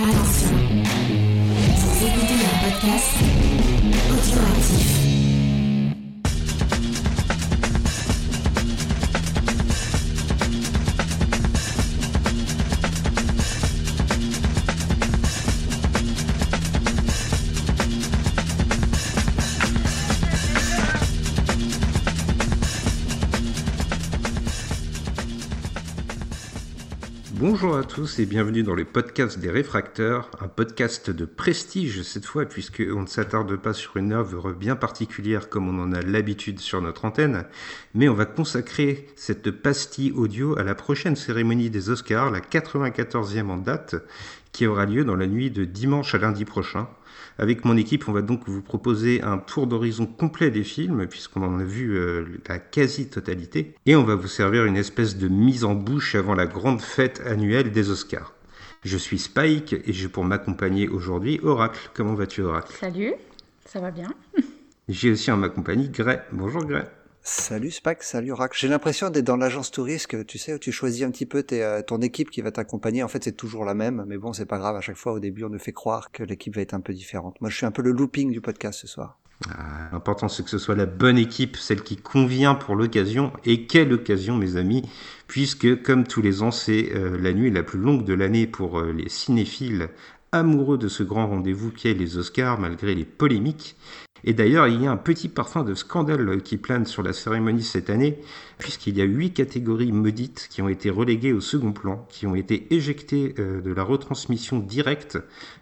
Attention, vous écoutez un podcast audioactif. Bonjour à tous et bienvenue dans le podcast des réfracteurs, un podcast de prestige cette fois puisqu'on ne s'attarde pas sur une œuvre bien particulière comme on en a l'habitude sur notre antenne, mais on va consacrer cette pastille audio à la prochaine cérémonie des Oscars, la 94e en date, qui aura lieu dans la nuit de dimanche à lundi prochain. Avec mon équipe, on va donc vous proposer un tour d'horizon complet des films, puisqu'on en a vu la quasi-totalité, et on va vous servir une espèce de mise en bouche avant la grande fête annuelle des Oscars. Je suis Spike, et j'ai pour m'accompagner aujourd'hui Oracle. Comment vas-tu, Oracle ? Salut, ça va bien. J'ai aussi en ma compagnie Gray. Bonjour Gray. Salut Spike, salut Rack. J'ai l'impression d'être dans l'agence touriste, tu sais, où tu choisis un petit peu ton équipe qui va t'accompagner. En fait, c'est toujours la même, mais bon, c'est pas grave. À chaque fois, au début, on nous fait croire que l'équipe va être un peu différente. Moi, je suis un peu le looping du podcast ce soir. L'important, c'est que ce soit la bonne équipe, celle qui convient pour l'occasion. Et quelle occasion, mes amis, puisque, comme tous les ans, c'est la nuit la plus longue de l'année pour les cinéphiles amoureux de ce grand rendez-vous qu'est les Oscars, malgré les polémiques. Et d'ailleurs, il y a un petit parfum de scandale qui plane sur la cérémonie cette année, puisqu'il y a 8 catégories maudites qui ont été reléguées au second plan, qui ont été éjectées de la retransmission directe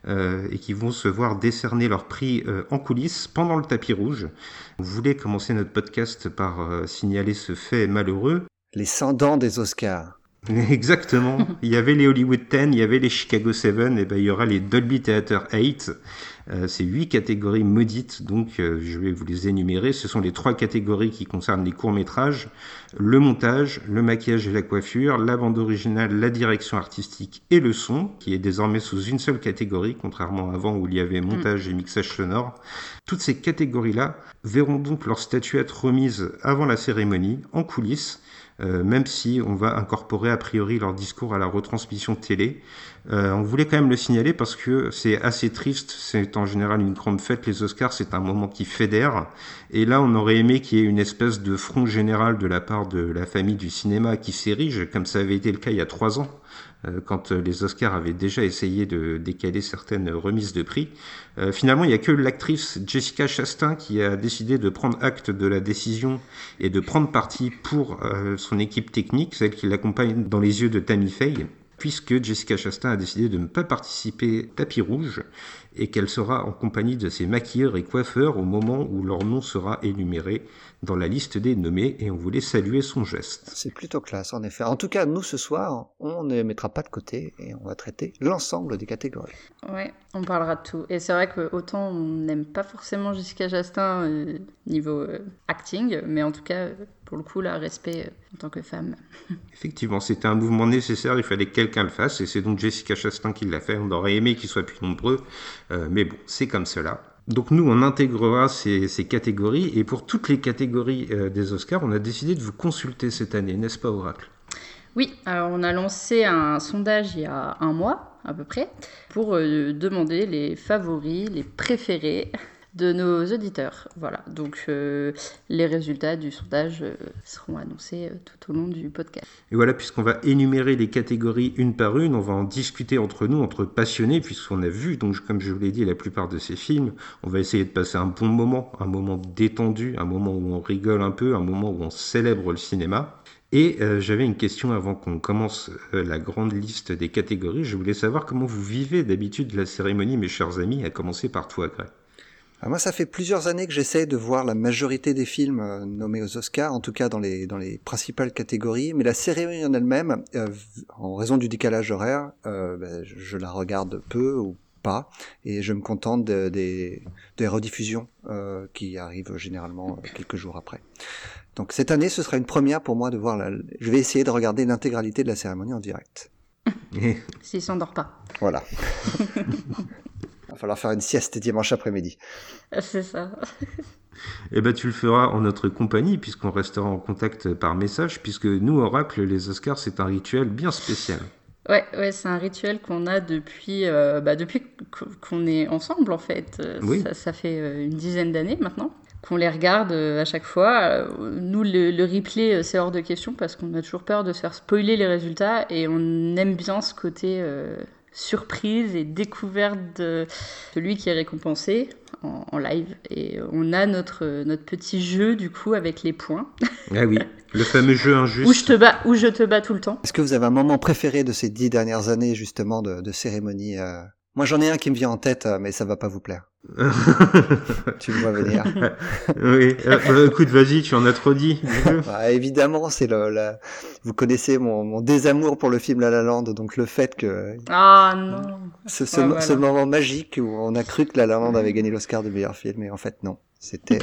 et qui vont se voir décerner leur prix en coulisses pendant le tapis rouge. Vous voulez commencer notre podcast par signaler ce fait malheureux. Les 100 dents des Oscars. Exactement. Il y avait les Hollywood 10, il y avait les Chicago 7, et ben il y aura les Dolby Theatre 8. C'est 8 catégories maudites, donc je vais vous les énumérer. Ce sont les 3 catégories qui concernent les courts-métrages, le montage, le maquillage et la coiffure, la bande originale, la direction artistique et le son, qui est désormais sous une seule catégorie, contrairement à avant où il y avait montage et mixage sonore. Toutes ces catégories-là verront donc leur statuette remise avant la cérémonie, en coulisses, même si on va incorporer a priori leur discours à la retransmission télé. On voulait quand même le signaler parce que c'est assez triste, c'est en général une grande fête, les Oscars, c'est un moment qui fédère, et là on aurait aimé qu'il y ait une espèce de front général de la part de la famille du cinéma qui s'érige, comme ça avait été le cas il y a 3 ans, quand les Oscars avaient déjà essayé de décaler certaines remises de prix. Finalement, il n'y a que l'actrice Jessica Chastain qui a décidé de prendre acte de la décision et de prendre parti pour son équipe technique, celle qui l'accompagne dans les yeux de Tammy Faye, puisque Jessica Chastain a décidé de ne pas participer tapis rouge et qu'elle sera en compagnie de ses maquilleurs et coiffeurs au moment où leur nom sera énuméré dans la liste des nommés, et on voulait saluer son geste. C'est plutôt classe, en effet. En tout cas, nous, ce soir, on ne mettra pas de côté et on va traiter l'ensemble des catégories. Ouais, on parlera de tout. Et c'est vrai que autant on n'aime pas forcément Jessica Chastain niveau acting, mais en tout cas, pour le coup, là, respect en tant que femme. Effectivement, c'était un mouvement nécessaire, il fallait que quelqu'un le fasse, et c'est donc Jessica Chastain qui l'a fait. On aurait aimé qu'ils soient plus nombreux, mais bon, c'est comme cela. Donc nous, on intégrera ces catégories, et pour toutes les catégories des Oscars, on a décidé de vous consulter cette année, n'est-ce pas, Oracle ? Oui, alors on a lancé un sondage il y a 1 mois, à peu près, pour demander les favoris, les préférés de nos auditeurs. Voilà, donc les résultats du sondage seront annoncés tout au long du podcast. Et voilà, puisqu'on va énumérer les catégories une par une, on va en discuter entre nous, entre passionnés, puisqu'on a vu, donc comme je vous l'ai dit, la plupart de ces films. On va essayer de passer un moment détendu, un moment où on rigole un peu, un moment où on célèbre le cinéma. Et j'avais une question avant qu'on commence la grande liste des catégories. Je voulais savoir comment vous vivez d'habitude la cérémonie, mes chers amis, à commencer par toi, Greg. Alors moi, ça fait plusieurs années que j'essaie de voir la majorité des films nommés aux Oscars, en tout cas dans les principales catégories, mais la cérémonie en elle-même, en raison du décalage horaire, je la regarde peu ou pas, et je me contente des rediffusions qui arrivent généralement quelques jours après. Donc cette année, ce sera une première pour moi de voir je vais essayer de regarder l'intégralité de la cérémonie en direct. S'il s'endort pas. Voilà. Il va falloir faire une sieste dimanche après-midi. C'est ça. Eh ben, tu le feras en notre compagnie, puisqu'on restera en contact par message, puisque nous, Oracle, les Oscars, c'est un rituel bien spécial. Ouais, c'est un rituel qu'on a depuis qu'on est ensemble, en fait. Oui. Ça fait une dizaine d'années maintenant qu'on les regarde à chaque fois. Nous, le replay, c'est hors de question parce qu'on a toujours peur de se faire spoiler les résultats et on aime bien ce côté surprise et découverte de celui qui est récompensé en live. Et on a notre petit jeu, du coup, avec les points. Ah oui, le fameux jeu injuste. Où je te bats tout le temps. Est-ce que vous avez un moment préféré de ces 10 dernières années, justement, de cérémonie Moi, j'en ai un qui me vient en tête, mais ça va pas vous plaire. Tu me vois venir. Oui, écoute, vas-y, tu en as trop dit. Bah, évidemment, c'est vous connaissez mon désamour pour le film La La Land, donc le fait que Ah non. ce moment magique où on a cru que La La Land avait gagné l'Oscar de meilleur film, et en fait non. C'était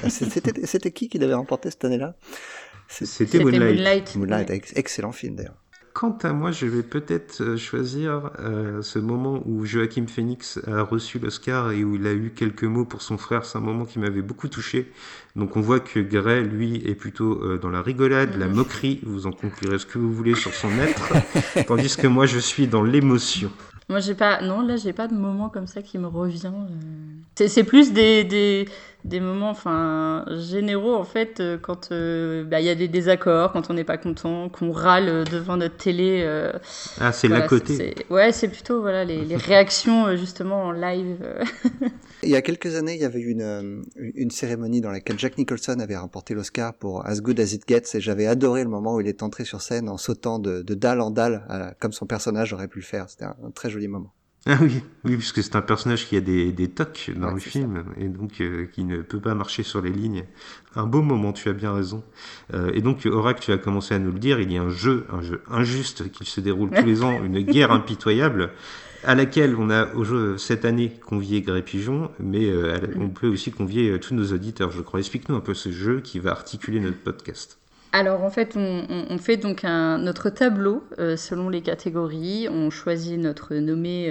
qui l'avait remporté cette année-là? C'était Moonlight. Moonlight, excellent film d'ailleurs. Quant à moi, je vais peut-être choisir ce moment où Joaquin Phoenix a reçu l'Oscar et où il a eu quelques mots pour son frère. C'est un moment qui m'avait beaucoup touché. Donc on voit que Gray, lui, est plutôt dans la rigolade, la moquerie. Vous en conclurez ce que vous voulez sur son être. Tandis que moi, je suis dans l'émotion. Moi, j'ai pas de moment comme ça qui me revient. C'est plus des moments, généraux, en fait, quand y a des désaccords, quand on n'est pas content, qu'on râle devant notre télé. C'est l'à côté. C'est plutôt, les réactions, justement, en live. Il y a quelques années, il y avait eu une cérémonie dans laquelle Jack Nicholson avait remporté l'Oscar pour As Good As It Gets, et j'avais adoré le moment où il est entré sur scène en sautant de dalle en dalle, comme son personnage aurait pu le faire. C'était un très joli moment. Ah oui, puisque c'est un personnage qui a des tocs dans le film, et donc qui ne peut pas marcher sur les lignes. Un beau moment, tu as bien raison. Et donc, Aurac, tu as commencé à nous le dire, il y a un jeu injuste qui se déroule tous les ans, une guerre impitoyable, à laquelle on a cette année convié Grey Pigeon, mais on peut aussi convier tous nos auditeurs, je crois. Explique-nous un peu ce jeu qui va articuler notre podcast. Alors en fait, on fait donc notre tableau selon les catégories. On choisit notre nommé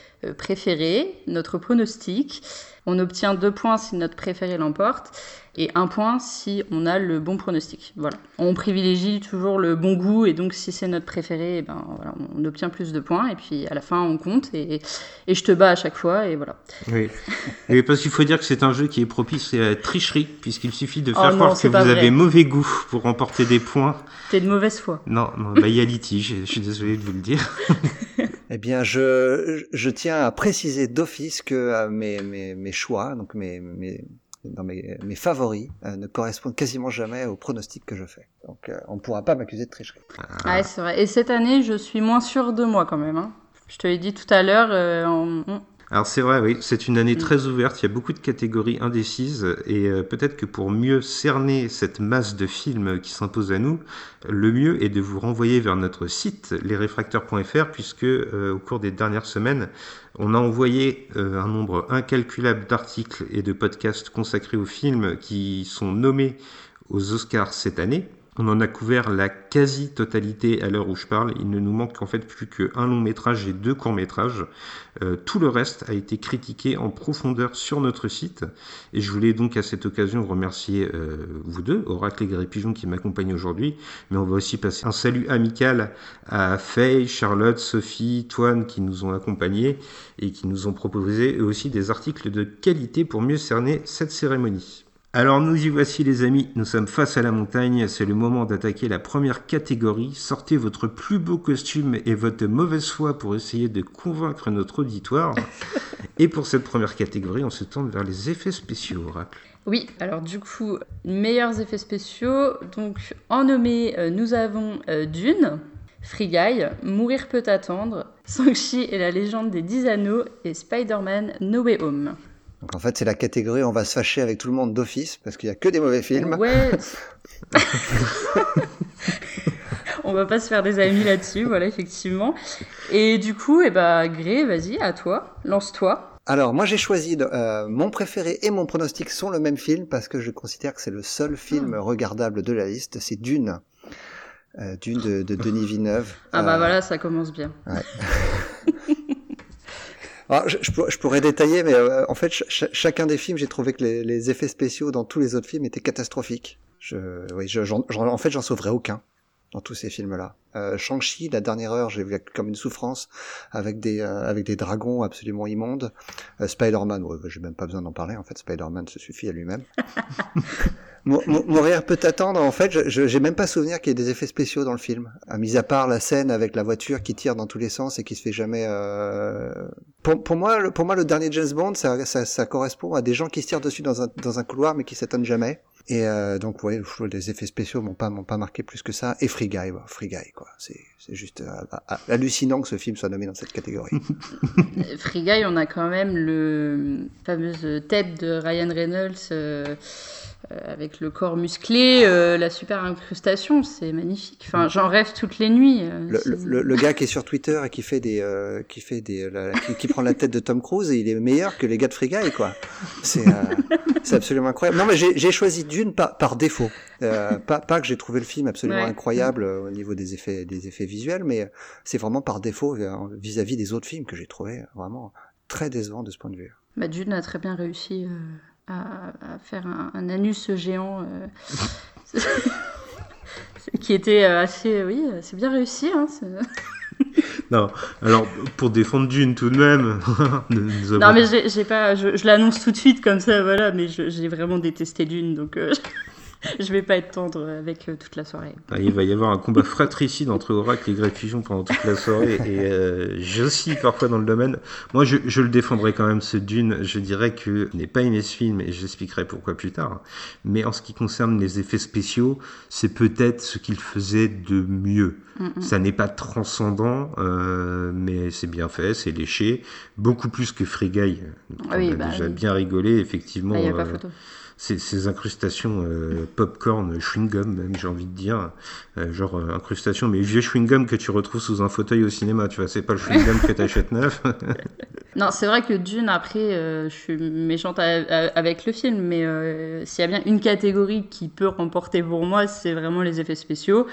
préféré, notre pronostic. On obtient 2 points si notre préféré l'emporte et 1 point si on a le bon pronostic. Voilà. On privilégie toujours le bon goût et donc si c'est notre préféré, on obtient plus de points et puis à la fin on compte et je te bats à chaque fois et voilà. Oui. Et parce qu'il faut dire que c'est un jeu qui est propice à la tricherie puisqu'il suffit de faire croire que vous avez mauvais goût pour remporter des points. T'es de mauvaise foi. Non, il y a litige, je suis désolé de vous le dire. Eh bien, je tiens à préciser d'office que mes choix, donc mes favoris, ne correspondent quasiment jamais au pronostic que je fais. Donc, on ne pourra pas m'accuser de tricherie. Ah, c'est vrai. Et cette année, je suis moins sûre de moi quand même. Hein. Je te l'ai dit tout à l'heure. Alors c'est vrai, oui, c'est une année très ouverte, il y a beaucoup de catégories indécises et peut-être que pour mieux cerner cette masse de films qui s'impose à nous, le mieux est de vous renvoyer vers notre site lesrefracteurs.fr puisque au cours des dernières semaines, on a envoyé un nombre incalculable d'articles et de podcasts consacrés aux films qui sont nommés aux Oscars cette année. On en a couvert la quasi-totalité à l'heure où je parle. Il ne nous manque en fait plus qu'un long métrage et 2 courts métrages. Tout le reste a été critiqué en profondeur sur notre site. Et je voulais donc à cette occasion remercier vous deux, Oracle et Grey Pigeon qui m'accompagnent aujourd'hui. Mais on va aussi passer un salut amical à Faye, Charlotte, Sophie, Toine qui nous ont accompagnés et qui nous ont proposé eux aussi des articles de qualité pour mieux cerner cette cérémonie. Alors nous y voici les amis, nous sommes face à la montagne, c'est le moment d'attaquer la première catégorie. Sortez votre plus beau costume et votre mauvaise foi pour essayer de convaincre notre auditoire. Et pour cette première catégorie, on se tourne vers les effets spéciaux, Oracle. Oui, alors du coup, meilleurs effets spéciaux. Donc en nommé, nous avons Dune, Free Guy, Mourir peut attendre, Shang-Chi et la légende des 10 anneaux et Spider-Man No Way Home. Donc en fait, c'est la catégorie où on va se fâcher avec tout le monde d'office, parce qu'il n'y a que des mauvais films. Ouais. On va pas se faire des amis là-dessus, voilà, effectivement. Et du coup, Grey, vas-y, à toi, lance-toi. Alors, moi j'ai choisi, mon préféré et mon pronostic sont le même film, parce que je considère que c'est le seul film regardable de la liste, c'est Dune. Dune de Denis Villeneuve. Voilà, ça commence bien. Ouais. Alors, je pourrais détailler, mais en fait, chacun des films, j'ai trouvé que les effets spéciaux dans tous les autres films étaient catastrophiques. En fait, j'en sauverais aucun. dans tous ces films-là. Shang-Chi, la dernière heure, j'ai vu comme une souffrance avec des dragons absolument immondes. Spider-Man, j'ai même pas besoin d'en parler. En fait, Spider-Man se suffit à lui-même. Mourir peut attendre. En fait, j'ai même pas souvenir qu'il y ait des effets spéciaux dans le film, mis à part la scène avec la voiture qui tire dans tous les sens et qui se fait jamais. Pour moi, le dernier James Bond, ça correspond à des gens qui se tirent dessus dans un couloir, mais qui s'étonnent jamais. Et donc, ouais, les effets spéciaux m'ont pas marqué plus que ça. Et Free Guy, quoi. C'est juste hallucinant que ce film soit nommé dans cette catégorie. Free Guy, on a quand même le fameuse tête de Ryan Reynolds. Avec le corps musclé, la super incrustation, c'est magnifique. Enfin, j'en rêve toutes les nuits. Le gars qui est sur Twitter et qui prend la tête de Tom Cruise, et il est meilleur que les gars de Free Guy, quoi. C'est absolument incroyable. Non, mais j'ai choisi Dune par défaut. Pas que j'ai trouvé le film absolument incroyable au niveau des effets visuels, mais c'est vraiment par défaut vis-à-vis des autres films que j'ai trouvé vraiment très décevant de ce point de vue. Dune a très bien réussi. À faire un anus géant qui était assez c'est bien réussi Non, alors pour défendre Dune tout de même. Non mais j'ai pas, je l'annonce tout de suite comme ça, voilà, mais j'ai vraiment détesté Dune, donc je vais pas être tendre avec toute la soirée. Il va y avoir un combat fratricide entre Oracle et Grey Pigeon pendant toute la soirée, et j'oscille parfois dans le domaine. Moi, je le défendrai quand même, ce Dune. Je dirais que je n'ai pas aimé ce film, et j'expliquerai pourquoi plus tard. Mais en ce qui concerne les effets spéciaux, c'est peut-être ce qu'il faisait de mieux. Ça n'est pas transcendant, mais c'est bien fait, c'est léché. Beaucoup plus que Free Guy. On a déjà bien rigolé, effectivement. Il n'y a pas photo. Ces incrustations popcorn, chewing-gum même, j'ai envie de dire, genre incrustations, mais vieux chewing-gum que tu retrouves sous un fauteuil au cinéma, tu vois, c'est pas le chewing-gum que t'achètes neuf. Non, c'est vrai que Dune, après, je suis méchante avec le film, mais s'il y a bien une catégorie qui peut remporter pour moi, c'est vraiment les effets spéciaux.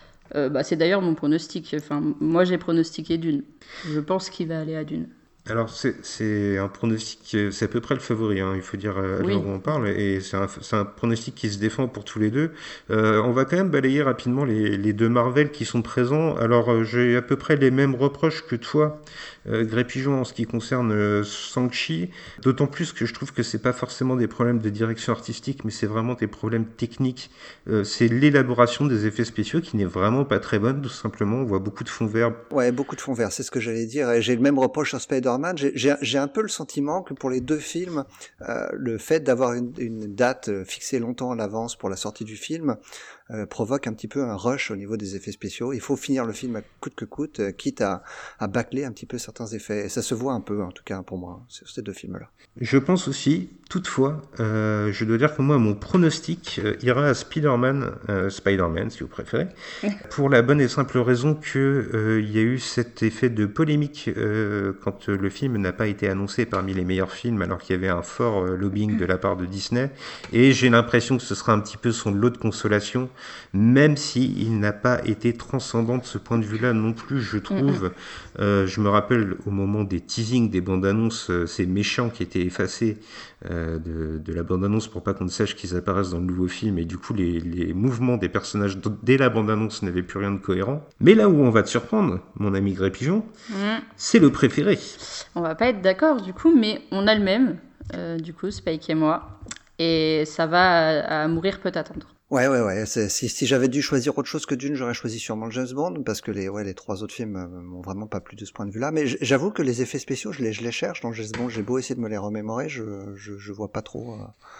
C'est d'ailleurs mon pronostic. Enfin, moi, j'ai pronostiqué Dune. Je pense qu'il va aller à Dune. Alors, c'est un pronostic, c'est à peu près le favori, hein, il faut dire à l'heure où on parle, et c'est un pronostic qui se défend pour tous les deux. On va quand même balayer rapidement les deux Marvel qui sont présents. Alors, j'ai à peu près les mêmes reproches que toi, Grey Pigeon, en ce qui concerne Shang-Chi, d'autant plus que je trouve que c'est pas forcément des problèmes de direction artistique, mais c'est vraiment des problèmes techniques. C'est l'élaboration des effets spéciaux qui n'est vraiment pas très bonne, tout simplement. On voit beaucoup de fond vert. Ouais, beaucoup de fond vert, c'est ce que j'allais dire. Et j'ai le même reproche sur Spider-Man. J'ai un peu le sentiment que pour les deux films, le fait d'avoir une date fixée longtemps à l'avance pour la sortie du film provoque un petit peu un rush au niveau des effets spéciaux. Il faut finir le film à coûte que coûte, quitte à bâcler un petit peu certains effets. Et ça se voit un peu, en tout cas pour moi, sur ces deux films-là. Je pense aussi, toutefois, je dois dire que moi, mon pronostic ira à Spider-Man si vous préférez, pour la bonne et simple raison que il y a eu cet effet de polémique quand le film n'a pas été annoncé parmi les meilleurs films, alors qu'il y avait un fort lobbying de la part de Disney, et j'ai l'impression que ce sera un petit peu son lot de consolation, même s'il n'a pas été transcendant de ce point de vue-là non plus, je trouve. Je me rappelle au moment des teasings, des bandes-annonces, ces méchants qui étaient effacés de la bande-annonce pour pas qu'on ne sache qu'ils apparaissent dans le nouveau film, et du coup les mouvements des personnages dès la bande-annonce n'avaient plus rien de cohérent. Mais là où on va te surprendre, mon ami Grey Pigeon, c'est le préféré. On va pas être d'accord du coup, mais on a le même, du coup, Spike et moi, et ça va à mourir peut attendre. Ouais. Si j'avais dû choisir autre chose que Dune, j'aurais choisi sûrement le James Bond, parce que les trois autres films m'ont vraiment pas plu de ce point de vue-là. Mais j'avoue que les effets spéciaux, je les cherche dans James Bond. J'ai beau essayer de me les remémorer, je vois pas trop.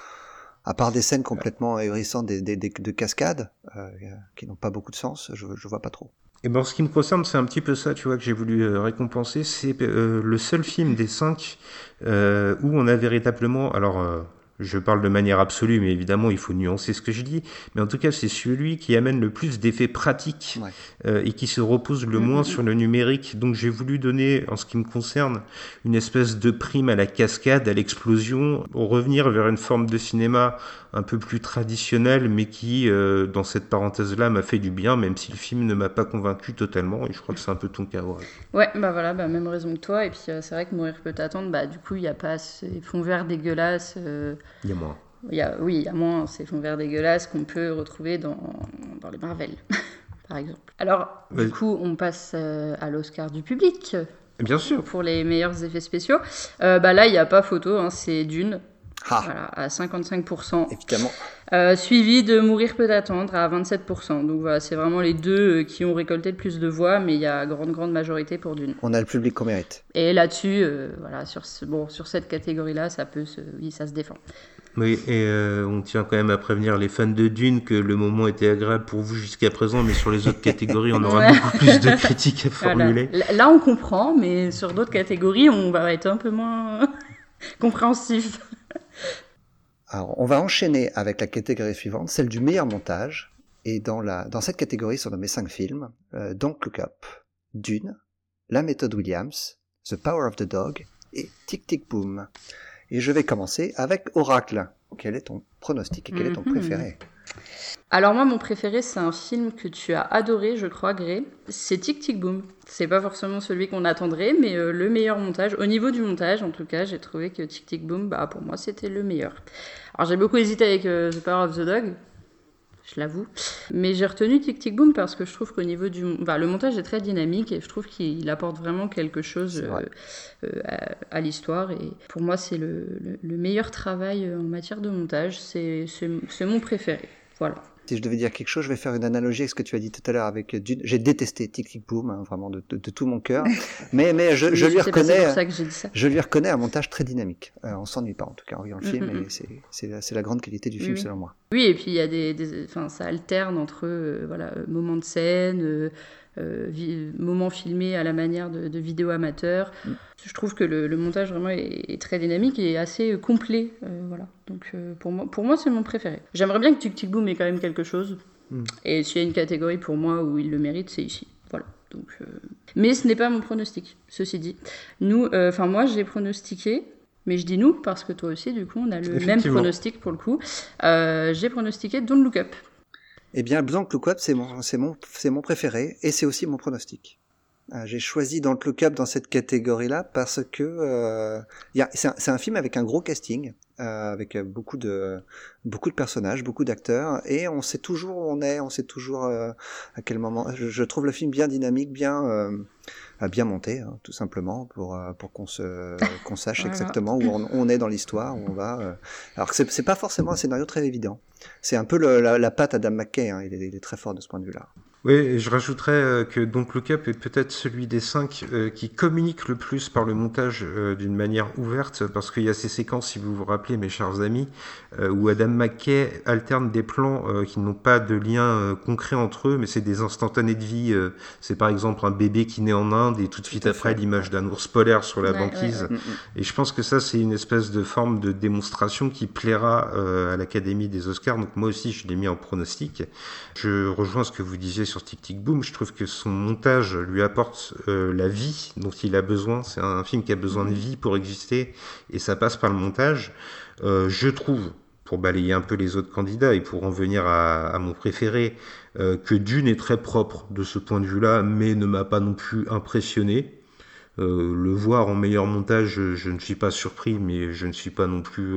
À part des scènes complètement ahurissantes de cascades, qui n'ont pas beaucoup de sens, je vois pas trop. Et ben, en ce qui me concerne, c'est un petit peu ça, tu vois, que j'ai voulu récompenser. C'est le seul film des 5 où on a véritablement, alors je parle de manière absolue, mais évidemment il faut nuancer ce que je dis, mais en tout cas c'est celui qui amène le plus d'effets pratiques et qui se repose le moins sur le numérique. Donc j'ai voulu donner, en ce qui me concerne, une espèce de prime à la cascade, à l'explosion, pour revenir vers une forme de cinéma un peu plus traditionnelle, mais qui, dans cette parenthèse-là, m'a fait du bien, même si le film ne m'a pas convaincu totalement, et je crois que c'est un peu ton cas. Ouais, voilà, même raison que toi, et puis c'est vrai que Mourir peut attendre, du coup il n'y a pas ces fonds verts dégueulasses. Il y a moins. Il y a moins ces fonds verts dégueulasses qu'on peut retrouver dans les Marvel, par exemple. Alors, du coup, on passe à l'Oscar du public. Bien sûr. Pour les meilleurs effets spéciaux. Là, il n'y a pas photo, hein, c'est Dune. Voilà, à 55%. Évidemment. Suivi de Mourir peut attendre à 27%. Donc voilà, c'est vraiment les deux qui ont récolté le plus de voix, mais il y a grande majorité pour Dune. On a le public qu'on mérite. Et là-dessus, sur cette catégorie-là, ça se défend. Oui, et on tient quand même à prévenir les fans de Dune que le moment était agréable pour vous jusqu'à présent, mais sur les autres catégories, on aura beaucoup plus de critiques à formuler. Voilà. Là, on comprend, mais sur d'autres catégories, on va être un peu moins compréhensif. Alors, on va enchaîner avec la catégorie suivante, celle du meilleur montage. Et dans cette catégorie sont nommés 5 films. Don't Look Up, Dune, La méthode Williams, The Power of the Dog et Tic Tic Boom. Et je vais commencer avec Oracle. Quel est ton pronostic et quel est ton préféré ? Alors moi, mon préféré, c'est un film que tu as adoré, je crois, Gré. C'est Tic Tic Boom. C'est pas forcément celui qu'on attendrait, mais le meilleur montage. Au niveau du montage, en tout cas, j'ai trouvé que Tic Tic Boom, pour moi, c'était le meilleur. Alors j'ai beaucoup hésité avec The Power of the Dog, je l'avoue. Mais j'ai retenu Tic Tic Boom parce que je trouve qu'au niveau le montage est très dynamique et je trouve qu'il apporte vraiment quelque chose à l'histoire. Et pour moi, c'est le meilleur travail en matière de montage. C'est mon préféré. Voilà. Si je devais dire quelque chose, je vais faire une analogie avec ce que tu as dit tout à l'heure avec Dune. J'ai détesté Tic Tic Boom, hein, vraiment de tout mon cœur. Mais je lui reconnais. C'est pour ça que j'ai dit ça. Je lui reconnais un montage très dynamique. On s'ennuie pas en tout cas en voyant le film, et c'est la grande qualité du film selon moi. Oui, et puis il y a ça alterne entre moments de scène. Moments filmés à la manière de vidéos amateurs. Je trouve que le montage vraiment est très dynamique et assez complet. Voilà. Donc pour moi, c'est mon préféré. J'aimerais bien que Tic Tic Boom ait quand même quelque chose. Et s'il y a une catégorie pour moi où il le mérite, c'est ici. Voilà. Donc, mais ce n'est pas mon pronostic, ceci dit. Moi, j'ai pronostiqué. Mais je dis nous, parce que toi aussi, du coup, on a le même pronostic pour le coup. J'ai pronostiqué Don't Look Up. Eh bien, Don't Look Up, c'est mon préféré, et c'est aussi mon pronostic. J'ai choisi Don't Look Up dans cette catégorie-là parce que c'est un film avec un gros casting, avec beaucoup de personnages, beaucoup d'acteurs, et on sait toujours où on est, on sait toujours à quel moment. Je trouve le film bien dynamique, bien monté, hein, tout simplement, pour qu'on sache exactement où on est dans l'histoire, où on va. Alors que c'est pas forcément un scénario très évident. C'est un peu la patte Adam McKay, hein, il est très fort de ce point de vue-là. Oui, et je rajouterais que Don't Look Up est peut-être celui des 5 qui communique le plus par le montage d'une manière ouverte, parce qu'il y a ces séquences, si vous vous rappelez, mes chers amis, où Adam McKay alterne des plans qui n'ont pas de lien concret entre eux, mais c'est des instantanés de vie. C'est par exemple un bébé qui naît en Inde, et tout de suite après l'image d'un ours polaire sur la banquise. Ouais. Et je pense que ça, c'est une espèce de forme de démonstration qui plaira à l'Académie des Oscars. Donc moi aussi, je l'ai mis en pronostic. Je rejoins ce que vous disiez sur Tic Tic Boom. Je trouve que son montage lui apporte la vie dont il a besoin. C'est un film qui a besoin de vie pour exister, et ça passe par le montage. Je trouve, pour balayer un peu les autres candidats et pour en venir à mon préféré, que Dune est très propre de ce point de vue-là, mais ne m'a pas non plus impressionné. Le voir en meilleur montage, je ne suis pas surpris, mais je ne suis pas non plus...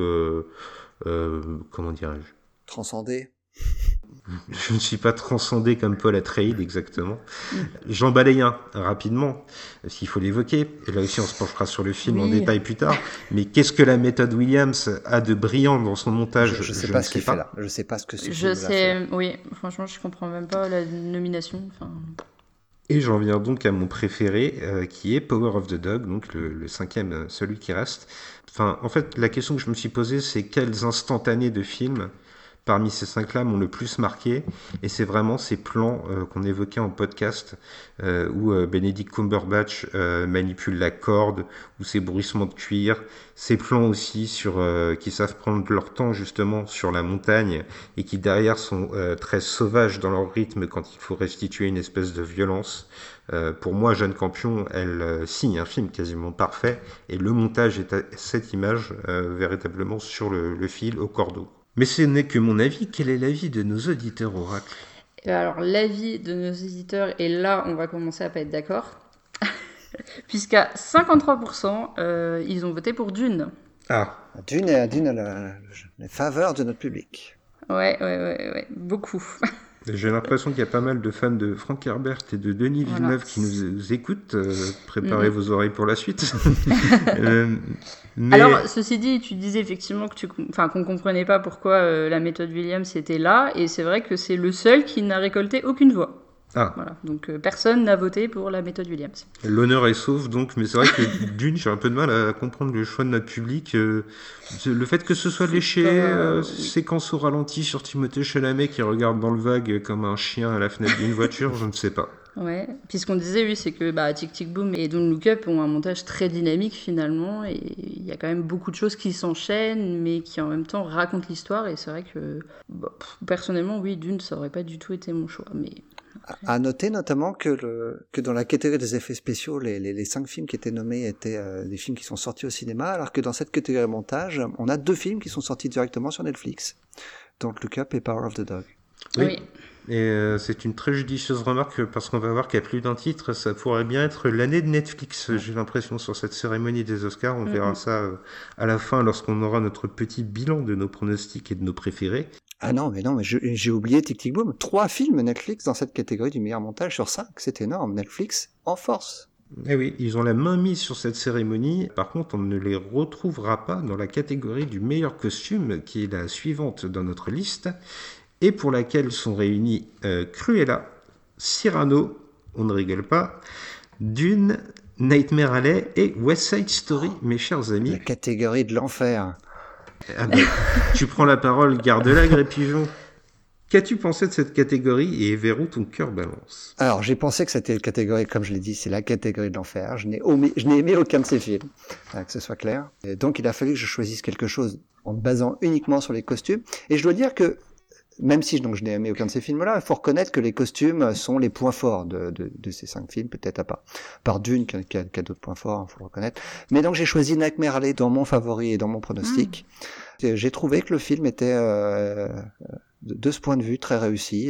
comment dirais-je ? Transcendé. Je ne suis pas transcendé comme Paul Atreides, exactement. J'en balaye un rapidement, parce qu'il faut l'évoquer, et là aussi on se penchera sur le film en détail plus tard, mais qu'est-ce que la méthode Williams a de brillant dans son montage? Je sais pas ce qu'il fait là. Je sais pas ce que ce film fait. Oui, franchement je comprends même pas la nomination. Et j'en viens donc à mon préféré, qui est Power of the Dog, donc le 5e, celui qui reste. En fait, la question que je me suis posée, c'est quels instantanés de films parmi ces 5-là m'ont le plus marqué, et c'est vraiment ces plans qu'on évoquait en podcast où Benedict Cumberbatch manipule la corde, ou ces bruissements de cuir, ces plans aussi qui savent prendre leur temps justement sur la montagne et qui derrière sont très sauvages dans leur rythme quand il faut restituer une espèce de violence. Pour moi, Jane Campion, elle signe un film quasiment parfait, et le montage est à cette image véritablement sur le fil au cordeau. Mais ce n'est que mon avis. Quel est l'avis de nos auditeurs, Oracle ? Alors, l'avis de nos auditeurs, et là, on va commencer à pas être d'accord, puisqu'à 53%, ils ont voté pour Dune. Ah. Dune a les faveurs de notre public. Ouais, beaucoup. J'ai l'impression qu'il y a pas mal de fans de Frank Herbert et de Denis Villeneuve qui nous écoutent. Préparez vos oreilles pour la suite. Mais... Alors, ceci dit, tu disais effectivement qu'on comprenait pas pourquoi la méthode Williams était là, et c'est vrai que c'est le seul qui n'a récolté aucune voix. Ah. Voilà. Donc personne n'a voté pour la méthode Williams. L'honneur est sauf, donc, mais c'est vrai que d'une, j'ai un peu de mal à comprendre le choix de notre public. Le fait que ce soit léché, séquence au ralenti sur Timothée Chalamet qui regarde dans le vague comme un chien à la fenêtre d'une voiture, je ne sais pas. Ouais, puis ce qu'on disait, oui, c'est que Tic Tic Boom et Don't Look Up ont un montage très dynamique finalement, et il y a quand même beaucoup de choses qui s'enchaînent, mais qui en même temps racontent l'histoire, et c'est vrai que, personnellement, oui, d'une, ça aurait pas du tout été mon choix, mais... À noter notamment que dans la catégorie des effets spéciaux, les 5 films qui étaient nommés étaient des films qui sont sortis au cinéma, alors que dans cette catégorie montage, on a 2 films qui sont sortis directement sur Netflix, Don't Look Up et Power of the Dog. Oui. Et c'est une très judicieuse remarque, parce qu'on va voir qu'il y a plus d'un titre, ça pourrait bien être l'année de Netflix, j'ai l'impression, sur cette cérémonie des Oscars. On verra ça à la fin, lorsqu'on aura notre petit bilan de nos pronostics et de nos préférés. Ah non, mais j'ai oublié Tic Tic Boom. 3 films Netflix dans cette catégorie du meilleur montage sur 5, c'est énorme. Netflix en force. Eh oui, ils ont la main mise sur cette cérémonie. Par contre, on ne les retrouvera pas dans la catégorie du meilleur costume, qui est la suivante dans notre liste, et pour laquelle sont réunis Cruella, Cyrano, on ne rigole pas, Dune, Nightmare Alley et West Side Story, mes chers amis. La catégorie de l'enfer. Ah ben, tu prends la parole, garde-la, Gré-Pigeon. Qu'as-tu pensé de cette catégorie et vers où ton cœur balance? Alors, j'ai pensé que c'était une catégorie, comme je l'ai dit, c'est la catégorie de l'enfer. Je n'ai aimé aucun de ces films, que ce soit clair. Et donc, il a fallu que je choisisse quelque chose en me basant uniquement sur les costumes. Et je dois dire que, même si je n'ai aimé aucun de ces films-là, il faut reconnaître que les costumes sont les points forts de ces 5 films, peut-être à part Dune, qui a d'autres points forts, il faut le reconnaître. Mais donc j'ai choisi Nightmare Alley dans mon favori et dans mon pronostic. J'ai trouvé que le film était, de ce point de vue, très réussi.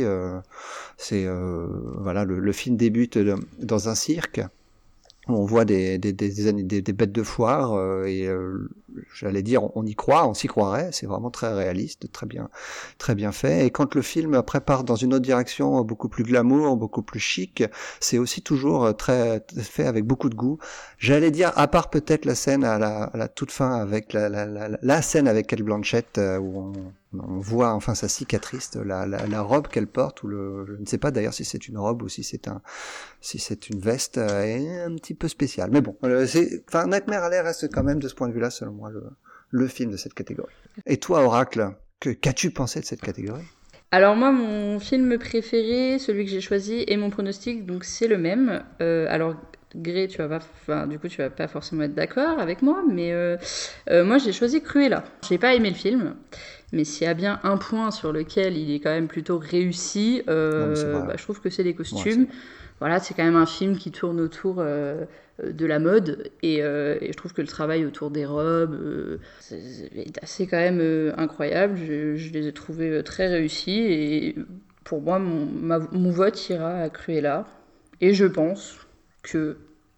Voilà, le film débute dans un cirque. On voit des bêtes de foire j'allais dire on y croit, on s'y croirait, c'est vraiment très réaliste, très bien fait. Et quand le film après part dans une autre direction, beaucoup plus glamour, beaucoup plus chic, c'est aussi toujours très fait avec beaucoup de goût. J'allais dire, à part peut-être la scène à la toute fin avec la scène avec Cate Blanchett où on voit enfin sa cicatrice, la robe qu'elle porte, ou je ne sais pas d'ailleurs si c'est une robe ou si c'est une veste, est un petit peu spéciale. Mais bon, Nightmare Alley reste quand même de ce point de vue-là, selon moi, le film de cette catégorie. Et toi, Oracle, qu'as-tu pensé de cette catégorie? Alors moi, mon film préféré, celui que j'ai choisi, et mon pronostic, donc c'est le même. Alors Gré, tu vas pas forcément être d'accord avec moi, mais moi j'ai choisi Cruella. J'ai pas aimé le film, mais s'il y a bien un point sur lequel il est quand même plutôt réussi, je trouve que c'est les costumes. Ouais, voilà, c'est quand même un film qui tourne autour de la mode, et je trouve que le travail autour des robes est assez quand même incroyable. Je les ai trouvés très réussis, et pour moi, mon vote ira à Cruella, et je pense que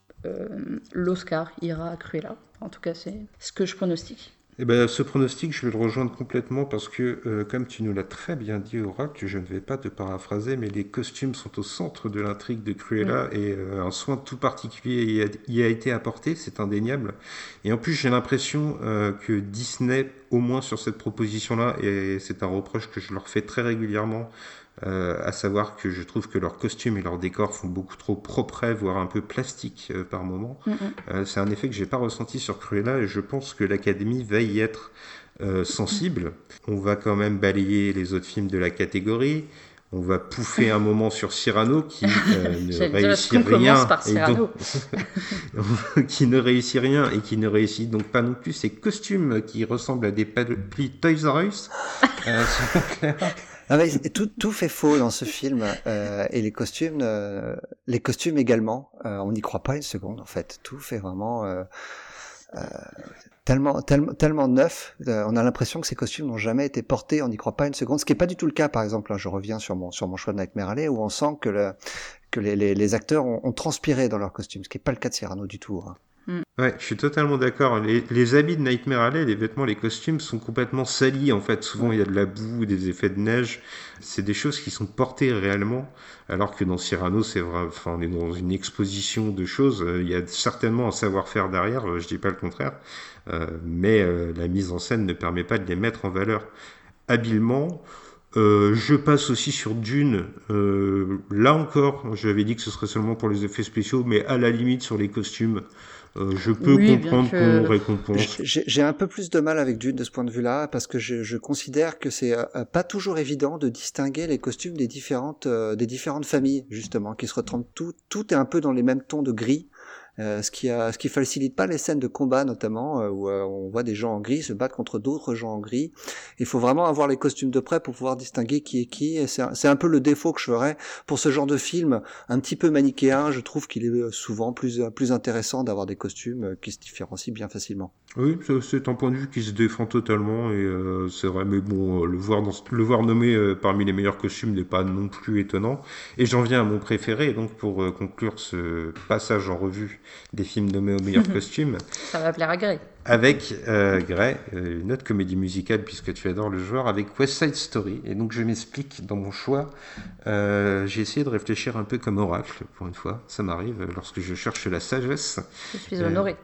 l'Oscar ira à Cruella. En tout cas, c'est ce que je pronostique. Eh ben, ce pronostic, je vais le rejoindre complètement parce que, comme tu nous l'as très bien dit, Oracle, je ne vais pas te paraphraser, mais les costumes sont au centre de l'intrigue de Cruella, et un soin tout particulier y a été apporté, c'est indéniable. Et en plus, j'ai l'impression que Disney, au moins sur cette proposition-là, et c'est un reproche que je leur fais très régulièrement, à savoir que je trouve que leurs costumes et leurs décors font beaucoup trop propres, voire un peu plastiques par moment. C'est un effet que j'ai pas ressenti sur Cruella, et je pense que l'Académie va y être sensible. On va quand même balayer les autres films de la catégorie. On va pouffer un moment sur Cyrano qui ne réussit rien, qui ne réussit rien et qui ne réussit donc pas non plus ses costumes qui ressemblent à des plis Toys R Us. Ah, mais tout fait faux dans ce film, et les costumes également. On n'y croit pas une seconde en fait. Tout fait vraiment tellement neuf. On a l'impression que ces costumes n'ont jamais été portés. On n'y croit pas une seconde. Ce qui est pas du tout le cas, par exemple. Là, je reviens sur mon choix de Nightmare Alley, où on sent que les acteurs ont transpiré dans leurs costumes, ce qui est pas le cas de Cyrano du tout. Hein. Ouais, je suis totalement d'accord. Les habits de Nightmare Alley, les vêtements, les costumes sont complètement salis en fait. Souvent il y a de la boue, des effets de neige. C'est des choses qui sont portées réellement. Alors que dans Cyrano, c'est vrai, enfin, on est dans une exposition de choses. Il y a certainement un savoir-faire derrière, je dis pas le contraire. Mais la mise en scène ne permet pas de les mettre en valeur habilement. Je passe aussi sur Dune. Là encore, j'avais dit que ce serait seulement pour les effets spéciaux, mais à la limite sur les costumes. Je peux comprendre qu'on récompense. J'ai un peu plus de mal avec Dune de ce point de vue-là, parce que je considère que c'est pas toujours évident de distinguer les costumes des différentes familles, justement, qui se retrouvent tout est un peu dans les mêmes tons de gris. Ce qui facilite pas les scènes de combat notamment où on voit des gens en gris se battre contre d'autres gens en gris. Il faut vraiment avoir les costumes de près pour pouvoir distinguer qui est qui, et c'est un peu le défaut que je ferais pour ce genre de film un petit peu manichéen. Je trouve qu'il est souvent plus intéressant d'avoir des costumes qui se différencient bien facilement. Oui, c'est un point de vue qui se défend totalement, et c'est vrai, mais bon, le voir nommé parmi les meilleurs costumes n'est pas non plus étonnant. Et j'en viens à mon préféré, donc pour conclure ce passage en revue des films nommés aux meilleurs costumes. Ça va plaire à Grey. Avec Grey, une autre comédie musicale, puisque tu adores le genre, avec West Side Story. Et donc je m'explique dans mon choix. J'ai essayé de réfléchir un peu comme oracle, pour une fois. Ça m'arrive lorsque je cherche la sagesse. Je suis honoré.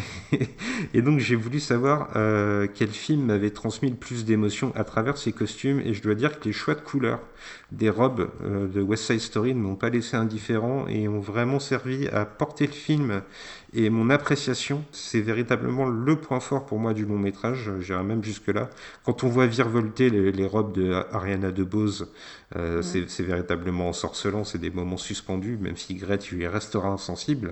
Et donc j'ai voulu savoir quel film m'avait transmis le plus d'émotions à travers ses costumes, et je dois dire que les choix de couleurs des robes de West Side Story ne m'ont pas laissé indifférent et ont vraiment servi à porter le film. Et mon appréciation, c'est véritablement le point fort pour moi du long métrage, j'irai même jusque là. Quand on voit virevolter les robes de Ariana DeBose, c'est véritablement ensorcelant, c'est des moments suspendus, même si Grey, tu y resteras insensible.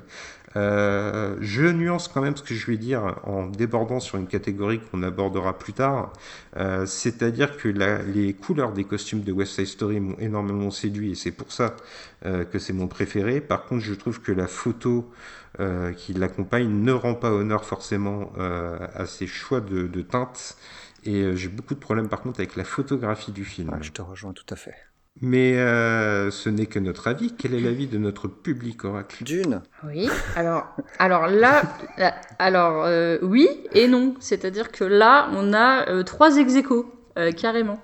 Je nuance quand même ce que je vais dire en débordant sur une catégorie qu'on abordera plus tard, c'est-à-dire que les couleurs des costumes de West Side Story m'ont énormément séduit, et c'est pour ça que c'est mon préféré. Par contre, je trouve que la photo qui l'accompagne ne rend pas honneur forcément à ses choix de teintes, et j'ai beaucoup de problèmes par contre avec la photographie du film. Ouais, je te rejoins tout à fait. Mais ce n'est que notre avis. Quel est l'avis de notre public oracle? Dune. Oui, alors là, oui et non. C'est-à-dire que là, on a 3 ex-aequo, carrément.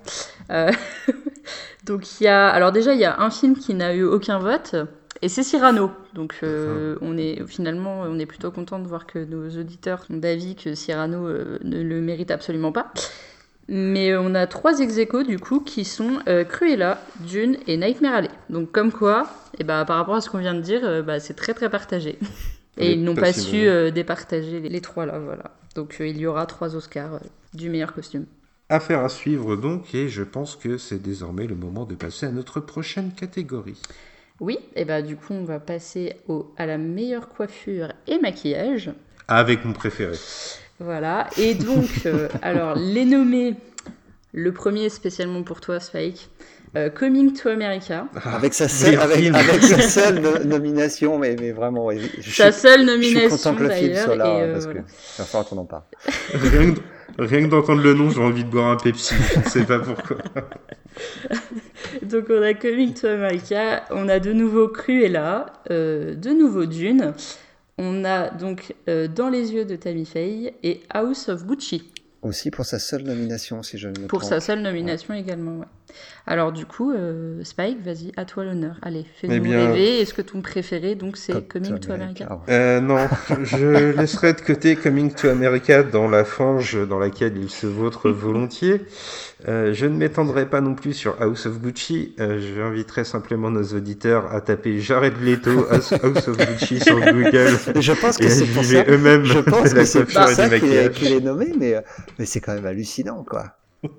Donc il y a un film qui n'a eu aucun vote, et c'est Cyrano. Donc on est plutôt content de voir que nos auditeurs sont d'avis que Cyrano ne le mérite absolument pas. Mais on a 3 ex-aequo du coup qui sont Cruella, Dune et Nightmare Alley. Donc comme quoi, par rapport à ce qu'on vient de dire, c'est très très partagé. Et ils n'ont pas su départager les 3 là, voilà. Donc il y aura 3 Oscars du meilleur costume. Affaire à suivre donc, et je pense que c'est désormais le moment de passer à notre prochaine catégorie. Oui, et du coup on va passer à la meilleure coiffure et maquillage. Avec mon préféré. Voilà, et donc, alors, les nommés, le premier spécialement pour toi, Spike, Coming to America. Avec sa seule nomination, mais vraiment, sa seule nomination, je suis content que le film soit là, parce voilà. que il va falloir qu'on en parle. Rien que d'entendre le nom, j'ai envie de boire un Pepsi, je ne sais pas pourquoi. Donc on a Coming to America, on a de nouveau Cruella, de nouveau Dune. On a donc Dans les yeux de Tammy Faye et House of Gucci. Aussi pour sa seule nomination, si je ne me trompe. Pour sa seule nomination également, ouais. Alors du coup, Spike, vas-y, à toi l'honneur. Allez, fais-nous rêver. Est-ce que ton préféré, donc, c'est Coming to America? Non, je laisserai de côté Coming to America dans la fange dans laquelle il se vautre volontiers. Je ne m'étendrai pas non plus sur House of Gucci. J'inviterai simplement nos auditeurs à taper Jared Leto House of Gucci sur Google. Je pense que c'est pour ça. Eux-mêmes je pense que c'est pour ça qu'il maquillage. est nommé, mais c'est quand même hallucinant, quoi.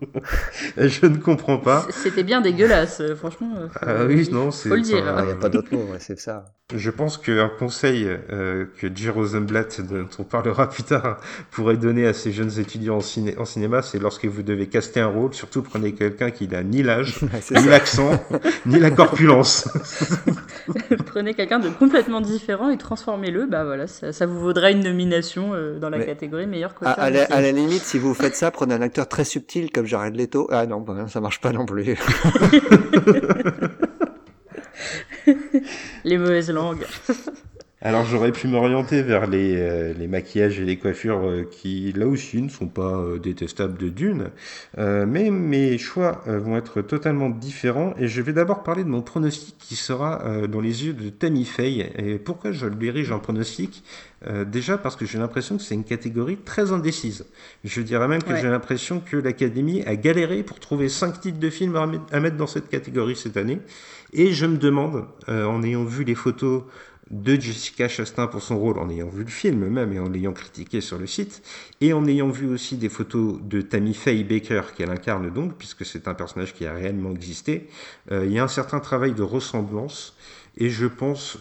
Je ne comprends pas. C'était bien dégueulasse, franchement. Oui, non, c'est. Faut le dire. Il n'y a pas d'autre mot, c'est ça. Je pense qu'un conseil que J. Rosenblatt, dont on parlera plus tard, pourrait donner à ces jeunes étudiants en cinéma, c'est lorsque vous devez caster un rôle, surtout prenez quelqu'un qui n'a ni l'âge, ni l'accent, ni la corpulence. Prenez quelqu'un de complètement différent et transformez-le, voilà, ça vous vaudra une nomination dans la catégorie meilleure coiffure. À la limite, si vous faites ça, prenez un acteur très subtil comme Jared Leto. Ah non, ça marche pas non plus. Les mauvaises langues. Alors j'aurais pu m'orienter vers les maquillages et les coiffures qui, là aussi, ne sont pas détestables de Dune. Mais mes choix vont être totalement différents. Et je vais d'abord parler de mon pronostic qui sera dans les yeux de Tammy Faye. Et pourquoi je le dirige en pronostic ? Déjà parce que j'ai l'impression que c'est une catégorie très indécise. Je dirais même que j'ai l'impression que l'Académie a galéré pour trouver 5 titres de films à mettre dans cette catégorie cette année. Et je me demande, en ayant vu les photos de Jessica Chastain pour son rôle, en ayant vu le film même et en l'ayant critiqué sur le site, et en ayant vu aussi des photos de Tammy Faye Baker qu'elle incarne donc, puisque c'est un personnage qui a réellement existé, il y a un certain travail de ressemblance. Et je pense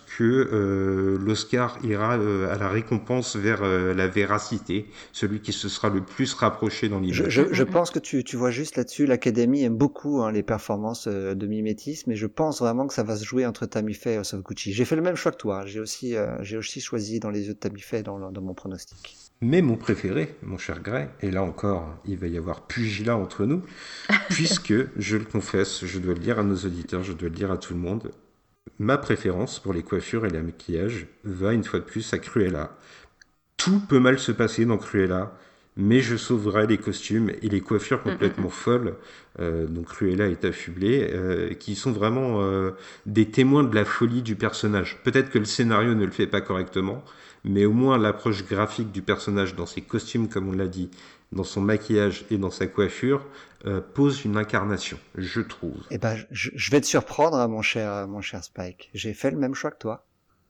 que l'Oscar ira à la récompense vers la véracité, celui qui se sera le plus rapproché dans l'image. Je pense que tu vois juste là-dessus, l'Académie aime beaucoup les performances de mimétisme, et je pense vraiment que ça va se jouer entre Tammy Faye et House of Gucci. J'ai fait le même choix que toi, j'ai aussi choisi dans les yeux de Tammy Faye dans mon pronostic. Mais mon préféré, mon cher Gray, et là encore, il va y avoir pugilat entre nous, puisque, je le confesse, je dois le dire à nos auditeurs, je dois le dire à tout le monde, ma préférence pour les coiffures et les maquillages va une fois de plus à Cruella. Tout peut mal se passer dans Cruella, mais je sauverai les costumes et les coiffures complètement folles dont Cruella est affublée, qui sont vraiment des témoins de la folie du personnage. Peut-être que le scénario ne le fait pas correctement, mais au moins l'approche graphique du personnage dans ses costumes, comme on l'a dit, dans son maquillage et dans sa coiffure, pose une incarnation, je trouve. Eh ben, je vais te surprendre, mon cher Spike. J'ai fait le même choix que toi.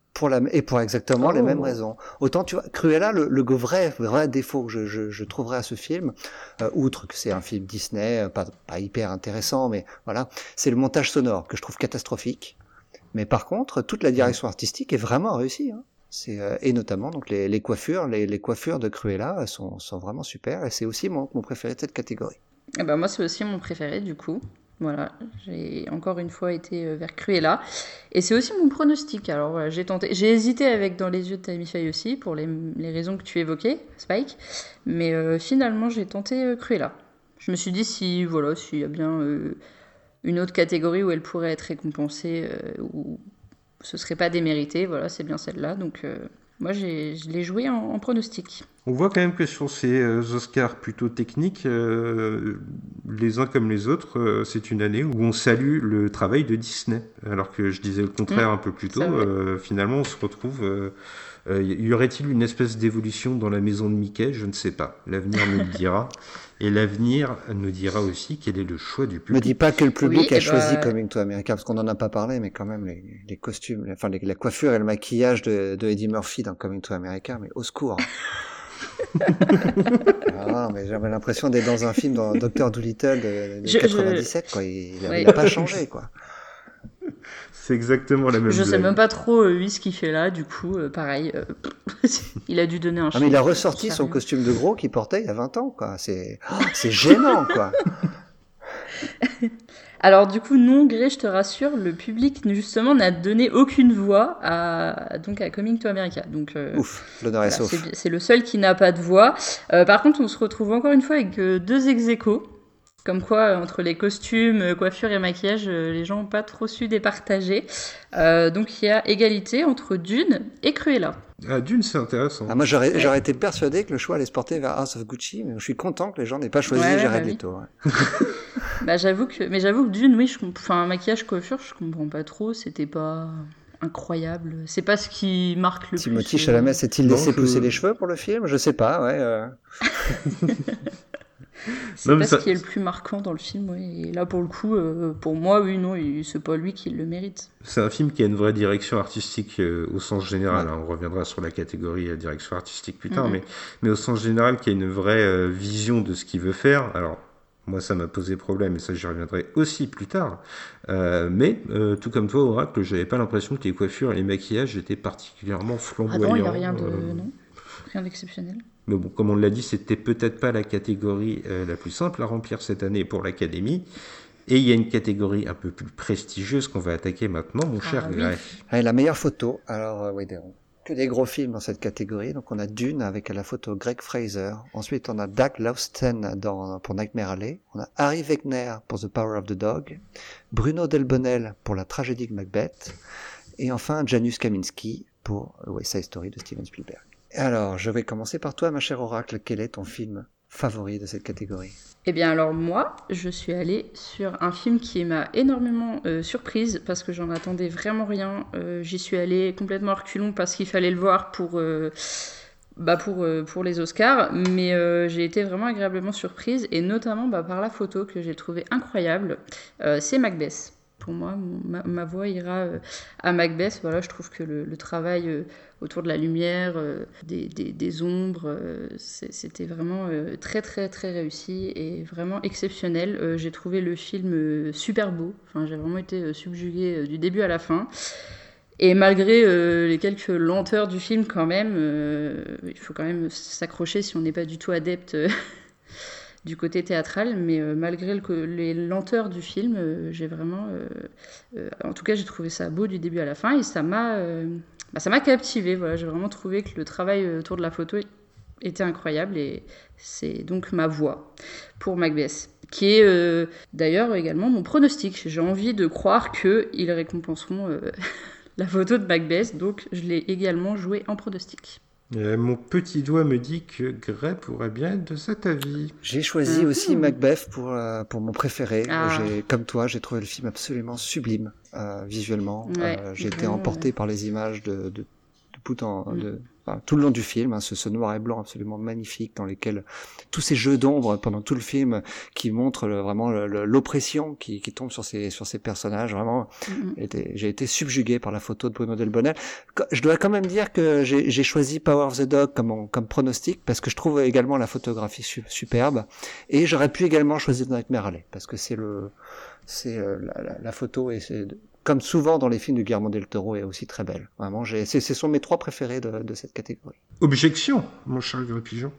Pour exactement les mêmes raisons. Autant, tu vois, Cruella, le vrai défaut que je trouverais à ce film, outre que c'est un film Disney, pas hyper intéressant, mais voilà, c'est le montage sonore que je trouve catastrophique. Mais par contre, toute la direction artistique est vraiment réussie, hein. Et notamment donc les coiffures, les coiffures de Cruella sont vraiment super, et c'est aussi mon préféré de cette catégorie. Eh ben moi c'est aussi mon préféré du coup. Voilà, j'ai encore une fois été vers Cruella. Et c'est aussi mon pronostic. Alors voilà, j'ai hésité avec Dans les yeux de Tammy Faye aussi, pour les raisons que tu évoquais, Spike. Mais finalement, j'ai tenté Cruella. Je me suis dit s'il y a bien une autre catégorie où elle pourrait être récompensée, où ce serait pas démérité, voilà, c'est bien celle-là. Donc moi, je l'ai joué en pronostic. On voit quand même que sur ces Oscars plutôt techniques, les uns comme les autres, c'est une année où on salue le travail de Disney. Alors que je disais le contraire un peu plus tôt, finalement on se retrouve... y aurait-il une espèce d'évolution dans la maison de Mickey ? Je ne sais pas. L'avenir nous le dira. Et l'avenir nous dira aussi quel est le choix du public. Me dis pas que le public a choisi Coming to America, parce qu'on n'en a pas parlé, mais quand même les costumes, enfin la coiffure et le maquillage de Eddie Murphy dans Coming to America, mais au secours. Non, mais j'avais l'impression d'être dans un film dans Dr. Dolittle de 97, quoi. Il a pas changé, quoi. C'est exactement la même Je blague. sais même pas trop ce qu'il fait là, du coup, pareil. Il a dû donner un mais il a ressorti son costume de gros qu'il portait il y a 20 ans, quoi. C'est gênant, quoi. Alors du coup, non, Gré, je te rassure, le public justement n'a donné aucune voix à Coming to America. Donc, ouf, l'honneur est sauf. C'est le seul qui n'a pas de voix. Par contre, on se retrouve encore une fois avec 2 ex-aequo. Comme quoi, entre les costumes, coiffure et maquillage, les gens n'ont pas trop su départager. Donc il y a égalité entre Dune et Cruella. Ah, Dune, c'est intéressant. Moi, j'aurais été persuadé que le choix allait se porter vers House of Gucci, mais je suis content que les gens n'aient pas choisi Jared Leto. Ouais. J'avoue que Dune, oui, maquillage, coiffure, je comprends pas trop. C'était pas incroyable. C'est pas ce qui marque le plus. Timothy Chalamet s'est-il laissé pousser les cheveux pour le film ? Je sais pas, ouais. C'est pas ce qui est le plus marquant dans le film, oui. Et là, pour le coup, pour moi, oui, non, c'est pas lui qui le mérite. C'est un film qui a une vraie direction artistique au sens général. On reviendra sur la catégorie direction artistique plus tard, mais au sens général, qui a une vraie vision de ce qu'il veut faire. Alors, moi, ça m'a posé problème, et ça, j'y reviendrai aussi plus tard. Mais, tout comme toi, Oracle, j'avais pas l'impression que les coiffures et les maquillages étaient particulièrement flamboyants. Ah non, il n'y a rien rien d'exceptionnel. Mais bon, comme on l'a dit, c'était peut-être pas la catégorie la plus simple à remplir cette année pour l'Académie. Et il y a une catégorie un peu plus prestigieuse qu'on va attaquer maintenant, mon cher Grey. La meilleure photo. Alors, que des gros films dans cette catégorie. Donc, on a Dune avec à la photo Greg Fraser. Ensuite, on a Doug Lausten pour Nightmare Alley. On a Harry Wegner pour The Power of the Dog. Bruno Delbonnel pour La Tragédie de Macbeth. Et enfin, Janusz Kaminski pour West Side Story de Steven Spielberg. Alors, je vais commencer par toi, ma chère Oracle. Quel est ton film favori de cette catégorie ? Eh bien alors moi, je suis allée sur un film qui m'a énormément surprise parce que j'en attendais vraiment rien. J'y suis allée complètement à reculons parce qu'il fallait le voir pour les Oscars, mais j'ai été vraiment agréablement surprise et notamment par la photo que j'ai trouvée incroyable. C'est Macbeth. Pour moi, ma voix ira à Macbeth. Voilà, je trouve que le travail autour de la lumière, des ombres, c'était vraiment très très très réussi et vraiment exceptionnel. J'ai trouvé le film super beau. Enfin, j'ai vraiment été subjuguée du début à la fin. Et malgré les quelques lenteurs du film, quand même, il faut quand même s'accrocher si on n'est pas du tout adepte du côté théâtral, mais malgré les lenteurs du film, j'ai vraiment... en tout cas, j'ai trouvé ça beau du début à la fin, et ça m'a captivée. Voilà, j'ai vraiment trouvé que le travail autour de la photo était incroyable, et c'est donc ma voix pour Macbeth, qui est d'ailleurs également mon pronostic. J'ai envie de croire qu'ils récompenseront la photo de Macbeth, donc je l'ai également joué en pronostic. Mon petit doigt me dit que Gray pourrait bien être de cet avis. J'ai choisi aussi Macbeth pour mon préféré. Ah. Comme toi, j'ai trouvé le film absolument sublime visuellement. Ouais, j'ai été emporté par les images de tout le long du film, ce noir et blanc absolument magnifique dans lesquels tous ces jeux d'ombre pendant tout le film qui montrent vraiment l'oppression qui tombe sur ces personnages. Vraiment, j'ai été subjugué par la photo de Bruno Delbonnel. Je dois quand même dire que j'ai choisi Power of the Dog comme pronostic parce que je trouve également la photographie superbe, et j'aurais pu également choisir Nightmare Alley parce que c'est la photo, et c'est comme souvent dans les films de Guillermo del Toro, est aussi très belle. Vraiment, ce sont mes 3 préférés de cette catégorie. Objection, mon cher Gray Pigeon.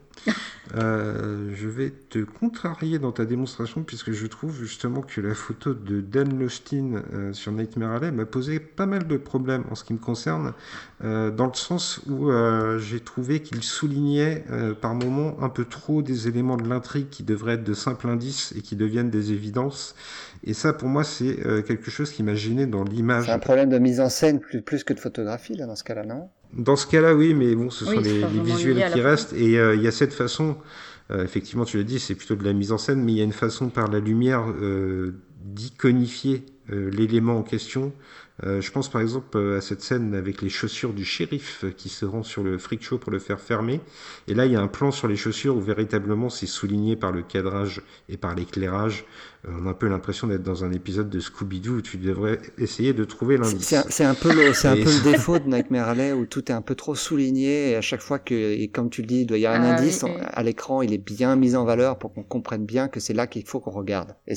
Je vais te contrarier dans ta démonstration, puisque je trouve justement que la photo de Dan Lostin sur Nightmare Alley m'a posé pas mal de problèmes en ce qui me concerne, dans le sens où j'ai trouvé qu'il soulignait par moments un peu trop des éléments de l'intrigue qui devraient être de simples indices et qui deviennent des évidences. Et ça, pour moi, c'est quelque chose qui m'a gêné dans l'image. C'est un problème de mise en scène plus que de photographie, là, dans ce cas-là, non ? Dans ce cas-là, oui, mais bon, ce sont les visuels qui restent. Et il y a cette façon, effectivement, tu l'as dit, c'est plutôt de la mise en scène, mais il y a une façon par la lumière d'iconifier l'élément en question. Je pense par exemple à cette scène avec les chaussures du shérif qui se rend sur le freak show pour le faire fermer. Et là, il y a un plan sur les chaussures où véritablement c'est souligné par le cadrage et par l'éclairage. On a un peu l'impression d'être dans un épisode de Scooby-Doo où tu devrais essayer de trouver l'indice. C'est un peu le défaut de Nightmare Alley où tout est un peu trop souligné, et à chaque fois et comme tu le dis, il doit y avoir un indice à l'écran, il est bien mis en valeur pour qu'on comprenne bien que c'est là qu'il faut qu'on regarde. Et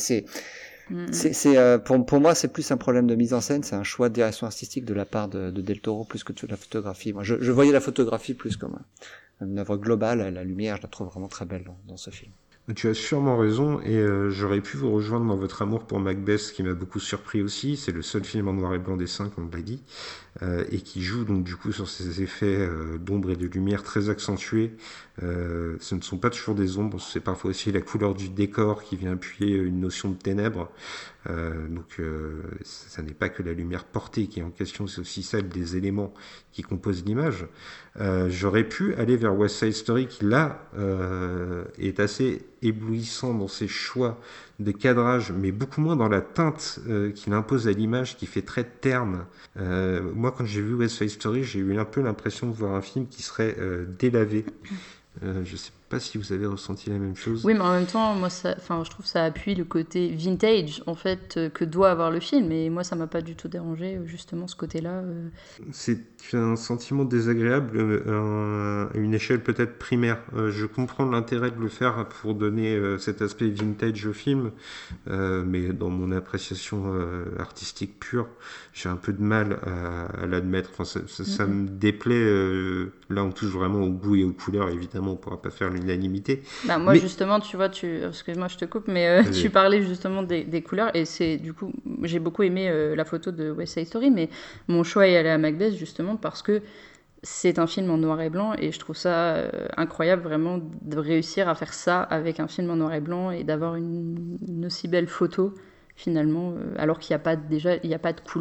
pour moi, c'est plus un problème de mise en scène, c'est un choix de direction artistique de la part de Del Toro plus que de la photographie. Moi, je voyais la photographie plus comme une œuvre globale. La lumière, je la trouve vraiment très belle dans ce film. Tu as sûrement raison, et j'aurais pu vous rejoindre dans votre amour pour Macbeth, qui m'a beaucoup surpris aussi. C'est le seul film en noir et blanc des 5, on l'a dit, et qui joue donc du coup sur ces effets d'ombre et de lumière très accentués. Ce ne sont pas toujours des ombres, c'est parfois aussi la couleur du décor qui vient appuyer une notion de ténèbres. Donc ça n'est pas que la lumière portée qui est en question, c'est aussi celle des éléments qui composent l'image. J'aurais pu aller vers West Side Story qui là est assez éblouissant dans ses choix de cadrage, mais beaucoup moins dans la teinte qu'il impose à l'image, qui fait très terne. Moi, quand j'ai vu West Side Story, j'ai eu un peu l'impression de voir un film qui serait délavé. Je sais pas si vous avez ressenti la même chose. Oui, mais en même temps, moi, je trouve que ça appuie le côté vintage, en fait, que doit avoir le film. Et moi, ça m'a pas du tout dérangé, justement, ce côté-là. C'est un sentiment désagréable à une échelle peut-être primaire. Je comprends l'intérêt de le faire pour donner cet aspect vintage au film, mais dans mon appréciation artistique pure, j'ai un peu de mal à l'admettre. Enfin, ça me déplaît. Là, on touche vraiment au goût et aux couleurs. Évidemment, on pourra pas faire l'unanimité. Moi, justement, tu vois, excuse-moi, je te coupe, mais tu parlais justement des couleurs, et c'est du coup, j'ai beaucoup aimé la photo de West Side Story, mais mon choix est allé à Macbeth justement parce que c'est un film en noir et blanc, et je trouve ça incroyable vraiment de réussir à faire ça avec un film en noir et blanc et d'avoir une aussi belle photo finalement, alors qu'il n'y a pas de couleur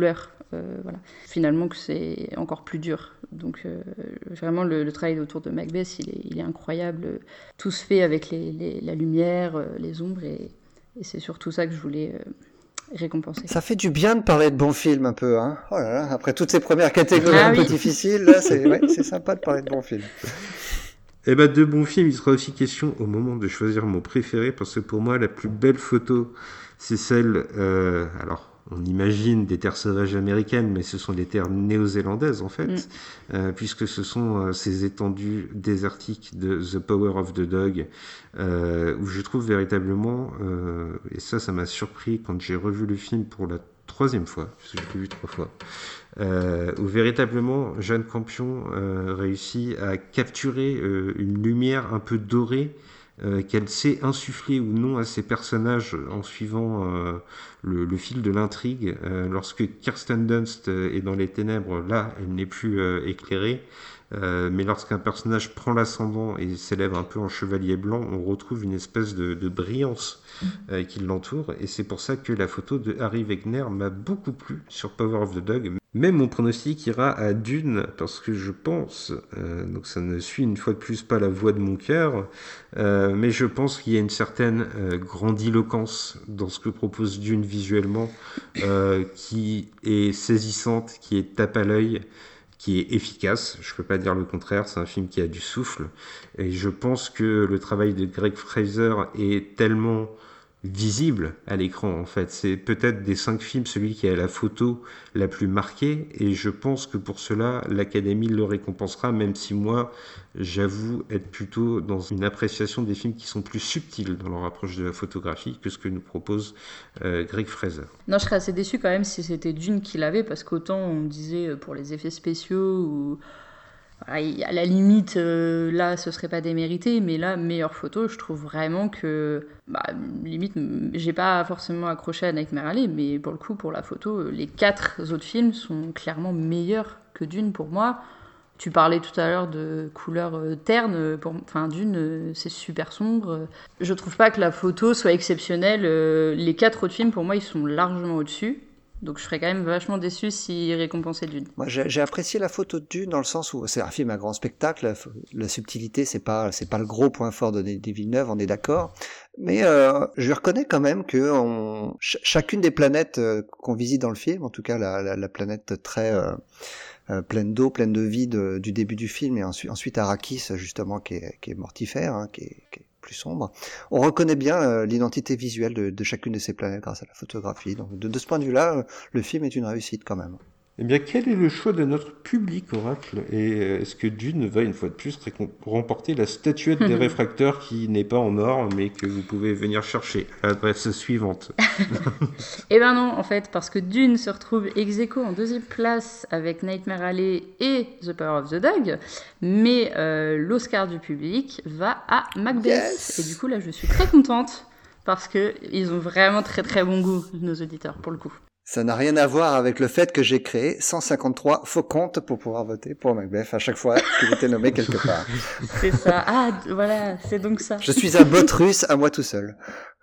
Voilà. Finalement, que c'est encore plus dur. Donc, vraiment, le travail autour de Macbeth, il est incroyable. Tout se fait avec la lumière, les ombres, et c'est surtout ça que je voulais récompenser. Ça fait du bien de parler de bons films un peu, hein. Oh là là, après toutes ces premières catégories un peu difficiles, là, c'est sympa de parler de bons films. Et de bons films, il sera aussi question au moment de choisir mon préféré, parce que pour moi, la plus belle photo, c'est celle... alors, on imagine des terres sauvages américaines, mais ce sont des terres néo-zélandaises, en fait, puisque ce sont ces étendues désertiques de The Power of the Dog, où je trouve véritablement, et ça m'a surpris quand j'ai revu le film pour la 3e fois, parce que je l'ai vu 3 fois, où véritablement Jane Campion réussit à capturer une lumière un peu dorée qu'elle sait insuffler ou non à ses personnages en suivant le fil de l'intrigue. Lorsque Kirsten Dunst est dans les ténèbres, là, elle n'est plus éclairée. Mais lorsqu'un personnage prend l'ascendant et s'élève un peu en chevalier blanc, on retrouve une espèce de brillance qui l'entoure, et c'est pour ça que la photo de Harry Wegner m'a beaucoup plu sur Power of the Dog. Mais mon pronostic ira à Dune, parce que je pense, donc ça ne suit une fois de plus pas la voix de mon cœur, mais je pense qu'il y a une certaine grandiloquence dans ce que propose Dune visuellement, qui est saisissante, qui est tape à l'œil, qui est efficace. Je ne peux pas dire le contraire, c'est un film qui a du souffle, et je pense que le travail de Greg Fraser est tellement visible à l'écran, en fait. C'est peut-être des 5 films celui qui a la photo la plus marquée, et je pense que pour cela l'Académie le récompensera, même si moi j'avoue être plutôt dans une appréciation des films qui sont plus subtils dans leur approche de la photographie que ce que nous propose Greg Fraser. Non, je serais assez déçu quand même si c'était Dune qui l'avait, parce qu'autant on disait pour les effets spéciaux ou à la limite, là, ce serait pas démérité, mais là, meilleure photo, je trouve vraiment que, limite, j'ai pas forcément accroché à Nightmare Alley, mais pour le coup, pour la photo, les 4 autres films sont clairement meilleurs que Dune pour moi. Tu parlais tout à l'heure de couleurs ternes, Dune, c'est super sombre. Je trouve pas que la photo soit exceptionnelle. Les 4 autres films, pour moi, ils sont largement au-dessus. Donc je serais quand même vachement déçu s'il récompensait Dune. Moi j'ai apprécié la photo de Dune dans le sens où c'est un film à grand spectacle, la subtilité c'est pas le gros point fort de Denis Villeneuve, on est d'accord. Mais je reconnais quand même que chacune des planètes qu'on visite dans le film, en tout cas la planète très pleine d'eau, pleine de vie du début du film, et ensuite Arrakis justement qui est mortifère, hein, qui est plus sombre. On reconnaît bien l'identité visuelle de chacune de ces planètes grâce à la photographie. Donc de ce point de vue-là, le film est une réussite quand même. Eh bien, quel est le choix de notre public, Oracle ? Et est-ce que Dune va une fois de plus remporter la statuette des réfracteurs qui n'est pas en or, mais que vous pouvez venir chercher à l'adresse suivante ? Eh ben non, en fait, parce que Dune se retrouve ex aequo en 2e place avec Nightmare Alley et The Power of the Dog, mais l'Oscar du public va à Macbeth. Yes. Et du coup, là, je suis très contente, parce qu'ils ont vraiment très très bon goût, nos auditeurs, pour le coup. Ça n'a rien à voir avec le fait que j'ai créé 153 faux comptes pour pouvoir voter pour Macbeth à chaque fois qu'il était nommé quelque part. C'est ça. Ah, voilà, c'est donc ça. Je suis un bot russe à moi tout seul.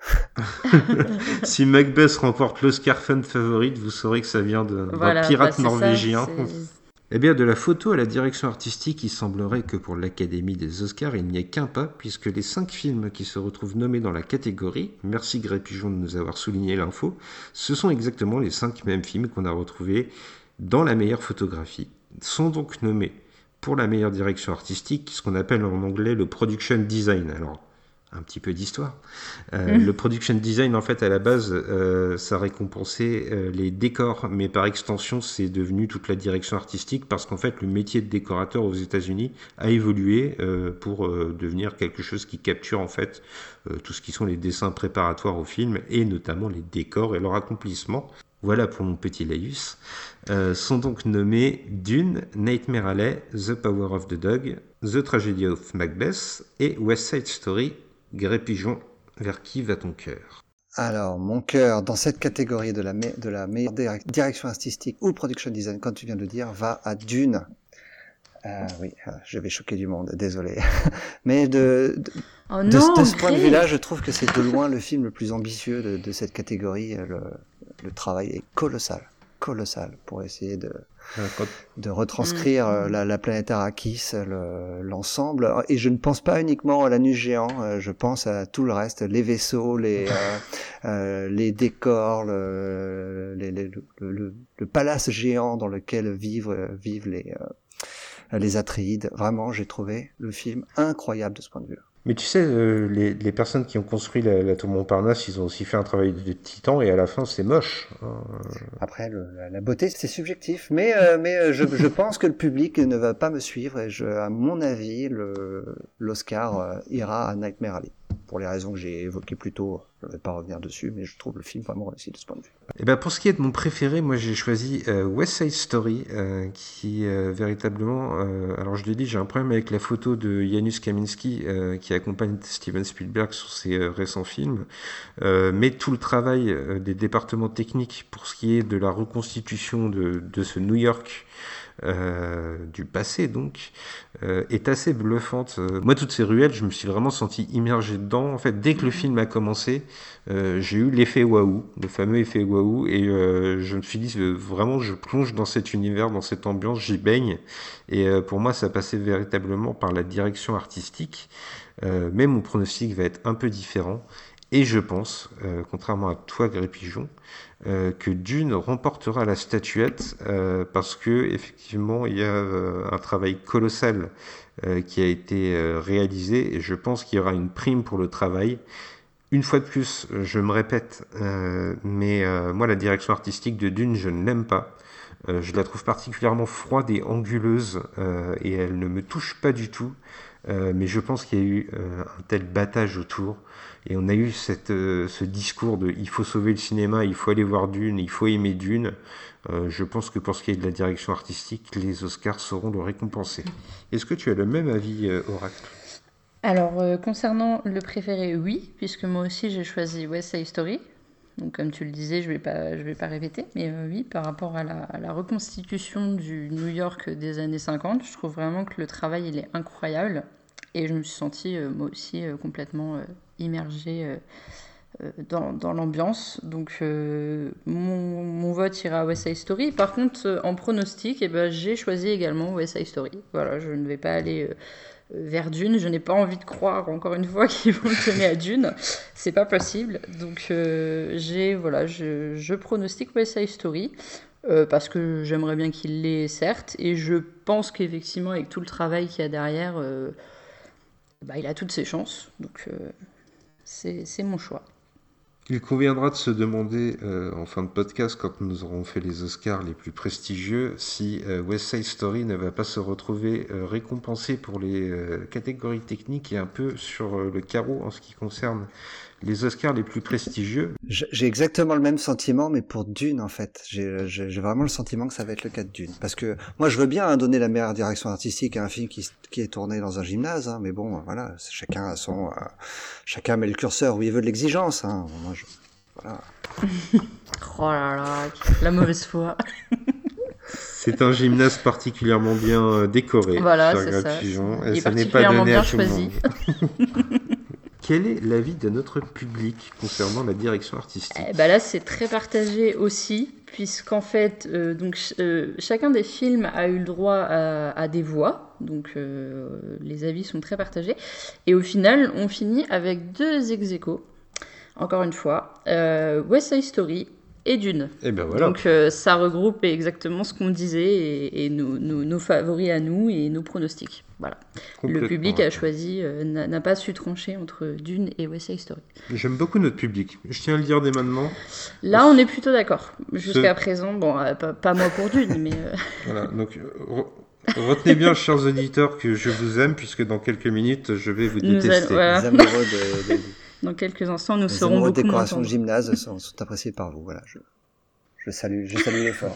Si Macbeth remporte l'Oscar fan favorite, vous saurez que ça vient d'un pirate norvégien. Eh bien, de la photo à la direction artistique, il semblerait que pour l'Académie des Oscars, il n'y ait qu'un pas, puisque les 5 films qui se retrouvent nommés dans la catégorie, merci Gré Pigeon de nous avoir souligné l'info, ce sont exactement les 5 mêmes films qu'on a retrouvés dans la meilleure photographie. Sont donc nommés pour la meilleure direction artistique, ce qu'on appelle en anglais le production design. Alors, un petit peu d'histoire. Le production design, en fait, à la base, ça récompensait les décors, mais par extension, c'est devenu toute la direction artistique, parce qu'en fait, le métier de décorateur aux États-Unis a évolué pour devenir quelque chose qui capture, en fait, tout ce qui sont les dessins préparatoires au film, et notamment les décors et leur accomplissement. Voilà pour mon petit laïus. Sont donc nommés Dune, Nightmare Alley, The Power of the Dog, The Tragedy of Macbeth et West Side Story. Gré Pigeon, vers qui va ton cœur ? Alors, mon cœur, dans cette catégorie de la meilleure direction artistique ou production design, comme tu viens de le dire, va à Dune. Oui, je vais choquer du monde, désolé. Mais de ce point de vue-là, je trouve que c'est de loin le film le plus ambitieux de cette catégorie. Le travail est colossal. colossal pour essayer de Quand- retranscrire la planète Arrakis, l'ensemble. Et je ne pense pas uniquement à l'anus géant, je pense à tout le reste, les vaisseaux, les décors, le palace géant dans lequel vivent les Atreides. Vraiment, j'ai trouvé le film incroyable de ce point de vue. Mais tu sais, les personnes qui ont construit la tour Montparnasse, ils ont aussi fait un travail de titan, et à la fin, c'est moche. Après, la beauté, c'est subjectif, mais je pense que le public ne va pas me suivre, et à mon avis, l'Oscar ira à Nightmare Alley. Pour les raisons que j'ai évoquées plus tôt, je ne vais pas revenir dessus, mais je trouve le film vraiment réussi de ce point de vue. Et ben pour ce qui est de mon préféré, moi j'ai choisi West Side Story, qui véritablement... alors je l'ai dit, j'ai un problème avec la photo de Janusz Kaminski qui accompagne Steven Spielberg sur ses récents films, mais tout le travail des départements techniques pour ce qui est de la reconstitution de ce New York du passé donc est assez bluffante. Moi toutes ces ruelles, je me suis vraiment senti immergé dedans. En fait, dès que le film a commencé, j'ai eu l'effet waouh, le fameux effet waouh, et je me suis dit vraiment je plonge dans cet univers, dans cette ambiance, j'y baigne, et pour moi ça passait véritablement par la direction artistique, mais mon pronostic va être un peu différent. Et je pense, contrairement à toi, Gré Pigeon, que Dune remportera la statuette parce que effectivement il y a un travail colossal qui a été réalisé, et je pense qu'il y aura une prime pour le travail. Une fois de plus, je me répète, mais moi la direction artistique de Dune, je ne l'aime pas. Je la trouve particulièrement froide et anguleuse, et elle ne me touche pas du tout. Mais je pense qu'il y a eu un tel battage autour, et on a eu ce discours de il faut sauver le cinéma, il faut aller voir Dune, il faut aimer Dune. Je pense que pour ce qui est de la direction artistique, les Oscars sauront le récompenser. Est-ce que tu as le même avis, Oracle ? Alors, concernant le préféré, oui, puisque moi aussi j'ai choisi West Side Story. Donc, comme tu le disais, je vais pas répéter, mais oui, par rapport à la reconstitution du New York des années 50, je trouve vraiment que le travail il est incroyable, et je me suis sentie moi aussi complètement immergée dans l'ambiance. Donc, mon vote ira à West Side Story. Par contre, en pronostic, j'ai choisi également West Side Story. Voilà, je ne vais pas aller vers Dune. Je n'ai pas envie de croire, encore une fois, qu'ils vont le donner à Dune. C'est pas possible. Donc, je pronostique West Side Story, parce que j'aimerais bien qu'il l'ait, certes, et je pense qu'effectivement, avec tout le travail qu'il y a derrière, il a toutes ses chances. Donc, c'est mon choix. Il conviendra de se demander en fin de podcast, quand nous aurons fait les Oscars les plus prestigieux, si West Side Story ne va pas se retrouver récompensé pour les catégories techniques et un peu sur le carreau en ce qui concerne les Oscars les plus prestigieux. J'ai exactement le même sentiment, mais pour Dune, en fait. J'ai vraiment le sentiment que ça va être le cas de Dune. Parce que moi, je veux bien donner la meilleure direction artistique à un film qui est tourné dans un gymnase, hein, mais bon, voilà, chacun met le curseur où il veut de l'exigence. Hein. Moi, voilà. Oh là là, la mauvaise foi. C'est un gymnase particulièrement bien décoré. Voilà, c'est ça. Et ça n'est pas donné à tout le monde. Quel est l'avis de notre public concernant la direction artistique ? Là, c'est très partagé aussi, puisqu'en fait, chacun des films a eu le droit à des voix, donc les avis sont très partagés. Et au final, on finit avec 2 ex-aequo, encore une fois, West Side Story et Dune. Et ben voilà. Donc ça regroupe exactement ce qu'on disait, et nos favoris à nous et nos pronostics. Voilà. Le public a choisi, n'a pas su trancher entre Dune et West Side Story. J'aime beaucoup notre public. Je tiens à le dire dès maintenant. Là, on est plutôt d'accord. Jusqu'à présent, bon, pas moi pour Dune, mais... Voilà, donc... Retenez bien, chers auditeurs, que je vous aime, puisque dans quelques minutes, je vais vous détester. Voilà. Les amoureux Dans quelques instants, nous les serons beaucoup moins décorations de tendres. gymnase sont appréciées par vous. Voilà, je salue l'effort.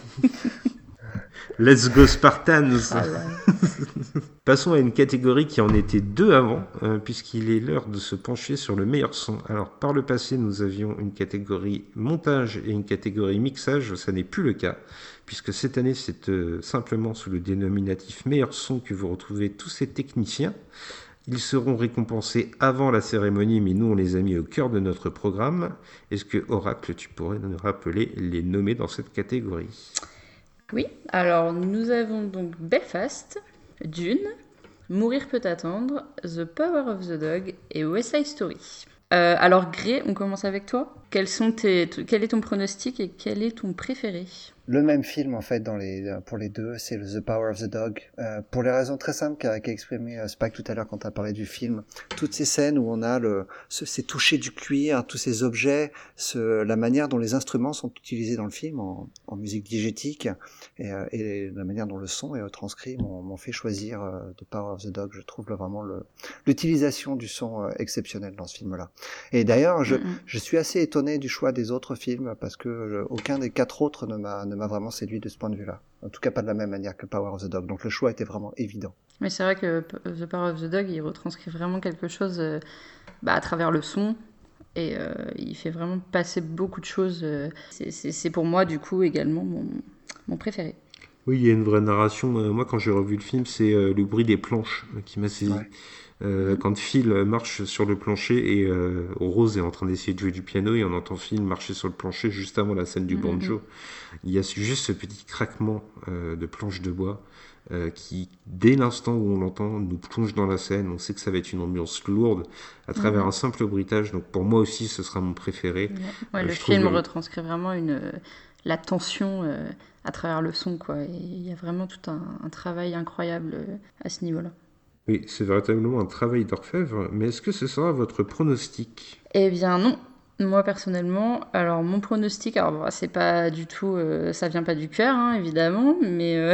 Let's go Spartans. Voilà. Passons à une catégorie qui en était 2 avant, puisqu'il est l'heure de se pencher sur le meilleur son. Alors, par le passé, nous avions une catégorie montage et une catégorie mixage. Ça n'est plus le cas, puisque cette année, c'est simplement sous le dénominatif meilleur son que vous retrouvez tous ces techniciens. Ils seront récompensés avant la cérémonie, mais nous, on les a mis au cœur de notre programme. Est-ce que, Oracle, tu pourrais nous rappeler les nommés dans cette catégorie ? Oui, alors nous avons donc Belfast, Dune, Mourir peut attendre, The Power of the Dog et West Side Story. Alors Gré, on commence avec toi. Quel est ton pronostic et quel est ton préféré ? Le même film en fait pour les deux, c'est The Power of the Dog. Pour les raisons très simples qu'a exprimé Spike tout à l'heure quand tu as parlé du film. Toutes ces scènes où on a ces touchés du cuir, tous ces objets, la manière dont les instruments sont utilisés dans le film en musique diégétique et la manière dont le son est transcrit m'ont fait choisir The Power of the Dog. Je trouve vraiment l'utilisation du son exceptionnelle dans ce film-là. Et d'ailleurs, je suis assez étonné du choix des autres films parce que aucun des 4 autres ne m'a vraiment séduit de ce point de vue-là. En tout cas, pas de la même manière que Power of the Dog. Donc le choix était vraiment évident. Mais c'est vrai que The Power of the Dog, il retranscrit vraiment quelque chose à travers le son. Et il fait vraiment passer beaucoup de choses. C'est pour moi, du coup, également mon préféré. Oui, il y a une vraie narration. Moi, quand j'ai revu le film, c'est le bruit des planches qui m'a saisi. Ouais. Quand Phil marche sur le plancher et Rose est en train d'essayer de jouer du piano et on entend Phil marcher sur le plancher juste avant la scène du banjo, il y a juste ce petit craquement de planches de bois qui, dès l'instant où on l'entend, nous plonge dans la scène. On sait que ça va être une ambiance lourde à travers un simple bruitage. Donc pour moi aussi, ce sera mon préféré. Ouais, le film retranscrit vraiment la tension à travers le son, quoi. Et il y a vraiment tout un travail incroyable à ce niveau-là. Oui, c'est véritablement un travail d'orfèvre, mais est-ce que ce sera votre pronostic ? Eh bien non, moi personnellement, alors mon pronostic, c'est pas du tout, ça vient pas du cœur, hein, évidemment, mais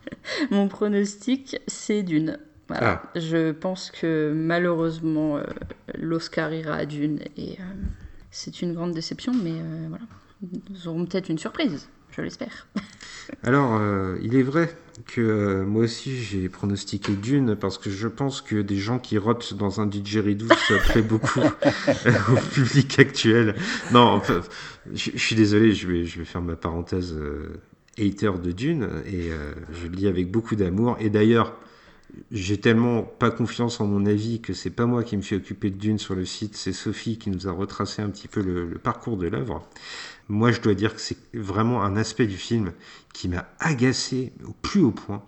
mon pronostic, c'est Dune. Voilà. Ah. Je pense que malheureusement, l'Oscar ira à Dune, et c'est une grande déception, mais voilà, nous aurons peut-être une surprise. Je l'espère. Alors, il est vrai que moi aussi j'ai pronostiqué Dune parce que je pense que des gens qui rotent dans un didgeridoo, ça plaît beaucoup au public actuel. Non, enfin, je suis désolé, je vais faire ma parenthèse hater de Dune et je le lis avec beaucoup d'amour. Et d'ailleurs, j'ai tellement pas confiance en mon avis que c'est pas moi qui me suis occupé de Dune sur le site, c'est Sophie qui nous a retracé un petit peu le parcours de l'œuvre. Moi, je dois dire que c'est vraiment un aspect du film qui m'a agacé au plus haut point.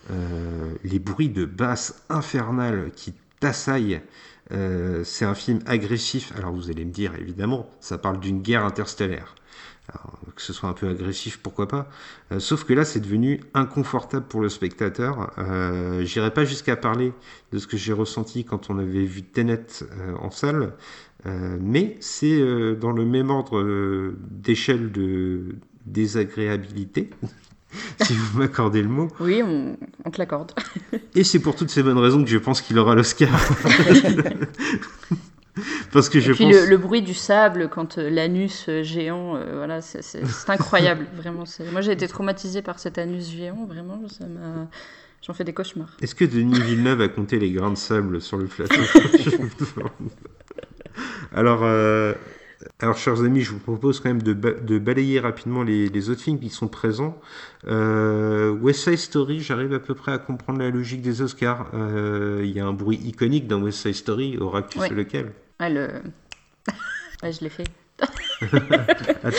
Les bruits de basse infernales qui t'assaillent. C'est un film agressif. Alors, vous allez me dire, évidemment, ça parle d'une guerre interstellaire. Alors, que ce soit un peu agressif, pourquoi pas. Sauf que là, c'est devenu inconfortable pour le spectateur. J'irai pas jusqu'à parler de ce que j'ai ressenti quand on avait vu Tenet en salle. Mais c'est dans le même ordre d'échelle de désagréabilité, si vous m'accordez le mot. Oui, on te l'accorde. Et c'est pour toutes ces bonnes raisons que je pense qu'il aura l'Oscar. Parce que le bruit du sable quand l'anus géant, voilà, c'est incroyable, vraiment. Moi, j'ai été traumatisée par cet anus géant, vraiment, j'en fais des cauchemars. Est-ce que Denis Villeneuve a compté les grains de sable sur le plateau ? Alors, chers amis, je vous propose quand même de balayer rapidement les autres films qui sont présents. West Side Story, j'arrive à peu près à comprendre la logique des Oscars. Il y a un bruit iconique dans West Side Story. Aura, tu sais lequel ? Ouais, je l'ai fait. Ah,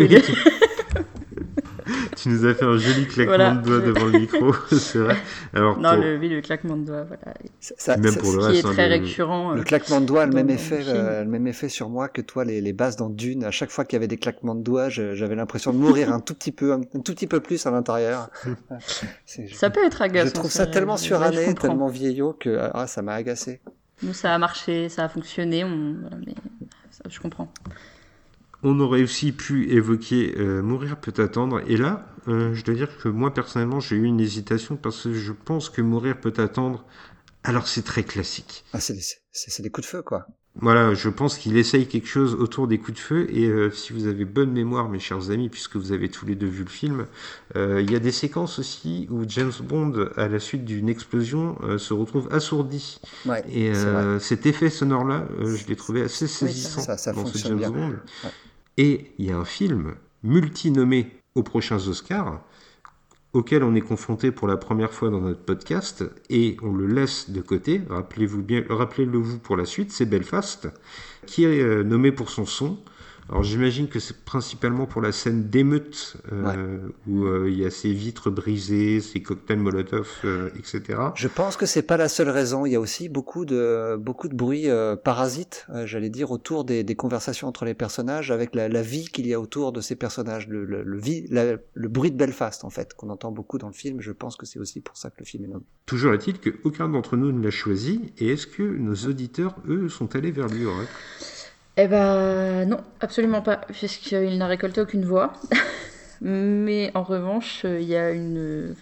tu nous as fait un joli claquement de doigts devant le micro, c'est vrai. Alors, le claquement de doigts, voilà. Même pour le reste, qui est très récurrent. Le claquement de doigts a le même effet sur moi que toi, les basses dans Dune. À chaque fois qu'il y avait des claquements de doigts, j'avais l'impression de mourir un tout petit peu plus à l'intérieur. Ça peut être agaçant. Je trouve ça tellement suranné, tellement vieillot que ça m'a agacé. Nous, ça a marché, ça a fonctionné, mais je comprends. On aurait aussi pu évoquer Mourir peut attendre. Et là, je dois dire que moi, personnellement, j'ai eu une hésitation parce que je pense que Mourir peut attendre, alors c'est très classique. Ah, c'est des coups de feu, quoi. Voilà, je pense qu'il essaye quelque chose autour des coups de feu. Et si vous avez bonne mémoire, mes chers amis, puisque vous avez tous les deux vu le film, il y a des séquences aussi où James Bond, à la suite d'une explosion, se retrouve assourdi. Ouais, et cet effet sonore-là, je l'ai trouvé assez saisissant dans ce James Bond. Ouais. Et il y a un film multi-nommé aux prochains Oscars auquel on est confronté pour la première fois dans notre podcast, et on le laisse de côté, rappelez-le vous pour la suite, c'est Belfast, qui est nommé pour son son. Alors j'imagine que c'est principalement pour la scène d'émeute, où il y a ces vitres brisées, ces cocktails Molotov, etc. Je pense que c'est pas la seule raison. Il y a aussi beaucoup de bruit parasite, j'allais dire, autour des conversations entre les personnages, avec la vie qu'il y a autour de ces personnages, le bruit de Belfast en fait, qu'on entend beaucoup dans le film. Je pense que c'est aussi pour ça que le film est nommé. Toujours est-il qu'aucun d'entre nous ne l'a choisi, et est-ce que nos auditeurs, eux, sont allés vers lui, Aurore ? Eh ben non, absolument pas, puisqu'il n'a récolté aucune voix. Mais en revanche, il y a une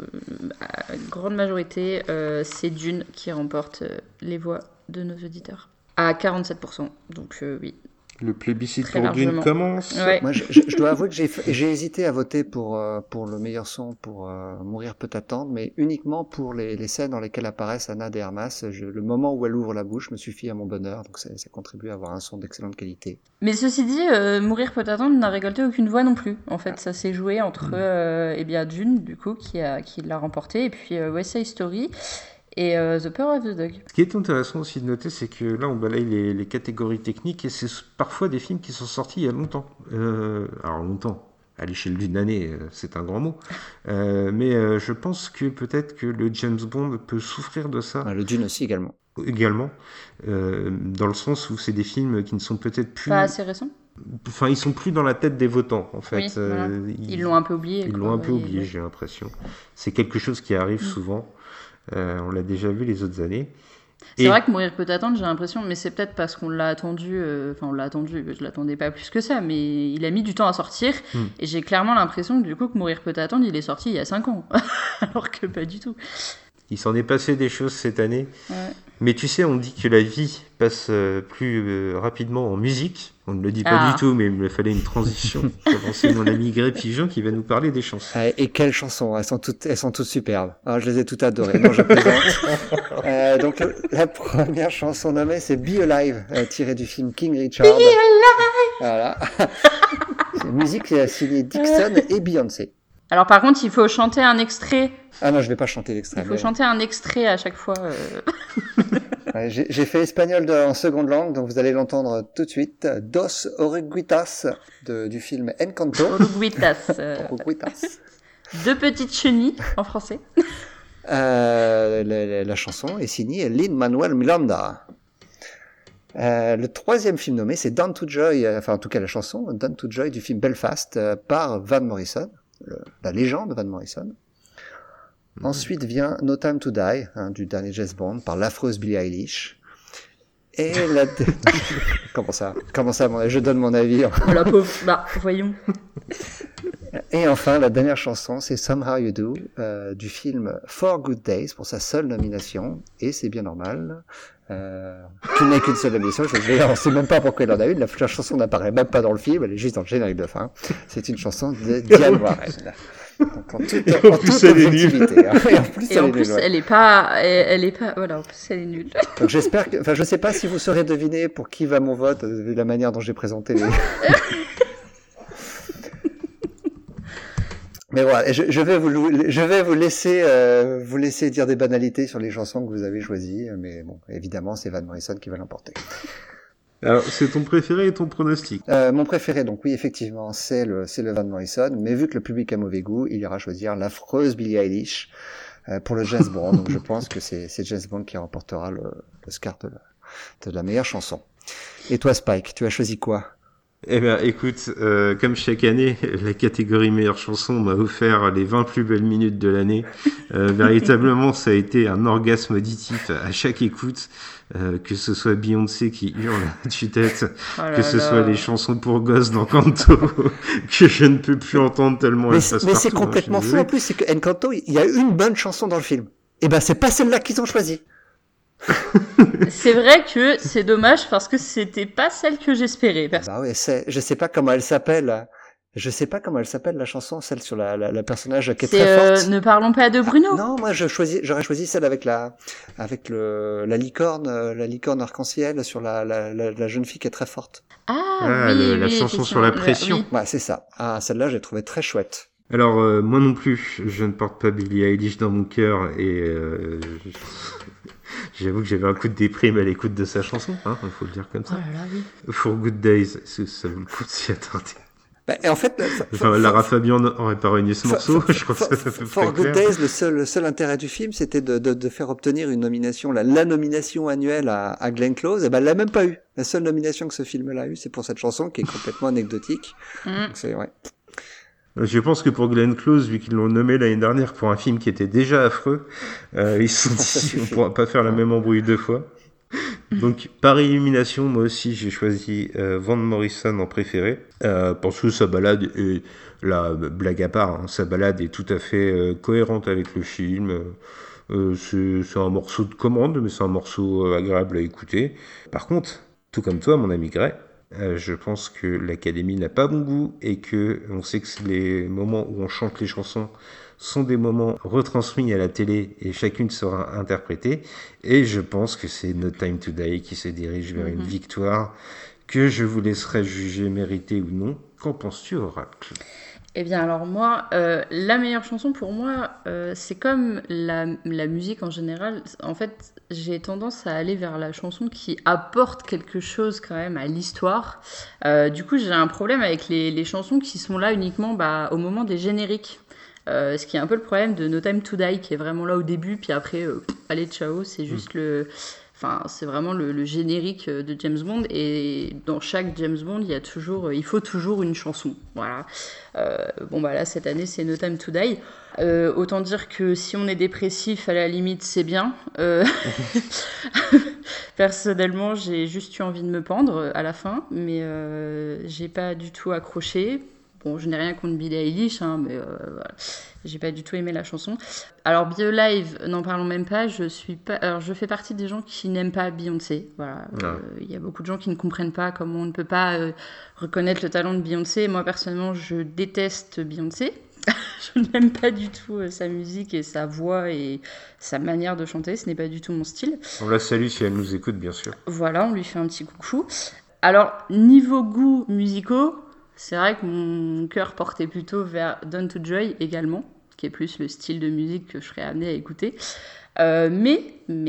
grande majorité, c'est Dune qui remporte les voix de nos auditeurs. À 47%, donc oui. Le plébiscite Très pour Dune largement. commence. Ouais. Moi, je dois avouer que j'ai hésité à voter pour le meilleur son, pour Mourir peut attendre, mais uniquement pour les scènes dans lesquelles apparaissent Ana de Armas. Le moment où elle ouvre la bouche me suffit à mon bonheur, donc ça contribue à avoir un son d'excellente qualité. Mais ceci dit, Mourir peut attendre n'a récolté aucune voix non plus. En fait, ça s'est joué entre Dune, du coup, qui l'a remporté, et puis West Side Story et The Power of the Dog. Ce qui est intéressant aussi de noter, c'est que là, on balaye les catégories techniques, et c'est parfois des films qui sont sortis il y a longtemps. Alors longtemps, à l'échelle d'une année, c'est un grand mot. Mais je pense que peut-être que le James Bond peut souffrir de ça. Le Dune aussi également. Dans le sens où c'est des films qui ne sont peut-être plus... Pas assez récent. Enfin, ils sont plus dans la tête des votants, en fait. Oui, voilà. Ils l'ont un peu oublié. Ils l'ont un peu oublié, j'ai l'impression. C'est quelque chose qui arrive souvent. On l'a déjà vu les autres années. C'est vrai que Mourir peut attendre, j'ai l'impression, mais c'est peut-être parce qu'on l'a attendu, je l'attendais pas plus que ça, mais il a mis du temps à sortir, et j'ai clairement l'impression que du coup que Mourir peut attendre, il est sorti il y a 5 ans, alors que pas du tout. Il s'en est passé des choses cette année. Ouais. Mais tu sais, on dit que la vie passe plus rapidement en musique. On ne le dit pas du tout, mais il me fallait une transition pour lancer mon ami Gré Pigeon qui va nous parler des chansons. Et quelles chansons, elles sont toutes superbes. Alors, je les ai toutes adorées. Non, je plaisante. Donc la première chanson nommée, c'est Be Alive, tirée du film King Richard. Be Alive. Voilà. C'est une musique signée Dixon et Beyoncé. Alors par contre, il faut chanter un extrait. Ah non, je vais pas chanter l'extrait. Il faut chanter un extrait à chaque fois. Ouais, j'ai fait espagnol en seconde langue, donc vous allez l'entendre tout de suite. Dos Oruguitas du film Encanto. Oruguitas. Oruguitas. 2 petites chenilles en français. La chanson est signée Lin-Manuel Miranda. Le troisième film nommé, c'est Down to Joy, enfin en tout cas la chanson Down to Joy du film Belfast par Van Morrison, la légende Van Morrison. Ensuite vient No Time to Die, du dernier James Bond, par l'affreuse Billie Eilish. Et Comment ça, je donne mon avis. Oh la pauvre, voyons. Et enfin, la dernière chanson, c'est Somehow You Do, du film Four Good Days, pour sa seule nomination, et c'est bien normal. Qu'il n'ait qu'une seule nomination, on sait même pas pourquoi il en a une, la chanson n'apparaît même pas dans le film, elle est juste dans le générique de fin. C'est une chanson de Diane Warren. Donc, en toute objectivité. Et en plus, elle est pas, voilà, en plus, elle est nulle. Donc, j'espère que, je sais pas si vous saurez deviner pour qui va mon vote, vu la manière dont j'ai présenté les... Mais voilà, je vais vous laisser dire des banalités sur les chansons que vous avez choisies, mais bon, évidemment, c'est Van Morrison qui va l'emporter. Alors, c'est ton préféré et ton pronostic? Mon préféré, donc oui, effectivement, c'est le Van Morrison, mais vu que le public a mauvais goût, il ira choisir l'affreuse Billie Eilish pour le James Bond. Donc je pense que c'est James Bond qui remportera l'Oscar de la meilleure chanson. Et toi, Spike, tu as choisi quoi? Eh bien, écoute, comme chaque année, la catégorie meilleure chanson m'a offert les 20 plus belles minutes de l'année. Véritablement, ça a été un orgasme auditif à chaque écoute, que ce soit Beyoncé qui hurle à tue-tête, que ce soit les chansons pour gosses d'Encanto, que je ne peux plus entendre tellement elles passent partout. Mais c'est complètement fou en plus, c'est que Encanto, il y a une bonne chanson dans le film. Et ben, c'est pas celle-là qu'ils ont choisie. C'est vrai que c'est dommage parce que c'était pas celle que j'espérais. Bah ouais, je sais pas comment elle s'appelle. Je sais pas comment elle s'appelle la chanson, celle sur la personnage qui est très forte. Ne parlons pas de Bruno. Non, moi j'aurais choisi celle avec la licorne, arc-en-ciel sur la jeune fille qui est très forte. Ah oui, la chanson sur la pression. Oui. Ouais, c'est ça. Ah, celle-là, j'ai trouvé très chouette. Alors, moi non plus, je ne porte pas Billie Eilish dans mon cœur et j'avoue que j'avais un coup de déprime à l'écoute de sa chanson, hein, il faut le dire comme ça. Oh là là, oui. For Good Days, ça vaut le coup de s'y attarder. Bah, et en fait, Lara Fabian aurait pas réuni ce morceau, je crois que ça fait For Good Days, le seul intérêt du film, c'était de faire obtenir une nomination, la nomination annuelle à Glenn Close, et ben elle l'a même pas eu. La seule nomination que ce film-là a eu, c'est pour cette chanson qui est complètement anecdotique. Donc c'est ouais. Je pense que pour Glenn Close, vu qu'ils l'ont nommé l'année dernière pour un film qui était déjà affreux, ils se sont dit on ne pourra pas faire la même embrouille deux fois. Donc par élimination, moi aussi j'ai choisi Van Morrison en préféré, parce que sa balade est, la blague à part, hein, sa balade est tout à fait cohérente avec le film. C'est un morceau de commande, mais c'est un morceau agréable à écouter. Par contre, tout comme toi, mon ami Gray, je pense que l'Académie n'a pas bon goût et que on sait que les moments où on chante les chansons sont des moments retransmis à la télé et chacune sera interprétée. Et je pense que c'est No Time to Die qui se dirige vers une victoire que je vous laisserai juger méritée ou non. Qu'en penses-tu, Oracle ? Eh bien, alors moi, la meilleure chanson pour moi, c'est comme la musique en général. En fait, j'ai tendance à aller vers la chanson qui apporte quelque chose quand même à l'histoire. Du coup, j'ai un problème avec les chansons qui sont là uniquement au moment des génériques. Ce qui est un peu le problème de No Time to Die, qui est vraiment là au début, puis après, allez, ciao, c'est juste c'est vraiment le générique de James Bond, et dans chaque James Bond, il faut toujours une chanson. Voilà. Là, cette année, c'est No Time to Die. Autant dire que si on est dépressif, à la limite, c'est bien. Personnellement, j'ai juste eu envie de me pendre à la fin, mais j'ai pas du tout accroché. Bon, je n'ai rien contre Billie Eilish, hein, mais voilà. J'ai pas du tout aimé la chanson. Alors, Be Alive, n'en parlons même pas. Je fais partie des gens qui n'aiment pas Beyoncé. Voilà. Y a beaucoup de gens qui ne comprennent pas comment on ne peut pas reconnaître le talent de Beyoncé. Moi, personnellement, je déteste Beyoncé. Je n'aime pas du tout sa musique et sa voix et sa manière de chanter. Ce n'est pas du tout mon style. On la salue si elle nous écoute, bien sûr. Voilà, on lui fait un petit coucou. Alors, niveau goût musicaux, c'est vrai que mon cœur portait plutôt vers Down to Joy également, qui est plus le style de musique que je serais amenée à écouter. Mais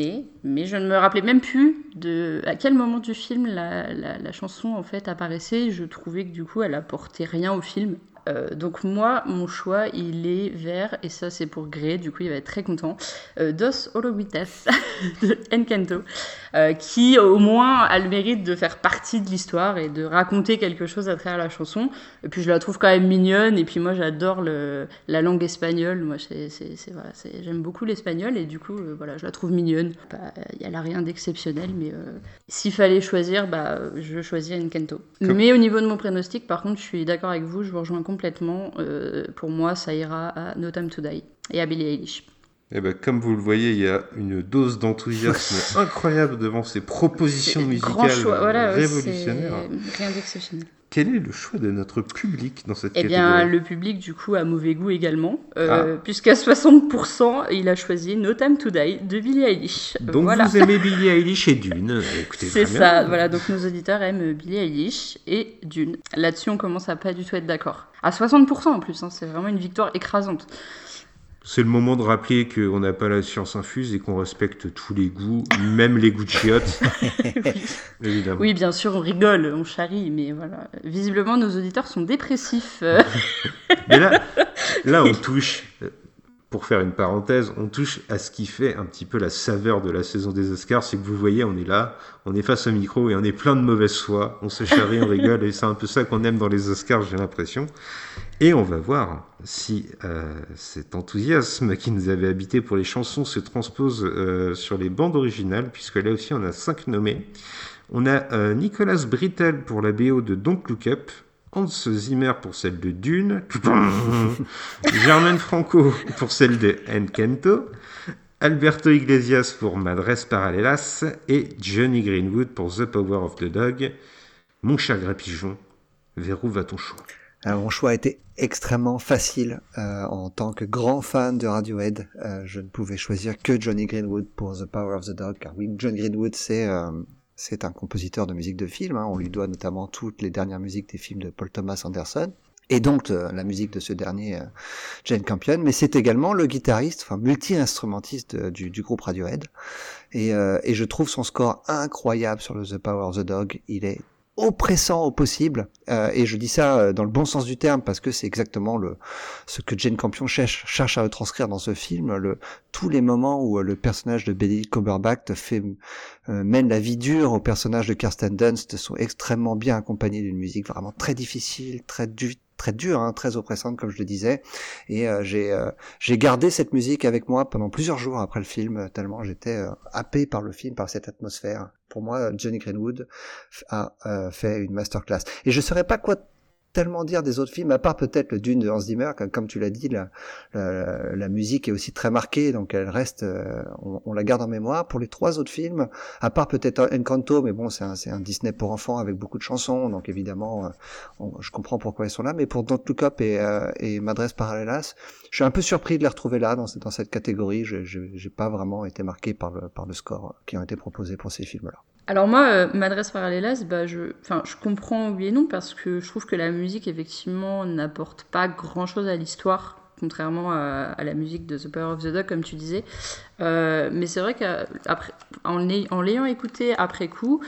je ne me rappelais même plus à quel moment du film la chanson en fait apparaissait. Je trouvais que du coup elle apportait rien au film. Donc moi, mon choix, il est vers, et ça c'est pour Grey, du coup il va être très content, Dos Ologitas de Encanto, qui au moins a le mérite de faire partie de l'histoire et de raconter quelque chose à travers la chanson. Et puis je la trouve quand même mignonne, et puis moi j'adore la langue espagnole. Moi j'aime beaucoup l'espagnol, et du coup je la trouve mignonne. Elle a rien d'exceptionnel, mais s'il fallait choisir, je choisis Encanto. Mais au niveau de mon pronostic, par contre, je suis d'accord avec vous, je vous rejoins complètement. Pour moi, ça ira à No Time to Die et à Billie Eilish. Et comme vous le voyez, il y a une dose d'enthousiasme incroyable devant ces propositions musicales révolutionnaires. C'est rien d'exceptionnel. Quel est le choix de notre public dans cette catégorie ? Eh bien, le public, du coup, a mauvais goût également, puisqu'à 60%, il a choisi No Time to Die de Billie Eilish. Donc, vous aimez Billie Eilish et Dune. Écoutez, c'est ça, voilà. Donc, nos auditeurs aiment Billie Eilish et Dune. Là-dessus, on commence à pas du tout être d'accord. À 60% en plus, hein, c'est vraiment une victoire écrasante. C'est le moment de rappeler qu'on n'a pas la science infuse et qu'on respecte tous les goûts, même les goûts de chiottes. Évidemment. Oui, bien sûr, on rigole, on charrie, mais voilà. Visiblement, nos auditeurs sont dépressifs. Mais là, on touche, pour faire une parenthèse, on touche à ce qui fait un petit peu la saveur de la saison des Oscars. C'est que vous voyez, on est là, on est face au micro et on est plein de mauvaise foi. On se charrie, on rigole, et c'est un peu ça qu'on aime dans les Oscars, j'ai l'impression. Et on va voir si cet enthousiasme qui nous avait habité pour les chansons se transpose sur les bandes originales, puisque là aussi on a 5 nommés. On a Nicolas Britell pour la BO de Don't Look Up, Hans Zimmer pour celle de Dune, Germaine Franco pour celle de Encanto, Alberto Iglesias pour Madres Paralelas et Johnny Greenwood pour The Power of the Dog. Mon cher Gré Pigeon, vers où va ton choix ? Alors, mon choix a été extrêmement facile. En tant que grand fan de Radiohead, je ne pouvais choisir que Johnny Greenwood pour The Power of the Dog, car oui, John Greenwood, c'est un compositeur de musique de film. Hein. On lui doit notamment toutes les dernières musiques des films de Paul Thomas Anderson. et donc la musique de ce dernier Jane Campion, mais c'est également le guitariste, enfin multi-instrumentiste du groupe Radiohead, et je trouve son score incroyable sur le The Power of the Dog. Il est oppressant au possible, et je dis ça dans le bon sens du terme parce que c'est exactement ce que Jane Campion cherche à retranscrire dans ce film. Tous les moments où le personnage de Benedict Cumberbatch mène la vie dure au personnage de Kirsten Dunst sont extrêmement bien accompagnés d'une musique vraiment très difficile, très dure, hein, très oppressante comme je le disais, et j'ai gardé cette musique avec moi pendant plusieurs jours après le film, tellement j'étais happé par le film, par cette atmosphère. Pour moi, Johnny Greenwood a fait une masterclass. Et je ne saurais pas quoi tellement dire des autres films, à part peut-être le Dune de Hans Zimmer, comme tu l'as dit, la musique est aussi très marquée, donc elle reste, on la garde en mémoire. Pour les 3 autres films, à part peut-être Encanto, mais bon, c'est un Disney pour enfants avec beaucoup de chansons, donc évidemment, je comprends pourquoi ils sont là, mais pour Don't Look Up et Madres Paralelas, je suis un peu surpris de les retrouver là, dans cette catégorie. J'ai pas vraiment été marqué par le score qui ont été proposés pour ces films-là. Alors moi, Madres Paralelas, je comprends oui et non, parce que je trouve que la musique, effectivement, n'apporte pas grand-chose à l'histoire, contrairement à la musique de The Power of the Dog, comme tu disais. Mais c'est vrai qu'en l'ayant écouté après coup,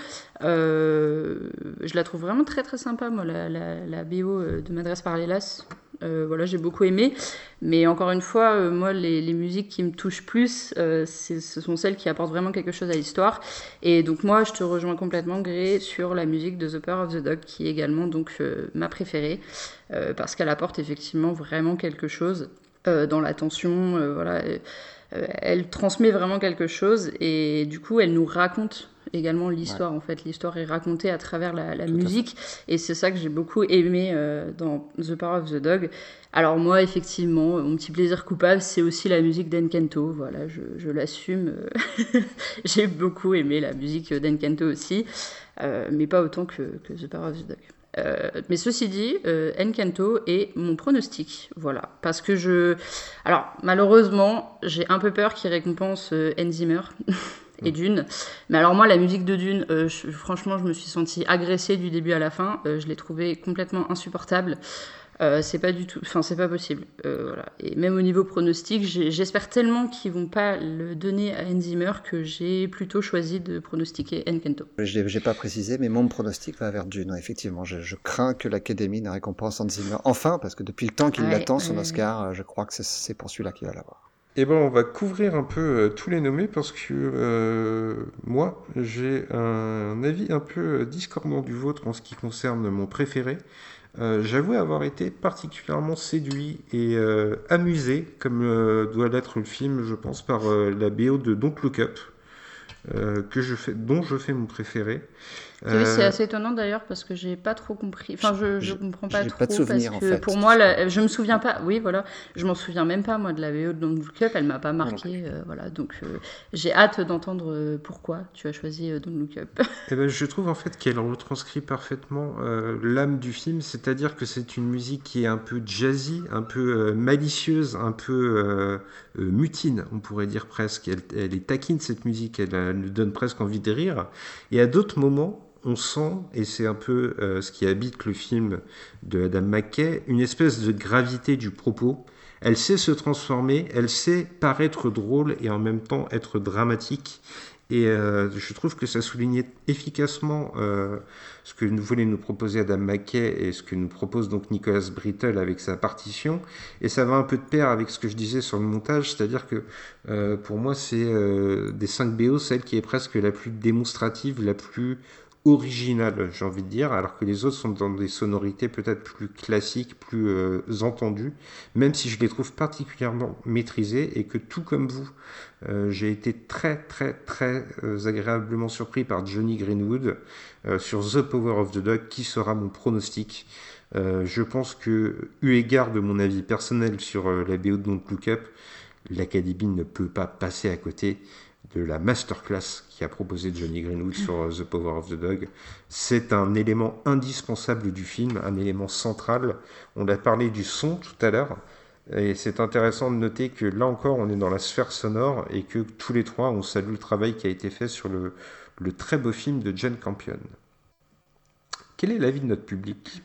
je la trouve vraiment très très sympa, moi, la BO de Madres Paralelas. Voilà, j'ai beaucoup aimé, mais encore une fois, moi, les musiques qui me touchent plus, ce sont celles qui apportent vraiment quelque chose à l'histoire. Et donc moi, je te rejoins complètement, Gré, sur la musique de The Power of the Dog, qui est également donc ma préférée, parce qu'elle apporte effectivement vraiment quelque chose dans la tension. Voilà, elle transmet vraiment quelque chose, et du coup, elle nous raconte également l'histoire. Ouais. En fait, l'histoire est racontée à travers la musique, et c'est ça que j'ai beaucoup aimé dans The Power of the Dog. Alors moi, effectivement, mon petit plaisir coupable, c'est aussi la musique d'Encanto. Voilà, je l'assume. J'ai beaucoup aimé la musique d'Encanto aussi, mais pas autant que The Power of the Dog. Mais ceci dit, Encanto est mon pronostic, voilà, parce que alors malheureusement, j'ai un peu peur qu'il récompense Hans Zimmer et Dune, mais alors moi, la musique de Dune, franchement, je me suis sentie agressée du début à la fin, je l'ai trouvée complètement insupportable. C'est pas du tout, c'est pas possible. Voilà. Et même au niveau pronostic, j'espère tellement qu'ils vont pas le donner à Hans Zimmer que j'ai plutôt choisi de pronostiquer Encanto. J'ai pas précisé, mais mon pronostic va vers Dune. Effectivement, je crains que l'Académie ne récompense Hans Zimmer enfin, parce que depuis le temps qu'il l'attend, son Oscar, je crois que c'est pour celui-là qu'il va l'avoir. Et ben, on va couvrir un peu tous les nommés parce que moi, j'ai un avis un peu discordant du vôtre en ce qui concerne mon préféré. J'avoue avoir été particulièrement séduit et amusé, comme doit l'être le film, je pense, par la BO de Don't Look Up, dont je fais mon préféré. Oui, c'est assez étonnant d'ailleurs parce que j'ai pas trop compris. Enfin, je comprends pas trop. Pas de souvenir, parce que en fait. Pour moi, je me souviens pas. Oui, voilà, je m'en souviens même pas moi de la VO de Don't Look Up. Elle m'a pas marqué. Voilà, donc j'ai hâte d'entendre pourquoi tu as choisi Don't Look Up. Eh ben, je trouve en fait qu'elle retranscrit parfaitement l'âme du film, c'est-à-dire que c'est une musique qui est un peu jazzy, un peu malicieuse, un peu mutine, on pourrait dire presque. Elle est taquine cette musique, elle nous donne presque envie de rire. Et à d'autres moments, on sent, et c'est un peu ce qui habite le film de Adam McKay, une espèce de gravité du propos. Elle sait se transformer, elle sait paraître drôle et en même temps être dramatique. Et je trouve que ça soulignait efficacement ce que voulait nous proposer Adam McKay et ce que nous propose donc Nicholas Brittle avec sa partition. Et ça va un peu de pair avec ce que je disais sur le montage, c'est-à-dire que pour moi c'est des 5 BO celle qui est presque la plus démonstrative, la plus originale, j'ai envie de dire, alors que les autres sont dans des sonorités peut-être plus classiques, plus entendues, même si je les trouve particulièrement maîtrisées et que tout comme vous, j'ai été très très très agréablement surpris par Johnny Greenwood sur The Power of the Dog, qui sera mon pronostic. Je pense que, eu égard de mon avis personnel sur la BO de Don't Look Up, l'Académie ne peut pas passer à côté de la masterclass qui a proposé Johnny Greenwood sur The Power of the Dog. C'est un élément indispensable du film, un élément central. On a parlé du son tout à l'heure, et c'est intéressant de noter que là encore on est dans la sphère sonore et que tous les trois on salue le travail qui a été fait sur le très beau film de Jane Campion. Quel est l'avis de notre public ?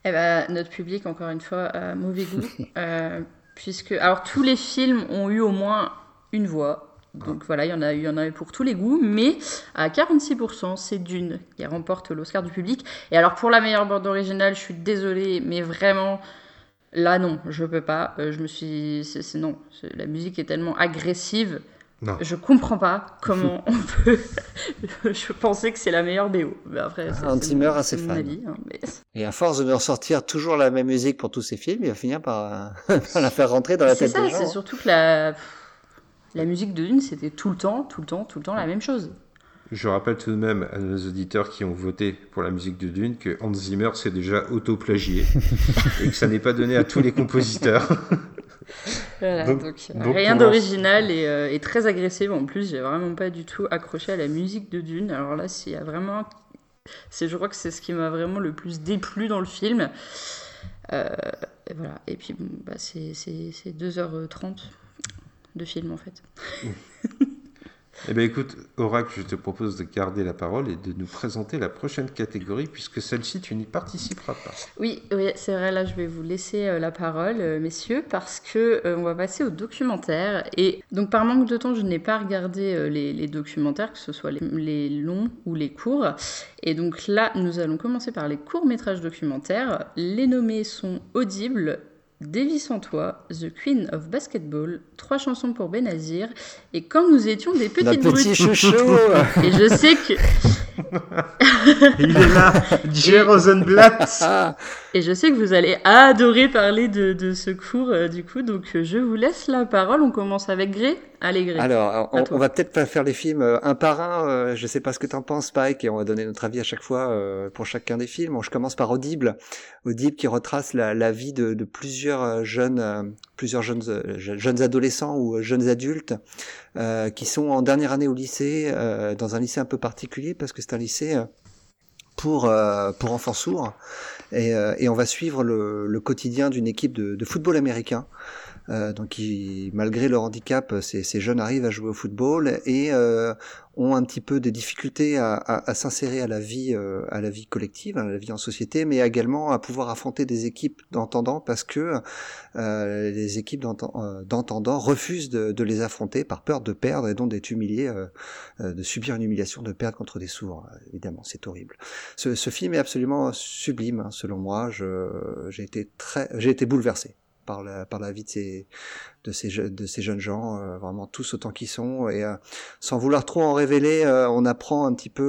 Eh ben, notre public, encore une fois, a mauvais goût. Puisque, alors, tous les films ont eu au moins une voix. Donc voilà, il y en a eu pour tous les goûts. Mais à 46%, c'est Dune qui remporte l'Oscar du public. Et alors, pour la meilleure bande originale, je suis désolée, mais vraiment... Là, non, je peux pas. Non, la musique est tellement agressive. Non. Je comprends pas comment on peut. Je pensais que c'est la meilleure BO. Mais après, Hans Zimmer a ses fans. Avis, hein, mais... Et à force de me ressortir toujours la même musique pour tous ses films, il va finir par la faire rentrer dans la tête des gens. C'est surtout que la musique de Dune, c'était tout le temps la même chose. Je rappelle tout de même à nos auditeurs qui ont voté pour la musique de Dune que Hans Zimmer s'est déjà auto-plagié et que ça n'est pas donné à tous les compositeurs. Voilà, donc rien d'original et très agressif. En plus, j'ai vraiment pas du tout accroché à la musique de Dune. Alors là, s'il y a vraiment... je crois que c'est ce qui m'a vraiment le plus déplu dans le film. Et voilà. Et puis, c'est 2h30 de film, en fait. Eh bien écoute, Aurac, je te propose de garder la parole et de nous présenter la prochaine catégorie, puisque celle-ci, tu n'y participeras pas. Oui, c'est vrai, là je vais vous laisser la parole, messieurs, parce que on va passer au documentaire. Et donc par manque de temps, je n'ai pas regardé les documentaires, que ce soit les longs ou les courts. Et donc là, nous allons commencer par les courts-métrages documentaires. Les nommés sont Audible, Davy sans toi, The Queen of Basketball, 3 chansons pour Benazir, et Quand nous étions des petites brutes. Petit chouchou. Et je sais que... Il est là, Jay Rosenblatt. Et je sais que vous allez adorer parler de ce cours, du coup, donc je vous laisse la parole. On commence avec Gré. Allez, Gré. Alors, on va peut-être pas faire les films un par un. Je sais pas ce que t'en penses, Spike, et on va donner notre avis à chaque fois pour chacun des films. Bon, je commence par Audible. Audible qui retrace la vie de plusieurs jeunes adolescents ou jeunes adultes qui sont en dernière année au lycée, dans un lycée un peu particulier parce que c'est un lycée pour enfants sourds. Et on va suivre le quotidien d'une équipe de football américain. Donc malgré leur handicap, ces jeunes arrivent à jouer au football et ont un petit peu des difficultés à s'insérer à la vie collective, à la vie en société, mais également à pouvoir affronter des équipes d'entendants parce que les équipes d'entendants refusent de les affronter par peur de perdre et donc d'être humiliés, de subir une humiliation, de perdre contre des sourds. Évidemment, c'est horrible. Ce film est absolument sublime, hein, selon moi. J'ai été bouleversé par la vie de ces jeunes gens, vraiment tous autant qu'ils sont, et sans vouloir trop en révéler, on apprend un petit peu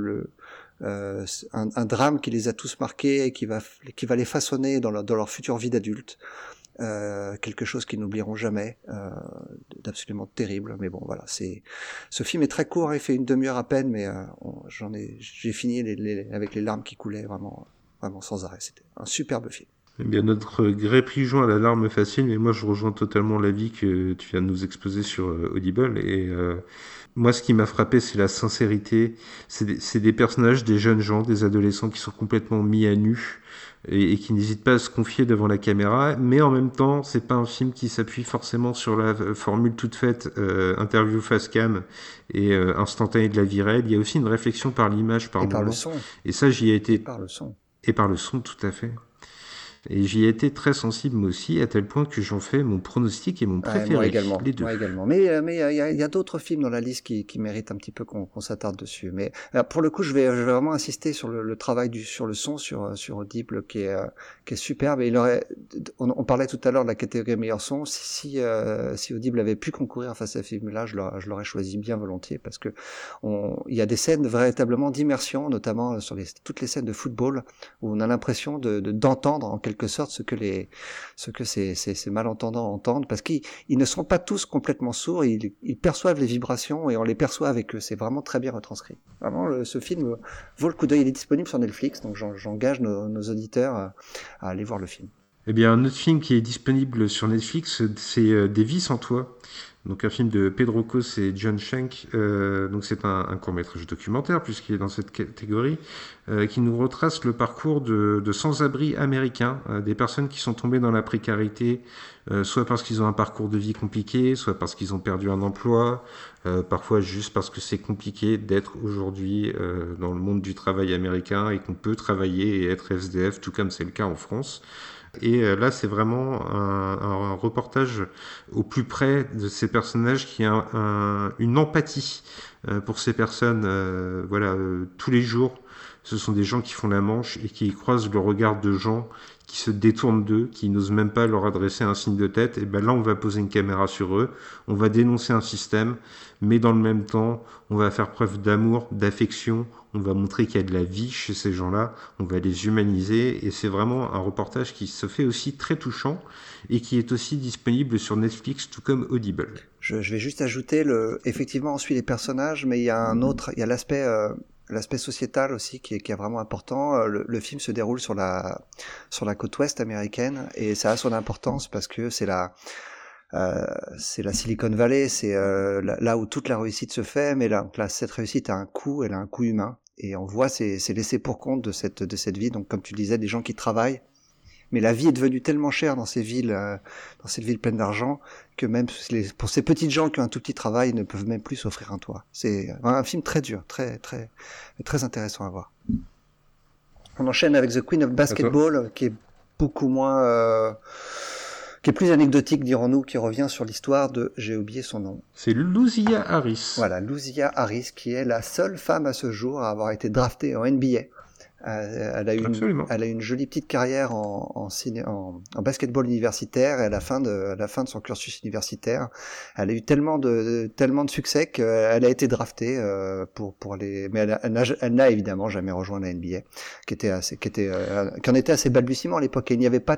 un drame qui les a tous marqués et qui va les façonner dans leur future vie d'adulte. Quelque chose qu'ils n'oublieront jamais, d'absolument terrible. Mais bon, voilà, ce film est très court, hein, il fait une demi-heure à peine, mais j'ai fini avec les larmes qui coulaient vraiment sans arrêt. C'était un superbe film. Eh bien, notre Gré rejoint à la larme facile, mais moi je rejoins totalement l'avis que tu viens de nous exposer sur Audible. Et moi, ce qui m'a frappé, c'est la sincérité. C'est des personnages, des jeunes gens, des adolescents qui sont complètement mis à nu et qui n'hésitent pas à se confier devant la caméra. Mais en même temps, c'est pas un film qui s'appuie forcément sur la formule toute faite, interview face cam et instantané de la vie réelle. Il y a aussi une réflexion par l'image, par le son. Et ça, j'y ai été. Et par le son. Et par le son, tout à fait. Et j'y ai été très sensible moi aussi, à tel point que j'en fais mon pronostic et mon préféré. Moi également. Les deux. Moi également. Mais il y a d'autres films dans la liste qui méritent un petit peu qu'on s'attarde dessus. Mais pour le coup, je vais vraiment insister sur le travail sur le son sur Audible qui est superbe. Et on parlait tout à l'heure de la catégorie meilleur son. Si Audible avait pu concourir face à ce film-là, je l'aurais choisi bien volontiers parce que il y a des scènes véritablement d'immersion, notamment sur toutes les scènes de football où on a l'impression d'entendre en quelque sorte ce que ces malentendants entendent, parce qu'ils ne sont pas tous complètement sourds, ils perçoivent les vibrations et on les perçoit avec eux. C'est vraiment très bien retranscrit. Vraiment, ce film vaut le coup d'œil. Il est disponible sur Netflix, donc j'engage nos auditeurs à aller voir le film. Eh bien, un autre film qui est disponible sur Netflix, c'est Davy sans toi, Donc un film de Pedro Cos et John Schenk, donc c'est un court-métrage documentaire puisqu'il est dans cette catégorie, qui nous retrace le parcours de sans-abri américains, des personnes qui sont tombées dans la précarité, soit parce qu'ils ont un parcours de vie compliqué, soit parce qu'ils ont perdu un emploi, parfois juste parce que c'est compliqué d'être aujourd'hui dans le monde du travail américain et qu'on peut travailler et être SDF, tout comme c'est le cas en France. Et là, c'est vraiment un reportage au plus près de ces personnages qui a une empathie pour ces personnes. Tous les jours, ce sont des gens qui font la manche et qui croisent le regard de gens qui se détournent d'eux, qui n'osent même pas leur adresser un signe de tête. Et ben là, on va poser une caméra sur eux, on va dénoncer un système, mais dans le même temps, on va faire preuve d'amour, d'affection, on va montrer qu'il y a de la vie chez ces gens-là, on va les humaniser, et c'est vraiment un reportage qui se fait aussi très touchant, et qui est aussi disponible sur Netflix, tout comme Audible. Je vais juste ajouter, effectivement, on suit les personnages, mais il y a il y a l'aspect sociétal aussi qui est vraiment important. Le film se déroule sur la côte ouest américaine, et ça a son importance parce que c'est la Silicon Valley, c'est là où toute la réussite se fait, mais là cette réussite a un coût, elle a un coût humain, et on voit ces laissés pour compte de cette vie. Donc comme tu disais, des gens qui travaillent, mais la vie est devenue tellement chère dans ces villes pleines d'argent que même pour ces petites gens qui ont un tout petit travail, ils ne peuvent même plus s'offrir un toit. C'est un film très dur, très très très intéressant à voir. On enchaîne avec The Queen of Basketball, qui est beaucoup moins qui est plus anecdotique, dirons-nous, qui revient sur l'histoire de, j'ai oublié son nom. C'est Louisia Harris. Voilà, Louisia Harris, qui est la seule femme à ce jour à avoir été draftée en NBA. Elle a eu une jolie petite carrière en basketball universitaire, et à la fin de son cursus universitaire, elle a eu tellement de succès qu'elle a été draftée mais elle n'a évidemment jamais rejoint la NBA, qui en était assez balbutiement à l'époque, et il n'y avait pas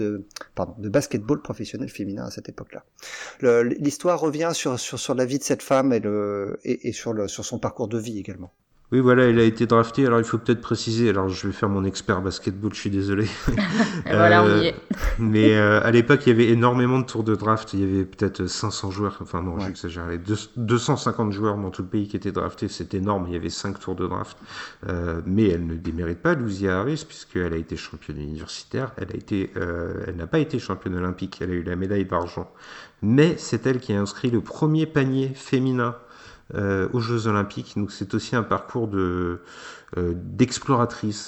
de basketball professionnel féminin à cette époque-là. L'histoire revient sur la vie de cette femme et sur son parcours de vie également. Oui, voilà, elle a été draftée. Alors, il faut peut-être préciser. Alors, je vais faire mon expert basketball, je suis désolé. Voilà, on y est. Mais à l'époque, il y avait énormément de tours de draft. Il y avait peut-être 500 joueurs. Enfin, non, ouais. J'exagère. 250 joueurs dans tout le pays qui étaient draftés. C'est énorme. Il y avait 5 tours de draft. Mais elle ne démérite pas, Louisia Harris, puisqu'elle a été championne universitaire. Elle n'a pas été championne olympique. Elle a eu la médaille d'argent. Mais c'est elle qui a inscrit le premier panier féminin aux Jeux Olympiques. Donc c'est aussi un parcours d'exploratrice,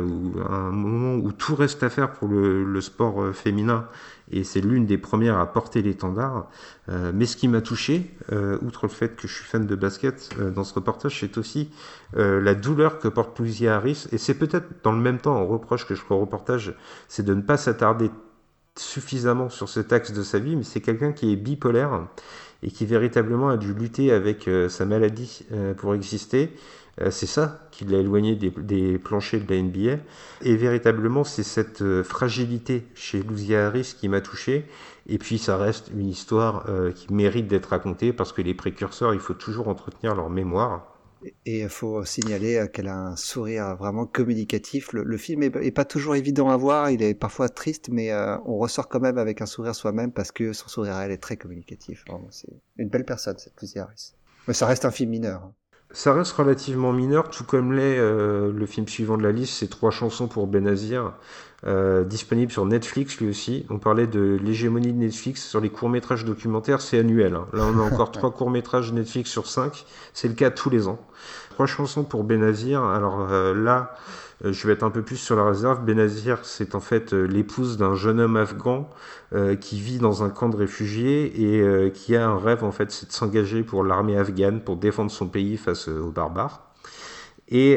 un moment où tout reste à faire pour le sport féminin, et c'est l'une des premières à porter l'étendard. Mais ce qui m'a touché, outre le fait que je suis fan de basket, dans ce reportage, c'est aussi la douleur que porte Louisia Harris, et c'est peut-être dans le même temps un reproche que je ferai au reportage, c'est de ne pas s'attarder suffisamment sur cet axe de sa vie, mais c'est quelqu'un qui est bipolaire et qui véritablement a dû lutter avec sa maladie pour exister. C'est ça qui l'a éloigné des planchers de la NBA. Et véritablement, c'est cette fragilité chez Louisia Harris qui m'a touché. Et puis, ça reste une histoire qui mérite d'être racontée, parce que les précurseurs, il faut toujours entretenir leur mémoire. Et il faut signaler qu'elle a un sourire vraiment communicatif. Le film est pas toujours évident à voir, il est parfois triste, mais on ressort quand même avec un sourire soi-même, parce que son sourire, elle est très communicatif. Vraiment, c'est une belle personne, cette Louisia Harris. Mais ça reste un film mineur. Ça reste relativement mineur, tout comme l'est le film suivant de la liste, c'est 3 chansons pour Benazir, disponible sur Netflix lui aussi. On parlait de l'hégémonie de Netflix sur les courts-métrages documentaires, c'est annuel. Hein. Là, on a encore 3 courts-métrages Netflix sur 5, c'est le cas tous les ans. 3 chansons pour Benazir. Alors là, je vais être un peu plus sur la réserve. Benazir, c'est en fait l'épouse d'un jeune homme afghan qui vit dans un camp de réfugiés et qui a un rêve, en fait, c'est de s'engager pour l'armée afghane, pour défendre son pays face aux barbares. Et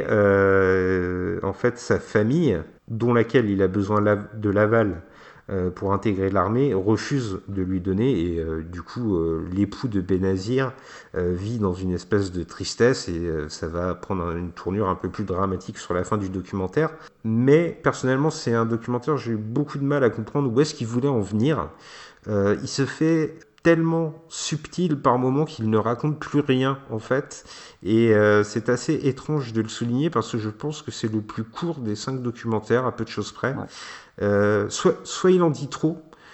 en fait, sa famille, dont laquelle il a besoin de l'aval pour intégrer l'armée, refuse de lui donner, et du coup l'époux de Benazir vit dans une espèce de tristesse, et ça va prendre une tournure un peu plus dramatique sur la fin du documentaire. Mais personnellement, c'est un documentaire, j'ai eu beaucoup de mal à comprendre où est-ce qu'il voulait en venir. Il se fait tellement subtil par moments qu'il ne raconte plus rien, en fait, et c'est assez étrange de le souligner, parce que je pense que c'est le plus court des 5 documentaires, à peu de choses près. Ouais. Soit il en dit trop,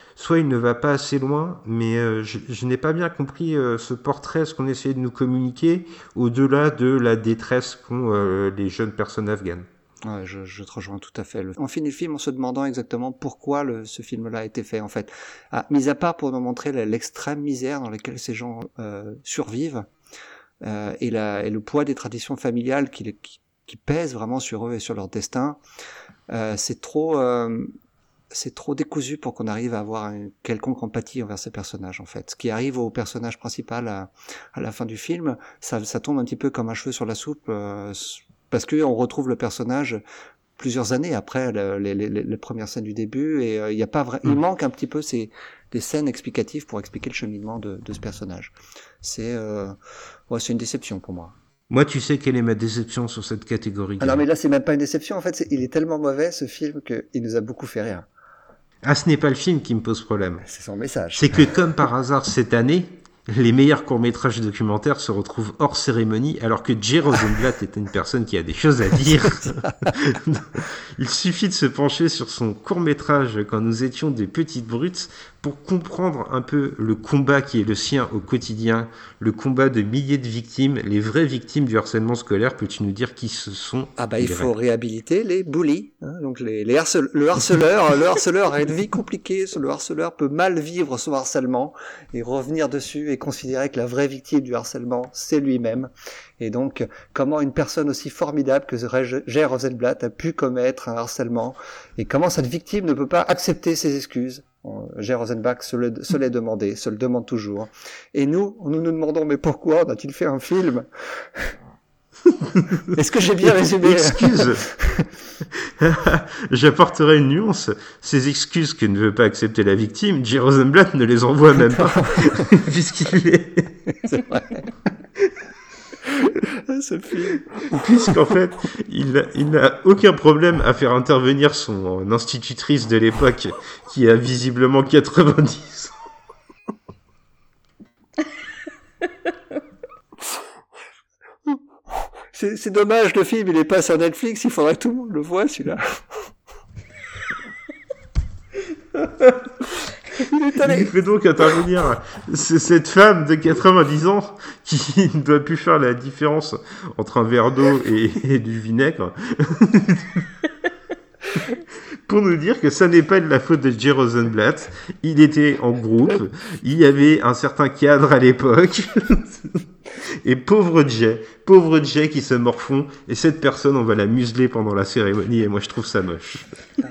soit il ne va pas assez loin, mais je n'ai pas bien compris ce portrait, ce qu'on essayait de nous communiquer, au-delà de la détresse qu'ont les jeunes personnes afghanes. Ouais, je te rejoins tout à fait. On finit le film en se demandant exactement pourquoi ce film-là a été fait, en fait. Mis à part pour nous montrer l'extrême misère dans laquelle ces gens survivent, et le poids des traditions familiales qui pèsent vraiment sur eux et sur leur destin, c'est trop décousu pour qu'on arrive à avoir une quelconque empathie envers ces personnages, en fait. Ce qui arrive au personnage principal à la fin du film, ça tombe un petit peu comme un cheveu sur la soupe, parce que on retrouve le personnage plusieurs années après les premières scènes du début, et il y a pas il manque un petit peu des scènes explicatives pour expliquer le cheminement de ce personnage. C'est une déception pour moi. Moi, tu sais quelle est ma déception sur cette catégorie. Alors, mais là, c'est même pas une déception. En fait, il est tellement mauvais, ce film, qu'il nous a beaucoup fait rire. Ah, ce n'est pas le film qui me pose problème. C'est son message. C'est que, comme par hasard, cette année, les meilleurs courts-métrages documentaires se retrouvent hors cérémonie, alors que Jay Rosenblatt est une personne qui a des choses à dire. Il suffit de se pencher sur son court-métrage quand nous étions des petites brutes pour comprendre un peu le combat qui est le sien au quotidien, le combat de milliers de victimes, les vraies victimes du harcèlement scolaire. Peux-tu nous dire qui ce sont? Il faut réhabiliter les bullies, hein, donc le harceleur a une vie compliquée, le harceleur peut mal vivre son harcèlement et revenir dessus et considérer que la vraie victime du harcèlement, c'est lui-même. Et donc, comment une personne aussi formidable que Jay Rosenblatt a pu commettre un harcèlement, et comment cette victime ne peut pas accepter ses excuses. Jay Rosenblatt se l'est demandé, se le demande toujours. Et nous nous demandons, mais pourquoi a-t-il fait un film? Est-ce que j'ai bien résumé? Excuse. J'apporterai une nuance. Ces excuses que ne veut pas accepter la victime, Jay Rosenblatt ne les envoie même pas, puisqu'il est... C'est vrai. Ce film. Puisqu'en fait, il n'a aucun problème à faire intervenir son institutrice de l'époque, qui a visiblement 90 ans. C'est dommage, le film, il est pas sur Netflix, il faudrait que tout le monde le voie, celui-là. Il fait donc intervenir cette femme de 90 ans qui ne doit plus faire la différence entre un verre d'eau et du vinaigre pour nous dire que ça n'est pas de la faute de Jay Rosenblatt. Il était en groupe, il y avait un certain cadre à l'époque et pauvre Jay qui se morfond, et cette personne on va la museler pendant la cérémonie, et moi je trouve ça moche.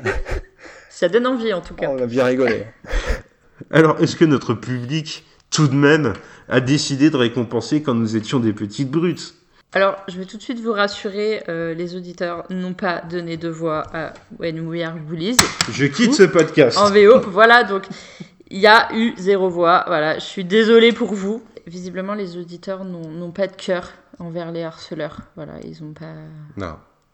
Ça donne envie en tout cas. On a bien rigolé. Alors, est-ce que notre public, tout de même, a décidé de récompenser quand nous étions des petites brutes? Alors, je vais tout de suite vous rassurer, les auditeurs n'ont pas donné de voix à When We Are Bullies. Je quitte ce podcast. En VO, voilà, donc il y a eu 0 voix. Voilà, je suis désolée pour vous. Visiblement, les auditeurs n'ont pas de cœur envers les harceleurs. Voilà, ils n'ont pas... Non.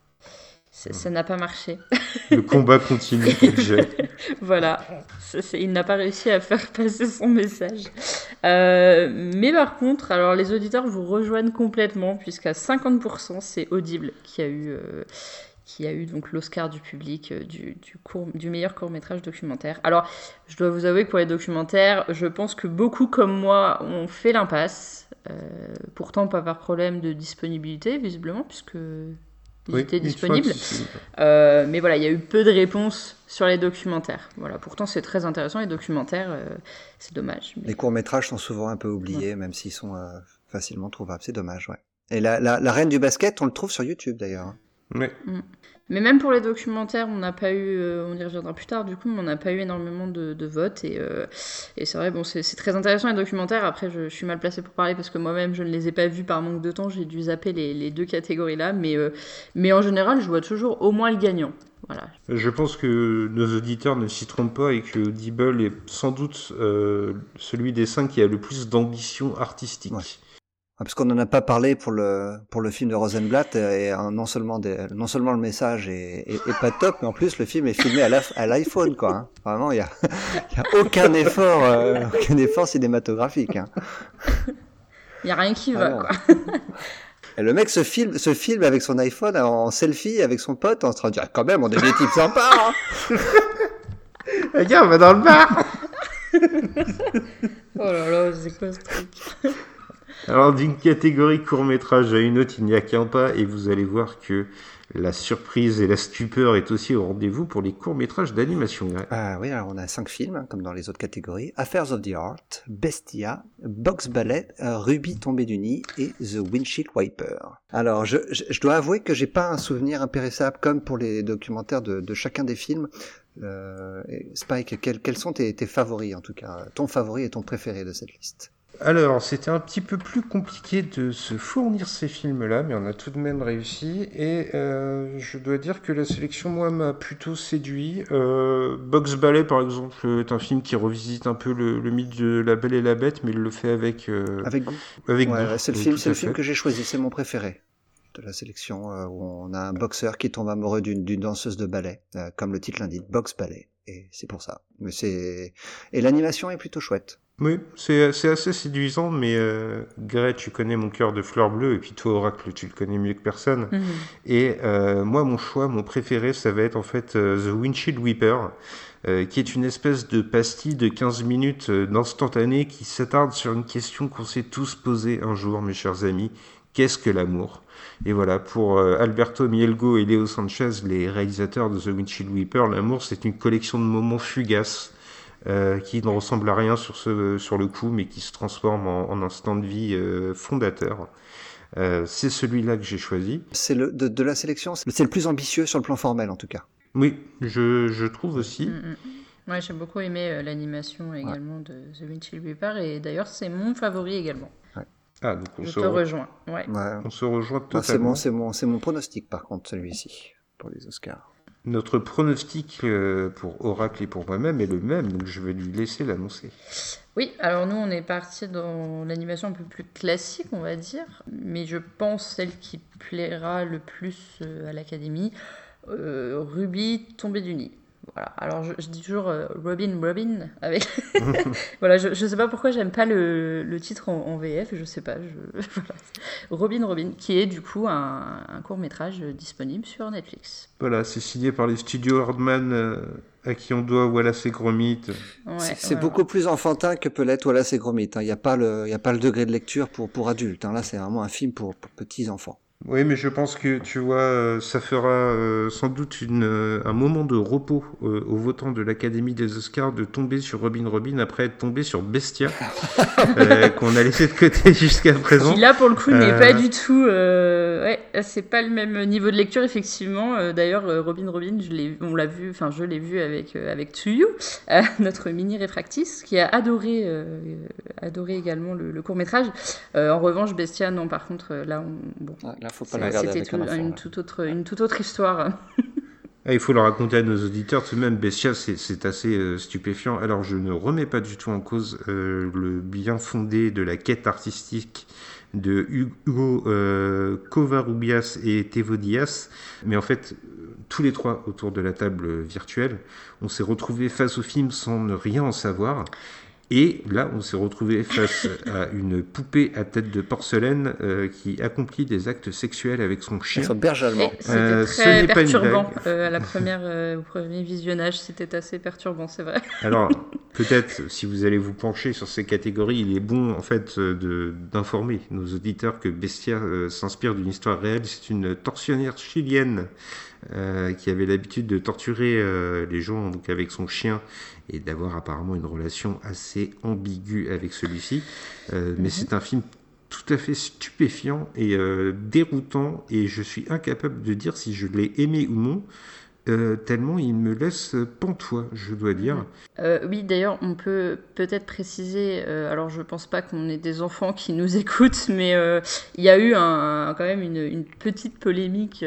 Ça n'a pas marché. Le combat continue pour Jay. Voilà, il n'a pas réussi à faire passer son message. Mais par contre, alors les auditeurs vous rejoignent complètement, puisqu'à 50%, c'est Audible qui a eu donc l'Oscar du public du meilleur court-métrage documentaire. Alors, je dois vous avouer que pour les documentaires, je pense que beaucoup comme moi ont fait l'impasse. Pourtant, pas par problème de disponibilité, visiblement, puisque... Ils étaient disponibles. Mais voilà, il y a eu peu de réponses sur les documentaires. Voilà, pourtant, c'est très intéressant, les documentaires, c'est dommage. Mais... Les courts-métrages sont souvent un peu oubliés, même s'ils sont facilement trouvables. C'est dommage, ouais. Et la reine du basket, on le trouve sur YouTube, d'ailleurs. Ouais. Mais même pour les documentaires, on n'a pas eu, on y reviendra plus tard du coup, mais on n'a pas eu énormément de votes, et c'est vrai, bon, c'est très intéressant les documentaires. Après, je suis mal placée pour parler parce que moi-même je ne les ai pas vus par manque de temps, j'ai dû zapper les deux catégories là, mais en général je vois toujours au moins le gagnant. Voilà. Je pense que nos auditeurs ne s'y trompent pas, et que Audible est sans doute celui des 5 qui a le plus d'ambition artistique. Ouais. Parce qu'on n'en a pas parlé pour le film de Rosenblatt, et non seulement le message est pas top, mais en plus le film est filmé à l'iPhone, quoi. Hein. Vraiment, il y a aucun effort cinématographique. Hein. Il y a rien qui va, quoi. Et le mec se filme avec son iPhone en selfie avec son pote, en train de dire quand même on est des types sympas. Hein. Regarde, on va dans le bar. Oh là là, c'est quoi ce truc? Alors, d'une catégorie court-métrage à une autre, il n'y a qu'un pas, et vous allez voir que la surprise et la stupeur est aussi au rendez-vous pour les courts-métrages d'animation. Oui, alors on a 5 films, comme dans les autres catégories. Affairs of the Heart, Bestia, Box Ballet, Ruby tombée du nid et The Windshield Wiper. Alors, je dois avouer que j'ai pas un souvenir impérissable comme pour les documentaires de chacun des films. Spike, quels sont tes favoris en tout cas? Ton favori et ton préféré de cette liste? Alors, c'était un petit peu plus compliqué de se fournir ces films-là, mais on a tout de même réussi. Et je dois dire que la sélection, moi, m'a plutôt séduit. Box Ballet, par exemple, est un film qui revisite un peu le mythe de La Belle et la Bête, mais il le fait avec goût. Avec goût. C'est le film que j'ai choisi, c'est mon préféré de la sélection, où on a un boxeur qui tombe amoureux d'une danseuse de ballet, comme le titre l'indique, Box Ballet. Et c'est pour ça. Et l'animation est plutôt chouette. Oui, c'est assez séduisant, mais Grey, tu connais mon cœur de fleur bleue, et puis toi, Oracle, tu le connais mieux que personne. Mhm. Et moi, mon préféré, ça va être en fait The Windshield Wiper, qui est une espèce de pastille de 15 minutes d'instantané qui s'attarde sur une question qu'on s'est tous posée un jour, mes chers amis. Qu'est-ce que l'amour? Et voilà, pour Alberto Mielgo et Léo Sanchez, les réalisateurs de The Windshield Wiper, l'amour, c'est une collection de moments fugaces qui ne ressemble à rien sur le coup, mais qui se transforme en instant de vie fondateur. C'est celui-là que j'ai choisi. C'est de la sélection, c'est le plus ambitieux sur le plan formel en tout cas. Oui, je trouve aussi. Ouais, j'ai beaucoup aimé l'animation également de The Windshield Wiper, et d'ailleurs c'est mon favori également. Ouais. Ah, donc je te rejoins. Ouais. On se rejoint totalement. C'est mon pronostic par contre, celui-ci, pour les Oscars. Notre pronostic pour Oracle et pour moi-même est le même, donc je vais lui laisser l'annoncer. Oui, alors nous on est parti dans l'animation un peu plus classique, on va dire, mais je pense celle qui plaira le plus à l'Académie, Ruby tombée du nid. Voilà. Alors je dis toujours Robin avec voilà, je sais pas pourquoi j'aime pas le titre en VF, je sais pas, voilà. Robin qui est du coup un court-métrage disponible sur Netflix. Voilà, c'est signé par les studios Hardman à qui on doit Wallace et Gromit. Ouais, c'est beaucoup plus enfantin que peut l'être Wallace et Gromit. Il y a pas le degré de lecture pour adultes. Là, c'est vraiment un film pour petits enfants. Oui, mais je pense que, tu vois, ça fera sans doute un moment de repos aux votants de l'Académie des Oscars de tomber sur Robin après être tombé sur Bestia, qu'on a laissé de côté jusqu'à présent. Qui là, pour le coup, n'est pas du tout... Ouais, c'est pas le même niveau de lecture, effectivement. D'ailleurs, Robin, je l'ai vu avec Tsuyu, notre mini réfractrice, qui a adoré également le court-métrage. En revanche, Bestia, non, par contre, là, Là, faut pas la regarder avec un enfant, une toute autre histoire. Il faut le raconter à nos auditeurs. Tout de même, Bestia, c'est assez stupéfiant. Alors, je ne remets pas du tout en cause le bien fondé de la quête artistique de Hugo Covarrubias et Thévo Dias. Mais en fait, tous les trois autour de la table virtuelle, on s'est retrouvés face au film sans ne rien en savoir. Et là, on s'est retrouvé face à une poupée à tête de porcelaine qui accomplit des actes sexuels avec son chien. Son berge allemand. C'était très perturbant. Au premier visionnage, c'était assez perturbant, c'est vrai. Alors, peut-être, si vous allez vous pencher sur ces catégories, il est bon, en fait, d'informer nos auditeurs que Bestia s'inspire d'une histoire réelle. C'est une tortionnaire chilienne qui avait l'habitude de torturer les gens donc avec son chien et d'avoir apparemment une relation assez ambiguë avec celui-ci. Mais c'est un film tout à fait stupéfiant et déroutant, et je suis incapable de dire si je l'ai aimé ou non, tellement il me laisse pantois, je dois dire. Oui, d'ailleurs, on peut peut-être préciser, alors je pense pas qu'on ait des enfants qui nous écoutent, mais il y a eu quand même une petite polémique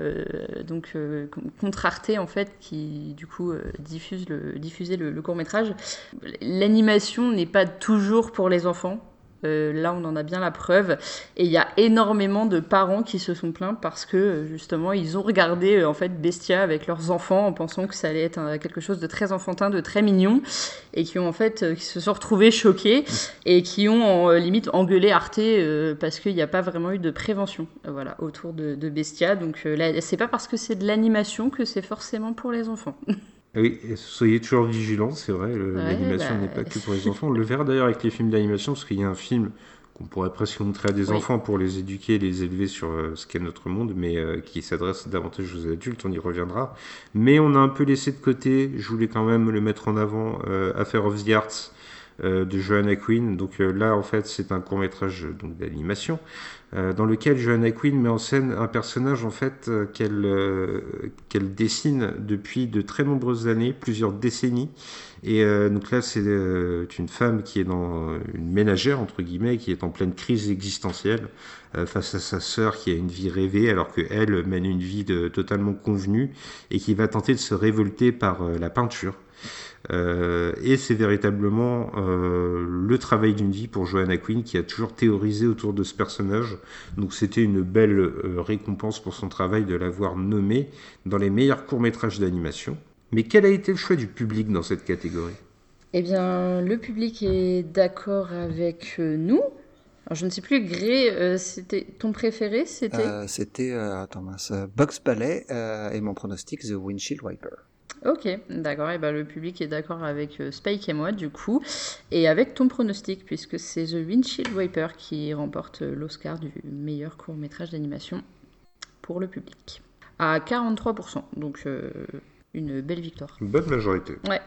contre Arte, en fait, qui du coup diffusait le court-métrage. L'animation n'est pas toujours pour les enfants. Là, on en a bien la preuve. Et il y a énormément de parents qui se sont plaints parce que, justement, ils ont regardé en fait Bestia avec leurs enfants en pensant que ça allait être quelque chose de très enfantin, de très mignon, et qui se sont retrouvés choqués et qui ont limite engueulé Arte parce qu'il n'y a pas vraiment eu de prévention autour de Bestia. Donc là, c'est pas parce que c'est de l'animation que c'est forcément pour les enfants. Oui, et soyez toujours vigilants, c'est vrai, l'animation n'est pas que pour les enfants. On le verra d'ailleurs avec les films d'animation, parce qu'il y a un film qu'on pourrait presque montrer à des enfants pour les éduquer, les élever sur ce qu'est notre monde, mais qui s'adresse davantage aux adultes, on y reviendra. Mais on a un peu laissé de côté, je voulais quand même le mettre en avant, Affair of the Arts de Joanna Quinn. Donc là, en fait, c'est un court-métrage d'animation dans lequel Joanna Quinn met en scène un personnage en fait qu'elle dessine depuis de très nombreuses années, plusieurs décennies. Et donc là, c'est une femme qui est dans une ménagère entre guillemets, qui est en pleine crise existentielle face à sa sœur qui a une vie rêvée, alors que elle mène une vie totalement convenue et qui va tenter de se révolter par la peinture. Et c'est véritablement le travail d'une vie pour Joanna Quinn, qui a toujours théorisé autour de ce personnage. Donc c'était une belle récompense pour son travail de l'avoir nommé dans les meilleurs courts-métrages d'animation. Mais quel a été le choix du public dans cette catégorie ? Eh bien, le public est d'accord avec nous. Alors, je ne sais plus, Gré, c'était ton préféré, C'était Bugs Ballet et mon pronostic The Windshield Wiper. Ok, d'accord. Et ben, le public est d'accord avec Spike et moi, du coup, et avec ton pronostic, puisque c'est The Windshield Wiper qui remporte l'Oscar du meilleur court-métrage d'animation pour le public. À 43%, donc une belle victoire. Une bonne majorité. Ouais.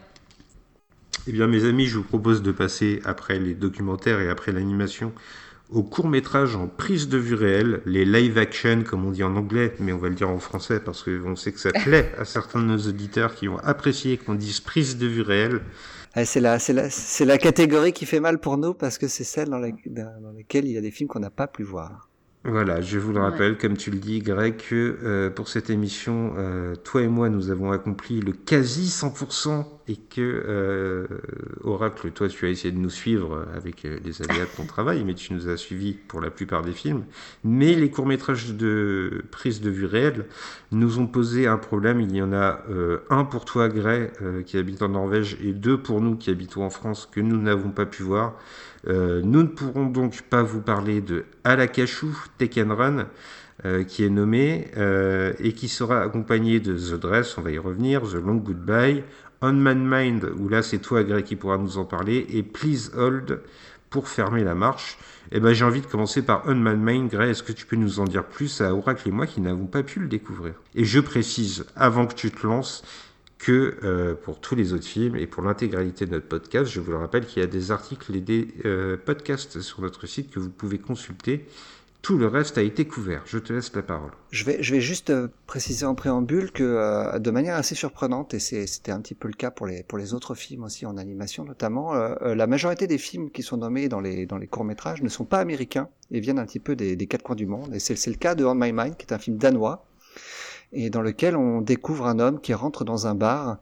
Eh bien, mes amis, je vous propose de passer, après les documentaires et après l'animation, au court-métrage en prise de vue réelle, les live-action, comme on dit en anglais, mais on va le dire en français parce qu'on sait que ça plaît à certains de nos auditeurs qui ont apprécié qu'on dise prise de vue réelle. C'est la catégorie qui fait mal pour nous parce que c'est celle dans laquelle il y a des films qu'on n'a pas pu voir. Voilà, je vous le rappelle, comme tu le dis, Greg, que pour cette émission, toi et moi, nous avons accompli le quasi 100% et que, Oracle, toi, tu as essayé de nous suivre avec les aléas de ton travail, mais tu nous as suivis pour la plupart des films. Mais les courts-métrages de prise de vue réelle nous ont posé un problème. Il y en a un pour toi, Greg, qui habite en Norvège, et deux pour nous qui habitons en France, que nous n'avons pas pu voir. Nous ne pourrons donc pas vous parler de Alakashu Take and Run, qui est nommé et qui sera accompagné de The Dress, on va y revenir, The Long Goodbye, On My Mind, où là c'est toi Greg qui pourra nous en parler, et Please Hold pour fermer la marche. Et ben, j'ai envie de commencer par On My Mind. Greg, est-ce que tu peux nous en dire plus à Oracle et moi qui n'avons pas pu le découvrir ? Et je précise, avant que tu te lances, que pour tous les autres films et pour l'intégralité de notre podcast, je vous le rappelle qu'il y a des articles et des podcasts sur notre site que vous pouvez consulter. Tout le reste a été couvert. Je te laisse la parole. Je vais juste préciser en préambule que de manière assez surprenante, et c'était un petit peu le cas pour les autres films aussi en animation notamment, la majorité des films qui sont nommés dans les courts-métrages ne sont pas américains et viennent un petit peu des quatre coins du monde. Et c'est le cas de On My Mind, qui est un film danois, et dans lequel on découvre un homme qui rentre dans un bar,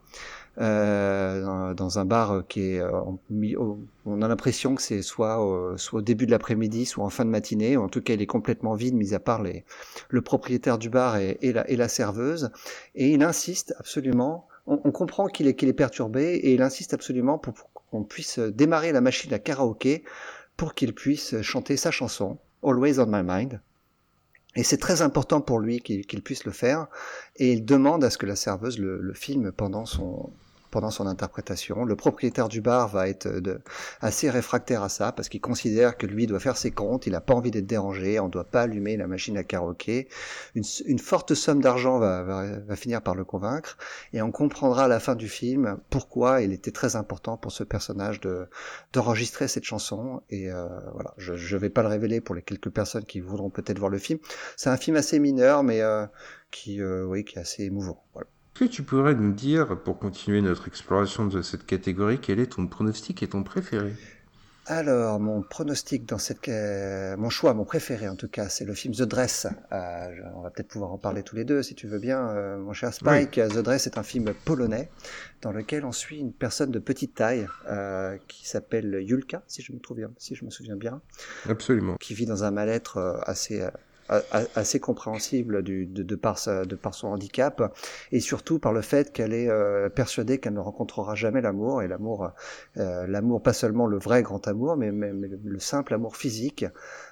qui est, on a l'impression que c'est soit au début de l'après-midi, soit en fin de matinée. En tout cas, il est complètement vide, mis à part le propriétaire du bar et la serveuse. Et il insiste absolument. On comprend qu'il est perturbé, et il insiste absolument pour qu'on puisse démarrer la machine à karaoké pour qu'il puisse chanter sa chanson Always on My Mind. Et c'est très important pour lui qu'il puisse le faire, et il demande à ce que la serveuse le filme pendant son interprétation. Le propriétaire du bar va être assez réfractaire à ça, parce qu'il considère que lui doit faire ses comptes, il n'a pas envie d'être dérangé, on ne doit pas allumer la machine à karaoké. Une forte somme d'argent va finir par le convaincre, et on comprendra à la fin du film pourquoi il était très important pour ce personnage d'enregistrer cette chanson. Et voilà, je vais pas le révéler pour les quelques personnes qui voudront peut-être voir le film. C'est un film assez mineur, mais qui est assez émouvant. Voilà. Est-ce que tu pourrais nous dire, pour continuer notre exploration de cette catégorie, quel est ton pronostic et ton préféré ? Alors, mon pronostic mon choix, mon préféré en tout cas, c'est le film The Dress. On va peut-être pouvoir en parler tous les deux si tu veux bien, mon cher Spike. Oui. The Dress est un film polonais dans lequel on suit une personne de petite taille qui s'appelle Julka, si je me souviens bien. Absolument. Qui vit dans un mal-être assez compréhensible de par son handicap, et surtout par le fait qu'elle est persuadée qu'elle ne rencontrera jamais l'amour, et l'amour pas seulement le vrai grand amour, mais le simple amour physique,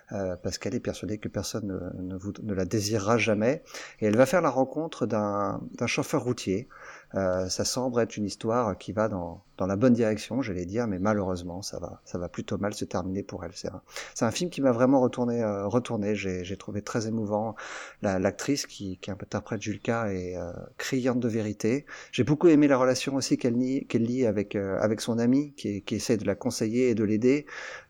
parce qu'elle est persuadée que personne ne la désirera jamais. Et elle va faire la rencontre d'un chauffeur routier. Ça semble être une histoire qui va dans la bonne direction, j'allais dire, mais malheureusement, ça va plutôt mal se terminer pour elle. C'est un film qui m'a vraiment retourné. J'ai trouvé très émouvant l'actrice qui interprète Julka est criante de vérité. J'ai beaucoup aimé la relation aussi qu'elle lie avec son ami qui essaie de la conseiller et de l'aider.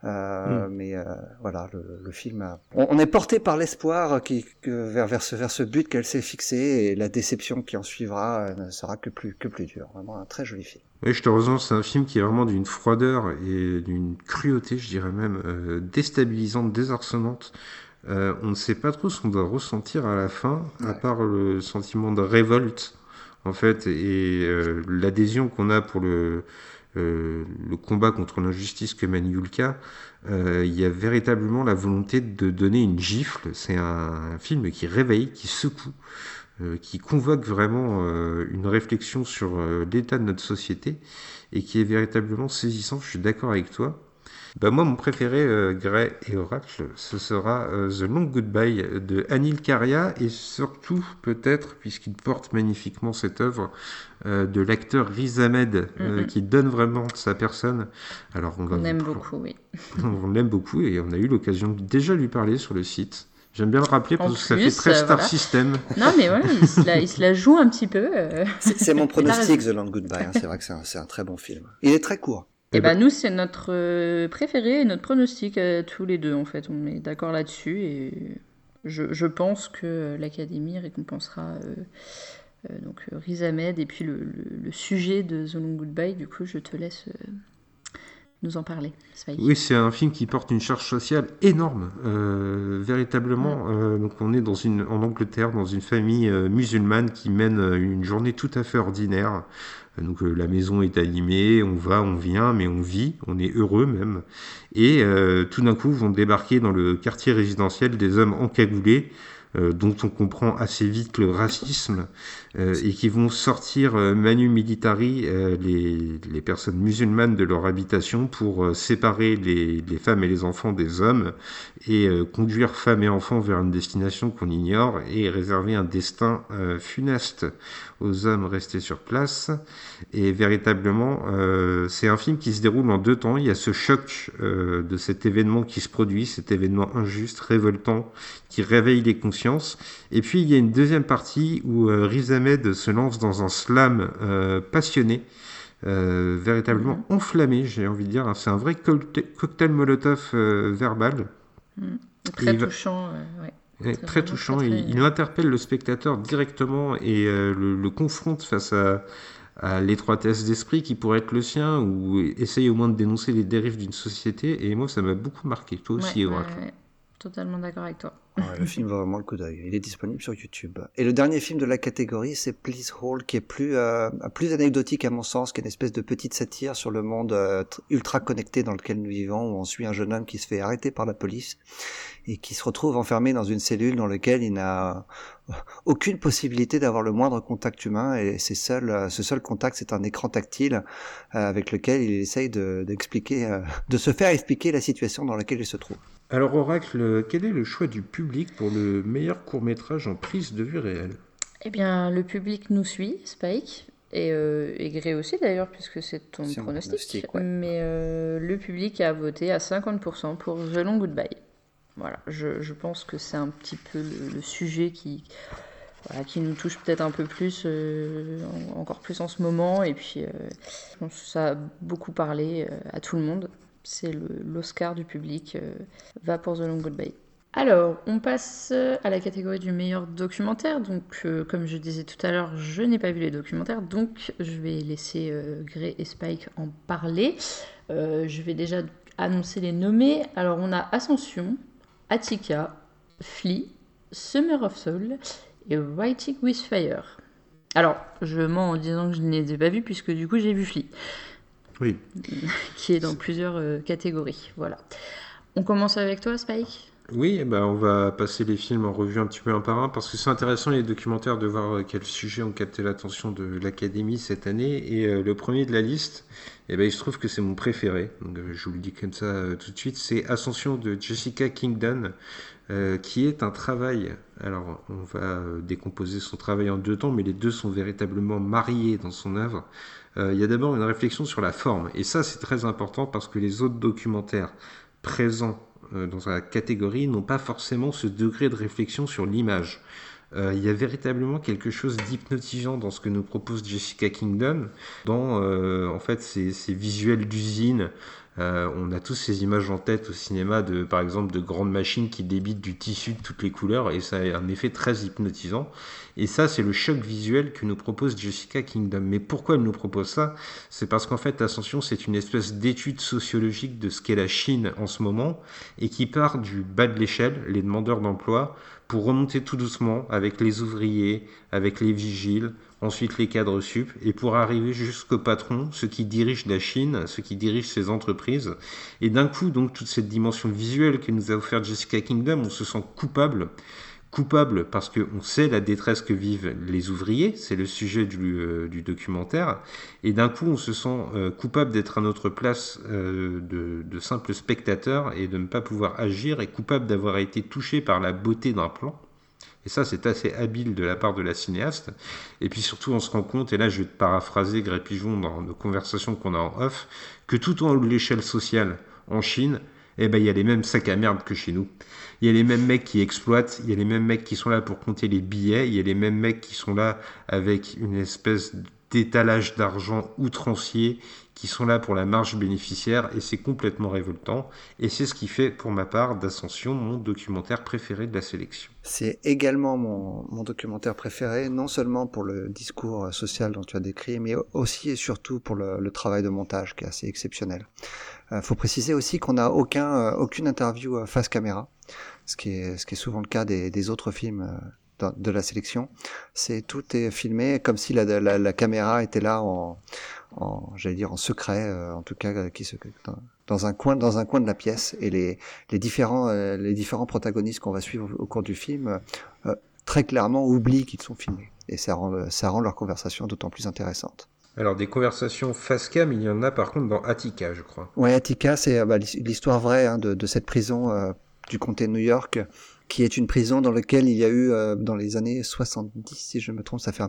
Mais voilà, le film on est porté par l'espoir vers ce but qu'elle s'est fixé, et la déception qui en suivra ne sera que plus dur. Vraiment un très joli film. Oui, je te rejoins, c'est un film qui est vraiment d'une froideur et d'une cruauté, je dirais même, déstabilisante, désarçonnante. On ne sait pas trop ce qu'on doit ressentir à la fin, à part le sentiment de révolte, en fait, et l'adhésion qu'on a pour le combat contre l'injustice que mène Yulka. Il y a véritablement la volonté de donner une gifle. C'est un film qui réveille, qui secoue, qui convoque vraiment une réflexion sur l'état de notre société, et qui est véritablement saisissant. Je suis d'accord avec toi. Moi, mon préféré, Gray et Oracle, ce sera The Long Goodbye de Anil Karia, et surtout, peut-être, puisqu'il porte magnifiquement cette œuvre, de l'acteur Riz Ahmed, qui donne vraiment de sa personne. Alors, on aime beaucoup, oui. On l'aime beaucoup, et on a eu l'occasion de déjà lui parler sur le site. J'aime bien le rappeler parce que ça fait très Star System. Non, mais voilà, il se la joue un petit peu. C'est mon pronostic, The Long Goodbye. C'est vrai que c'est un très bon film. Il est très court. Et nous, c'est notre préféré et notre pronostic tous les deux, en fait. On est d'accord là-dessus, et je pense que l'Académie récompensera donc Riz Ahmed, et puis le sujet de The Long Goodbye. Du coup, je te laisse nous en parler, Spike. Oui, c'est un film qui porte une charge sociale énorme, véritablement. Donc on est en Angleterre, dans une famille musulmane qui mène une journée tout à fait ordinaire. Donc la maison est animée, on va, on vient, mais on vit, on est heureux même. Et tout d'un coup vont débarquer dans le quartier résidentiel des hommes encagoulés, dont on comprend assez vite le racisme, et qui vont sortir manu militari les personnes musulmanes de leur habitation pour séparer les femmes et les enfants des hommes, et conduire femmes et enfants vers une destination qu'on ignore, et réserver un destin funeste aux hommes restés sur place. Et véritablement, c'est un film qui se déroule en 2 temps. Il y a ce choc de cet événement qui se produit, cet événement injuste, révoltant, qui réveille les consciences. Et puis il y a une deuxième partie où Riz Ahmed se lance dans un slam passionné, véritablement enflammé, j'ai envie de dire. C'est un vrai cocktail Molotov verbal. Très touchant, ouais. Très touchant. Très... Il interpelle le spectateur directement et le confronte face à l'étroitesse d'esprit qui pourrait être le sien, ou essaye au moins de dénoncer les dérives d'une société. Et moi, ça m'a beaucoup marqué. Toi aussi, Oracle. Ouais. Totalement d'accord avec toi. Ouais, le film vaut vraiment le coup d'œil. Il est disponible sur YouTube. Et le dernier film de la catégorie, c'est Please Hold, qui est plus anecdotique à mon sens, qui est une espèce de petite satire sur le monde ultra connecté dans lequel nous vivons, où on suit un jeune homme qui se fait arrêter par la police et qui se retrouve enfermé dans une cellule dans laquelle il n'a aucune possibilité d'avoir le moindre contact humain, et ce seul contact, c'est un écran tactile avec lequel il essaye de se faire expliquer la situation dans laquelle il se trouve. Alors Oracle, quel est le choix du public pour le meilleur court-métrage en prise de vue réelle ? Eh bien, le public nous suit, Spike, et Gré aussi d'ailleurs, puisque c'est ton pronostic. Ouais. Mais le public a voté à 50% pour The Long Goodbye. Voilà, je pense que c'est un petit peu le sujet qui nous touche peut-être un peu plus, encore plus en ce moment. Et puis, je pense que ça a beaucoup parlé à tout le monde. C'est l'Oscar du public, va pour The Long Goodbye. Alors, on passe à la catégorie du meilleur documentaire. Donc, comme je disais tout à l'heure, je n'ai pas vu les documentaires, donc je vais laisser Gré et Spike en parler. Je vais déjà annoncer les nommés. Alors, on a Ascension, Attica, Flea, Summer of Soul et Writing with Fire. Alors, je mens en disant que je ne les ai pas vus, puisque du coup, j'ai vu Flea. Oui. Qui est dans plusieurs catégories. Voilà. On commence avec toi, Spike ? Oui, on va passer les films en revue un petit peu un par un parce que c'est intéressant les documentaires de voir quels sujets ont capté l'attention de l'Académie cette année. Et le premier de la liste, il se trouve que c'est mon préféré. Donc, je vous le dis comme ça tout de suite, c'est Ascension de Jessica Kingdon, qui est un travail. Alors, on va décomposer son travail en 2 temps, mais les 2 sont véritablement mariés dans son œuvre. Il y a d'abord une réflexion sur la forme, et ça c'est très important parce que les autres documentaires présents dans la catégorie n'ont pas forcément ce degré de réflexion sur l'image. Il y a véritablement quelque chose d'hypnotisant dans ce que nous propose Jessica Kingdon, dans en fait ces visuels d'usine. On a tous ces images en tête au cinéma par exemple de grandes machines qui débitent du tissu de toutes les couleurs, et ça a un effet très hypnotisant. Et ça, c'est le choc visuel que nous propose Jessica Kingdon. Mais pourquoi elle nous propose ça ? C'est parce qu'en fait, Ascension, c'est une espèce d'étude sociologique de ce qu'est la Chine en ce moment, et qui part du bas de l'échelle, les demandeurs d'emploi, pour remonter tout doucement avec les ouvriers, avec les vigiles, ensuite les cadres sup, et pour arriver jusqu'au patron, ceux qui dirigent la Chine, ceux qui dirigent ces entreprises. Et d'un coup, donc, toute cette dimension visuelle que nous a offert Jessica Kingdon, on se sent coupable parce qu'on sait la détresse que vivent les ouvriers, c'est le sujet du documentaire, et d'un coup on se sent coupable d'être à notre place de simple spectateur et de ne pas pouvoir agir, et coupable d'avoir été touché par la beauté d'un plan. Et ça, c'est assez habile de la part de la cinéaste. Et puis surtout, on se rend compte, et là je vais te paraphraser Gré Pigeon dans nos conversations qu'on a en off, que tout en haut de l'échelle sociale en Chine, il y a les mêmes sacs à merde que chez nous. Il y a les mêmes mecs qui exploitent, il y a les mêmes mecs qui sont là pour compter les billets, il y a les mêmes mecs qui sont là avec une espèce d'étalage d'argent outrancier, qui sont là pour la marge bénéficiaire, et c'est complètement révoltant. Et c'est ce qui fait, pour ma part, d'Ascension, mon documentaire préféré de la sélection. C'est également mon documentaire préféré, non seulement pour le discours social dont tu as décrit, mais aussi et surtout pour le travail de montage qui est assez exceptionnel. Faut préciser aussi qu'on n'a aucune interview face caméra, ce qui est souvent le cas des autres films de la sélection. Tout est filmé comme si la caméra était là en secret, en tout cas dans un coin de la pièce, et les différents protagonistes qu'on va suivre au cours du film très clairement oublient qu'ils sont filmés, et ça rend leur conversation d'autant plus intéressante. Alors, des conversations face cam, il y en a par contre dans Attica, je crois. Ouais, Attica, c'est l'histoire vraie de cette prison du comté de New York, qui est une prison dans laquelle il y a eu dans les années 70, si je me trompe, ça fait un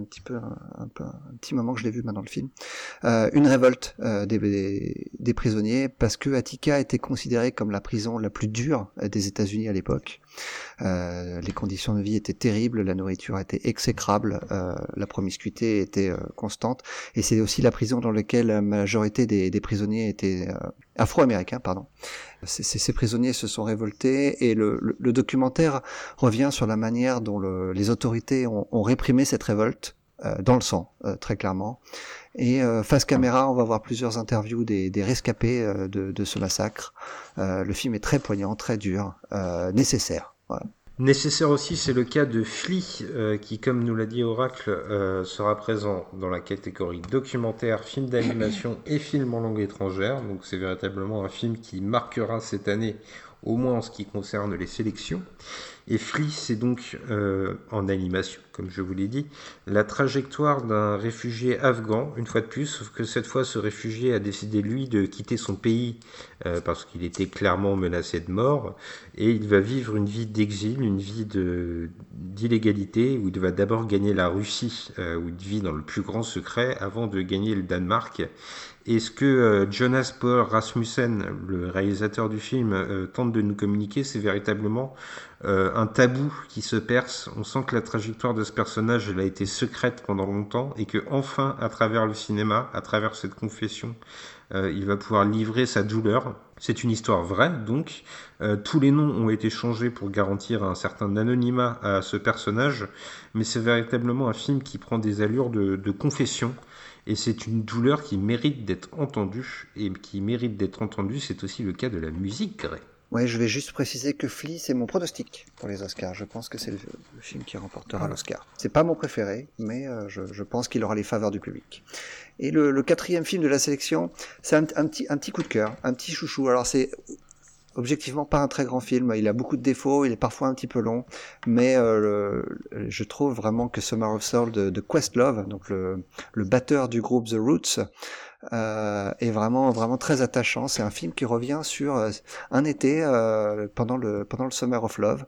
petit moment que je l'ai vu maintenant le film, une révolte des prisonniers, parce que Attica était considérée comme la prison la plus dure des États-Unis à l'époque. Les conditions de vie étaient terribles, la nourriture était exécrable, la promiscuité était constante, et c'est aussi la prison dans laquelle la majorité des prisonniers étaient afro-américains, pardon. Ces prisonniers se sont révoltés, et le documentaire revient sur la manière dont les autorités ont réprimé cette révolte dans le sang, très clairement. Et face caméra, on va voir plusieurs interviews des rescapés de ce massacre. Le film est très poignant, très dur, nécessaire. Voilà. Nécessaire aussi, c'est le cas de Flea, qui, comme nous l'a dit Oracle, sera présent dans la catégorie documentaire, film d'animation et film en langue étrangère. Donc c'est véritablement un film qui marquera cette année, au moins en ce qui concerne les sélections. Et Flea, c'est donc en animation, comme je vous l'ai dit, la trajectoire d'un réfugié afghan, une fois de plus, sauf que cette fois, ce réfugié a décidé, lui, de quitter son pays parce qu'il était clairement menacé de mort, et il va vivre une vie d'exil, une vie d'illégalité, où il va d'abord gagner la Russie, où il vit dans le plus grand secret, avant de gagner le Danemark. Et ce que Jonas Bohr Rasmussen, le réalisateur du film, tente de nous communiquer, c'est véritablement un tabou qui se perce. On sent que la trajectoire de ce personnage, elle a été secrète pendant longtemps, et que enfin, à travers le cinéma, à travers cette confession, il va pouvoir livrer sa douleur. C'est une histoire vraie, donc. Tous les noms ont été changés pour garantir un certain anonymat à ce personnage, mais c'est véritablement un film qui prend des allures de confession. Et c'est une douleur qui mérite d'être entendue, et qui mérite d'être entendue, c'est aussi le cas de la musique, Gré. Ouais, je vais juste préciser que Flea, c'est mon pronostic pour les Oscars. Je pense que c'est le film qui remportera l'Oscar. C'est pas mon préféré, mais je pense qu'il aura les faveurs du public. Et le quatrième film de la sélection, c'est un petit coup de cœur, un petit chouchou. Alors c'est objectivement pas un très grand film. Il a beaucoup de défauts, il est parfois un petit peu long, mais je trouve vraiment que Summer of Soul de Questlove, donc le batteur du groupe The Roots, est vraiment très attachant. C'est un film qui revient sur un été pendant le Summer of Love.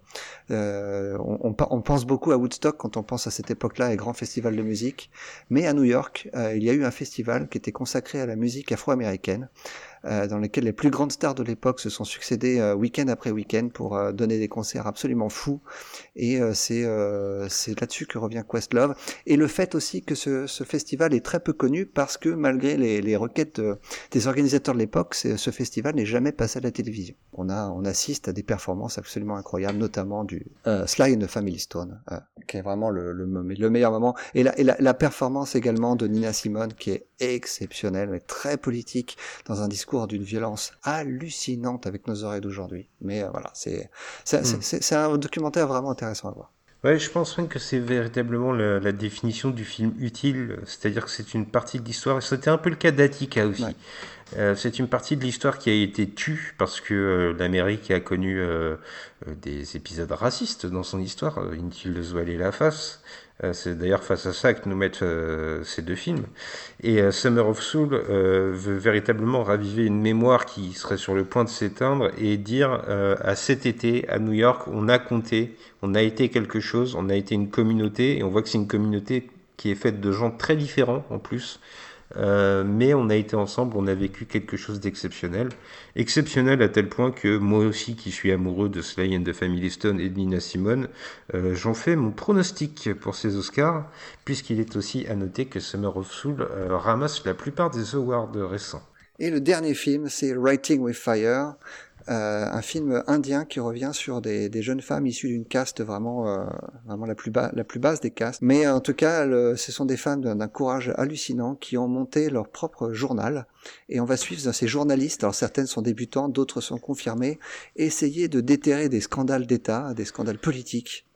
On pense beaucoup à Woodstock quand on pense à cette époque-là et grand festival de musique, mais à New York, il y a eu un festival qui était consacré à la musique afro-américaine, dans lequel les plus grandes stars de l'époque se sont succédées week-end après week-end pour donner des concerts absolument fous. Et c'est là-dessus que revient Questlove. Et le fait aussi que ce festival est très peu connu parce que malgré les requêtes des organisateurs de l'époque, ce festival n'est jamais passé à la télévision. On assiste à des performances absolument incroyables, notamment du Sly and the Family Stone, qui est vraiment le meilleur moment. Et la performance également de Nina Simone, qui est exceptionnelle, mais très politique, dans un discours d'une violence hallucinante avec nos oreilles d'aujourd'hui. Mais voilà, c'est un documentaire vraiment intéressant à voir. Ouais, je pense même que c'est véritablement la définition du film utile, c'est-à-dire que c'est une partie de l'histoire, et c'était un peu le cas d'Attica aussi. Ouais. C'est une partie de l'histoire qui a été tue parce que l'Amérique a connu des épisodes racistes dans son histoire, inutile de se voiler la face. C'est d'ailleurs face à ça que nous mettent ces deux films. Et Summer of Soul veut véritablement raviver une mémoire qui serait sur le point de s'éteindre et dire à cet été, à New York, on a compté, on a été quelque chose, on a été une communauté, et on voit que c'est une communauté qui est faite de gens très différents en plus. Mais on a été ensemble, on a vécu quelque chose d'exceptionnel. Exceptionnel à tel point que moi aussi, qui suis amoureux de Sly and the Family Stone et de Nina Simone, j'en fais mon pronostic pour ces Oscars, puisqu'il est aussi à noter que Summer of Soul ramasse la plupart des awards récents. Et le dernier film, c'est Writing with Fire, un film indien qui revient sur des jeunes femmes issues d'une caste vraiment la plus basse des castes. Mais en tout cas, ce sont des femmes d'un courage hallucinant qui ont monté leur propre journal. Et on va suivre ces journalistes, alors certaines sont débutantes, d'autres sont confirmées, essayer de déterrer des scandales d'État, des scandales politiques,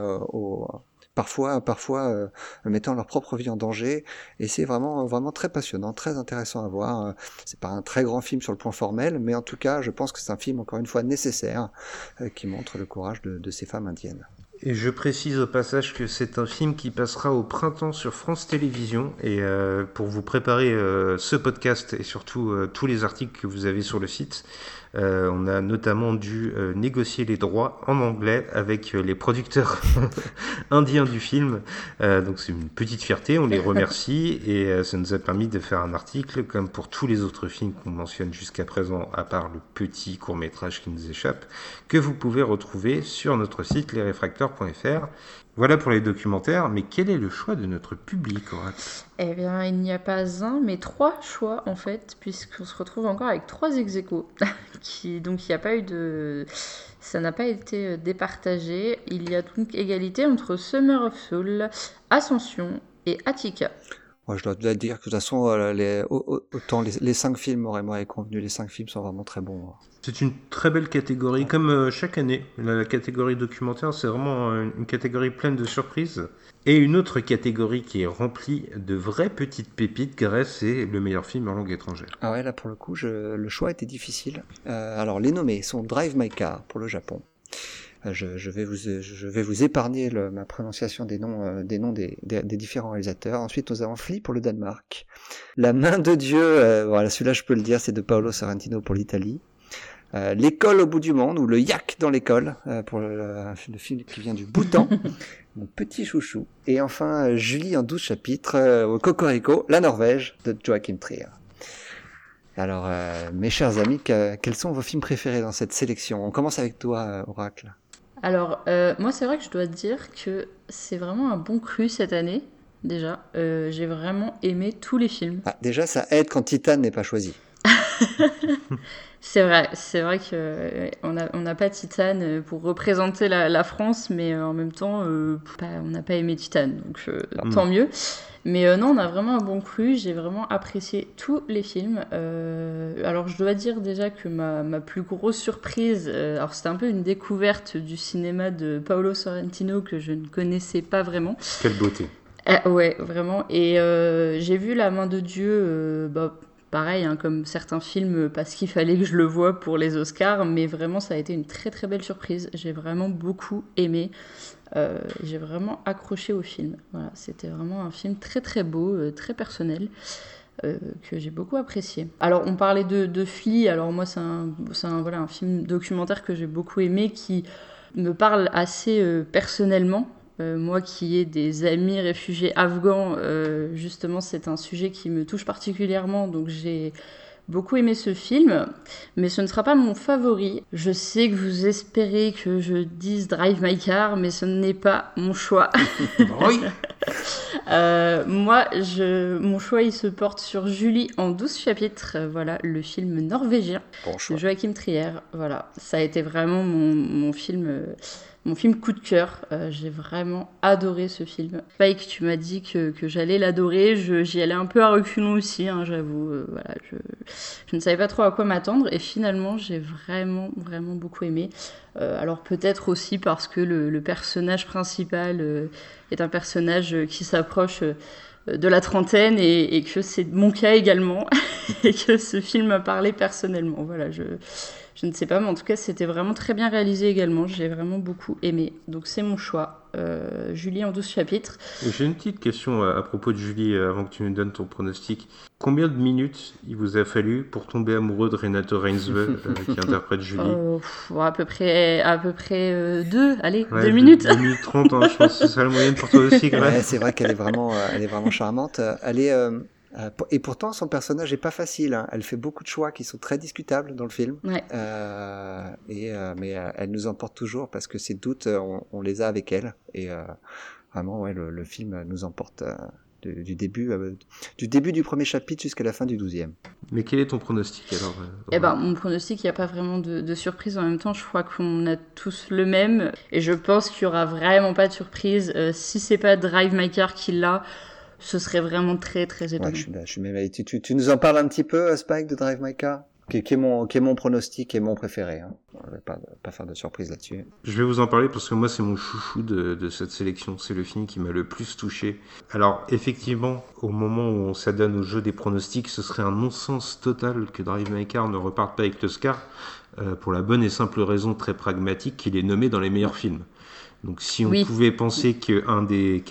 parfois mettant leur propre vie en danger, et c'est vraiment très passionnant, très intéressant à voir. C'est pas un très grand film sur le plan formel, mais en tout cas je pense que c'est un film encore une fois nécessaire, qui montre le courage de ces femmes indiennes. Et je précise au passage que c'est un film qui passera au printemps sur France Télévisions, et pour vous préparer ce podcast et surtout tous les articles que vous avez sur le site, on a notamment dû négocier les droits en anglais avec les producteurs indiens du film, donc c'est une petite fierté, on les remercie, et ça nous a permis de faire un article comme pour tous les autres films qu'on mentionne jusqu'à présent, à part le petit court-métrage qui nous échappe, que vous pouvez retrouver sur notre site lesrefracteurs.fr. Voilà pour les documentaires, mais quel est le choix de notre public, Oracle ? Eh bien, il n'y a pas un, mais 3 choix, en fait, puisqu'on se retrouve encore avec 3 ex-aequo. Donc, il n'y a pas eu de... Ça n'a pas été départagé. Il y a donc égalité entre Summer of Soul, Ascension et Attica. Moi, je dois dire que de toute façon, autant les 5 films m'auraient convenu. Les 5 films sont vraiment très bons. C'est une très belle catégorie, comme chaque année. La catégorie documentaire, c'est vraiment une catégorie pleine de surprises. Et une autre catégorie qui est remplie de vraies petites pépites, Grèce, c'est le meilleur film en langue étrangère. Ah ouais, là pour le coup, le choix était difficile. Alors les nommés sont Drive My Car pour le Japon. Je vais vous épargner ma prononciation des noms des différents réalisateurs. Ensuite, nous avons Flea pour le Danemark. La main de Dieu, voilà, celui-là je peux le dire, c'est de Paolo Sorrentino pour l'Italie. L'école au bout du monde, ou le yak dans l'école, pour le film qui vient du Bhoutan, mon petit chouchou. Et enfin, Julie en 12 chapitres, au Cocorico, la Norvège, de Joachim Trier. Alors, mes chers amis, quels sont vos films préférés dans cette sélection ? On commence avec toi, Oracle. Alors, moi, c'est vrai que je dois dire que c'est vraiment un bon cru cette année, déjà. J'ai vraiment aimé tous les films. Ah, déjà, ça aide quand Titan n'est pas choisi. C'est vrai qu'on n'a pas Titane pour représenter la France, mais en même temps, on n'a pas aimé Titane, donc tant mieux. Mais non, on a vraiment un bon cru, j'ai vraiment apprécié tous les films. Alors je dois dire déjà que ma plus grosse surprise, alors c'était un peu une découverte du cinéma de Paolo Sorrentino que je ne connaissais pas vraiment. Quelle beauté. Ouais, vraiment. Et j'ai vu La main de Dieu pareil, hein, comme certains films, parce qu'il fallait que je le voie pour les Oscars, mais vraiment, ça a été une très très belle surprise. J'ai vraiment beaucoup aimé. J'ai vraiment accroché au film. Voilà, c'était vraiment un film très très beau, très personnel, que j'ai beaucoup apprécié. Alors, on parlait de Flea. Alors moi, c'est un film documentaire que j'ai beaucoup aimé, qui me parle assez personnellement. Moi qui ai des amis réfugiés afghans, justement, c'est un sujet qui me touche particulièrement, donc j'ai beaucoup aimé ce film, mais ce ne sera pas mon favori. Je sais que vous espérez que je dise Drive My Car, mais ce n'est pas mon choix. Oui. Moi, mon choix, il se porte sur Julie en 12 chapitres. Voilà, le film norvégien de Joachim Trier. Voilà, ça a été vraiment mon film coup de cœur. J'ai vraiment adoré ce film. Spike, tu m'as dit que j'allais l'adorer. J'y allais un peu à reculons aussi, hein, j'avoue. Voilà, je ne savais pas trop à quoi m'attendre. Et finalement, j'ai vraiment, vraiment beaucoup aimé. Alors peut-être aussi parce que le personnage principal est un personnage qui s'approche de la trentaine et que c'est mon cas également. Et que ce film m'a parlé personnellement. Voilà, je ne sais pas, mais en tout cas, c'était vraiment très bien réalisé également. J'ai vraiment beaucoup aimé. Donc, c'est mon choix. Julie en 12 chapitres. J'ai une petite question à propos de Julie, avant que tu nous donnes ton pronostic. Combien de minutes il vous a fallu pour tomber amoureux de Renate Reinsve, qui interprète Julie? À peu près 2 minutes. 2 minutes 30, hein, je pense que c'est ça la moyenne pour toi aussi, Greg. Ouais, c'est vrai qu'elle est vraiment charmante. Et pourtant, son personnage est pas facile. Hein. Elle fait beaucoup de choix qui sont très discutables dans le film. Ouais. Mais elle nous emporte toujours parce que ses doutes, on les a avec elle. Et vraiment, ouais, le film nous emporte du début du premier chapitre jusqu'à la fin du 12e. Mais quel est ton pronostic alors? Mon pronostic, il n'y a pas vraiment de surprise. En même temps, je crois qu'on a tous le même. Et je pense qu'il n'y aura vraiment pas de surprise. Si c'est pas Drive My Car qui l'a, ce serait vraiment très très étonnant. Ouais, je suis même avec. Tu nous en parles un petit peu, Spike, de Drive My Car, qui est mon pronostic et mon préféré. Hein. On va pas faire de surprise là-dessus. Je vais vous en parler parce que moi c'est mon chouchou de cette sélection. C'est le film qui m'a le plus touché. Alors effectivement, au moment où on s'adonne au jeu des pronostics, ce serait un non-sens total que Drive My Car ne reparte pas avec l'Oscar, pour la bonne et simple raison très pragmatique qu'il est nommé dans les meilleurs films. Donc si on pouvait penser qu'un des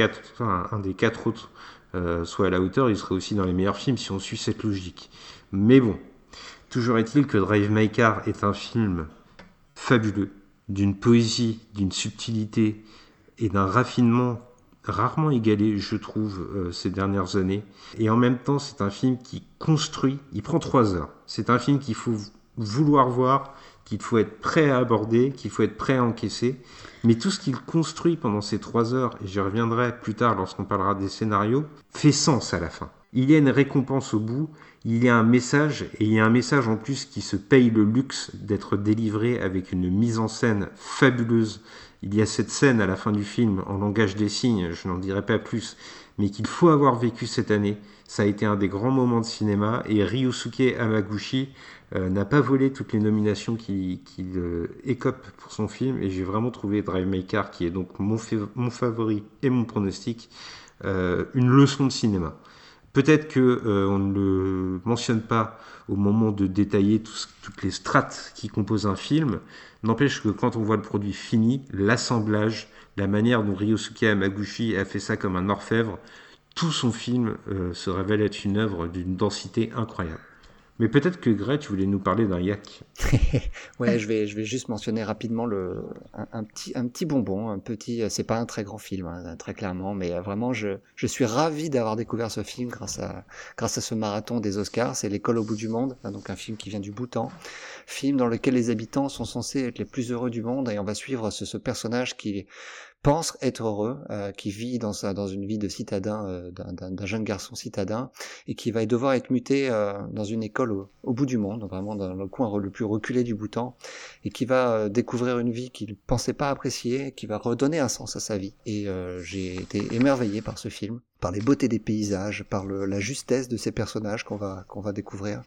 quatre autres soit à la hauteur, il serait aussi dans les meilleurs films si on suit cette logique. Mais bon, toujours est-il que Drive My Car est un film fabuleux, d'une poésie, d'une subtilité et d'un raffinement rarement égalé, je trouve, ces dernières années. Et en même temps, c'est un film qui construit, il prend 3 heures. C'est un film qu'il faut vouloir voir, qu'il faut être prêt à aborder, qu'il faut être prêt à encaisser. Mais tout ce qu'il construit pendant ces 3 heures, et j'y reviendrai plus tard lorsqu'on parlera des scénarios, fait sens à la fin. Il y a une récompense au bout, il y a un message, et il y a un message en plus qui se paye le luxe d'être délivré avec une mise en scène fabuleuse. Il y a cette scène à la fin du film, en langage des signes, je n'en dirai pas plus, mais qu'il faut avoir vécu cette année. Ça a été un des grands moments de cinéma, et Ryosuke Hamaguchi n'a pas volé toutes les nominations qu'il écope pour son film, et j'ai vraiment trouvé Drive My Car, qui est donc mon favori et mon pronostic, une leçon de cinéma. Peut-être qu'on ne le mentionne pas au moment de détailler toutes les strates qui composent un film, n'empêche que quand on voit le produit fini, l'assemblage, la manière dont Ryosuke Hamaguchi a fait ça comme un orfèvre, tout son film se révèle être une œuvre d'une densité incroyable. Mais peut-être que Greg, tu voulais nous parler d'un yak. Ouais, je vais juste mentionner rapidement un petit bonbon, c'est pas un très grand film, hein, très clairement, mais vraiment je suis ravi d'avoir découvert ce film grâce à ce marathon des Oscars. C'est L'école au bout du monde, hein, donc un film qui vient du Bhoutan, film dans lequel les habitants sont censés être les plus heureux du monde, et on va suivre ce personnage qui pense être heureux, qui vit dans une vie de citadin, d'un jeune garçon citadin, et qui va devoir être muté dans une école au bout du monde, vraiment dans le coin le plus reculé du Bhoutan, et qui va découvrir une vie qu'il pensait pas apprécier, qui va redonner un sens à sa vie. Et j'ai été émerveillé par ce film, par les beautés des paysages, par la justesse de ces personnages qu'on va découvrir.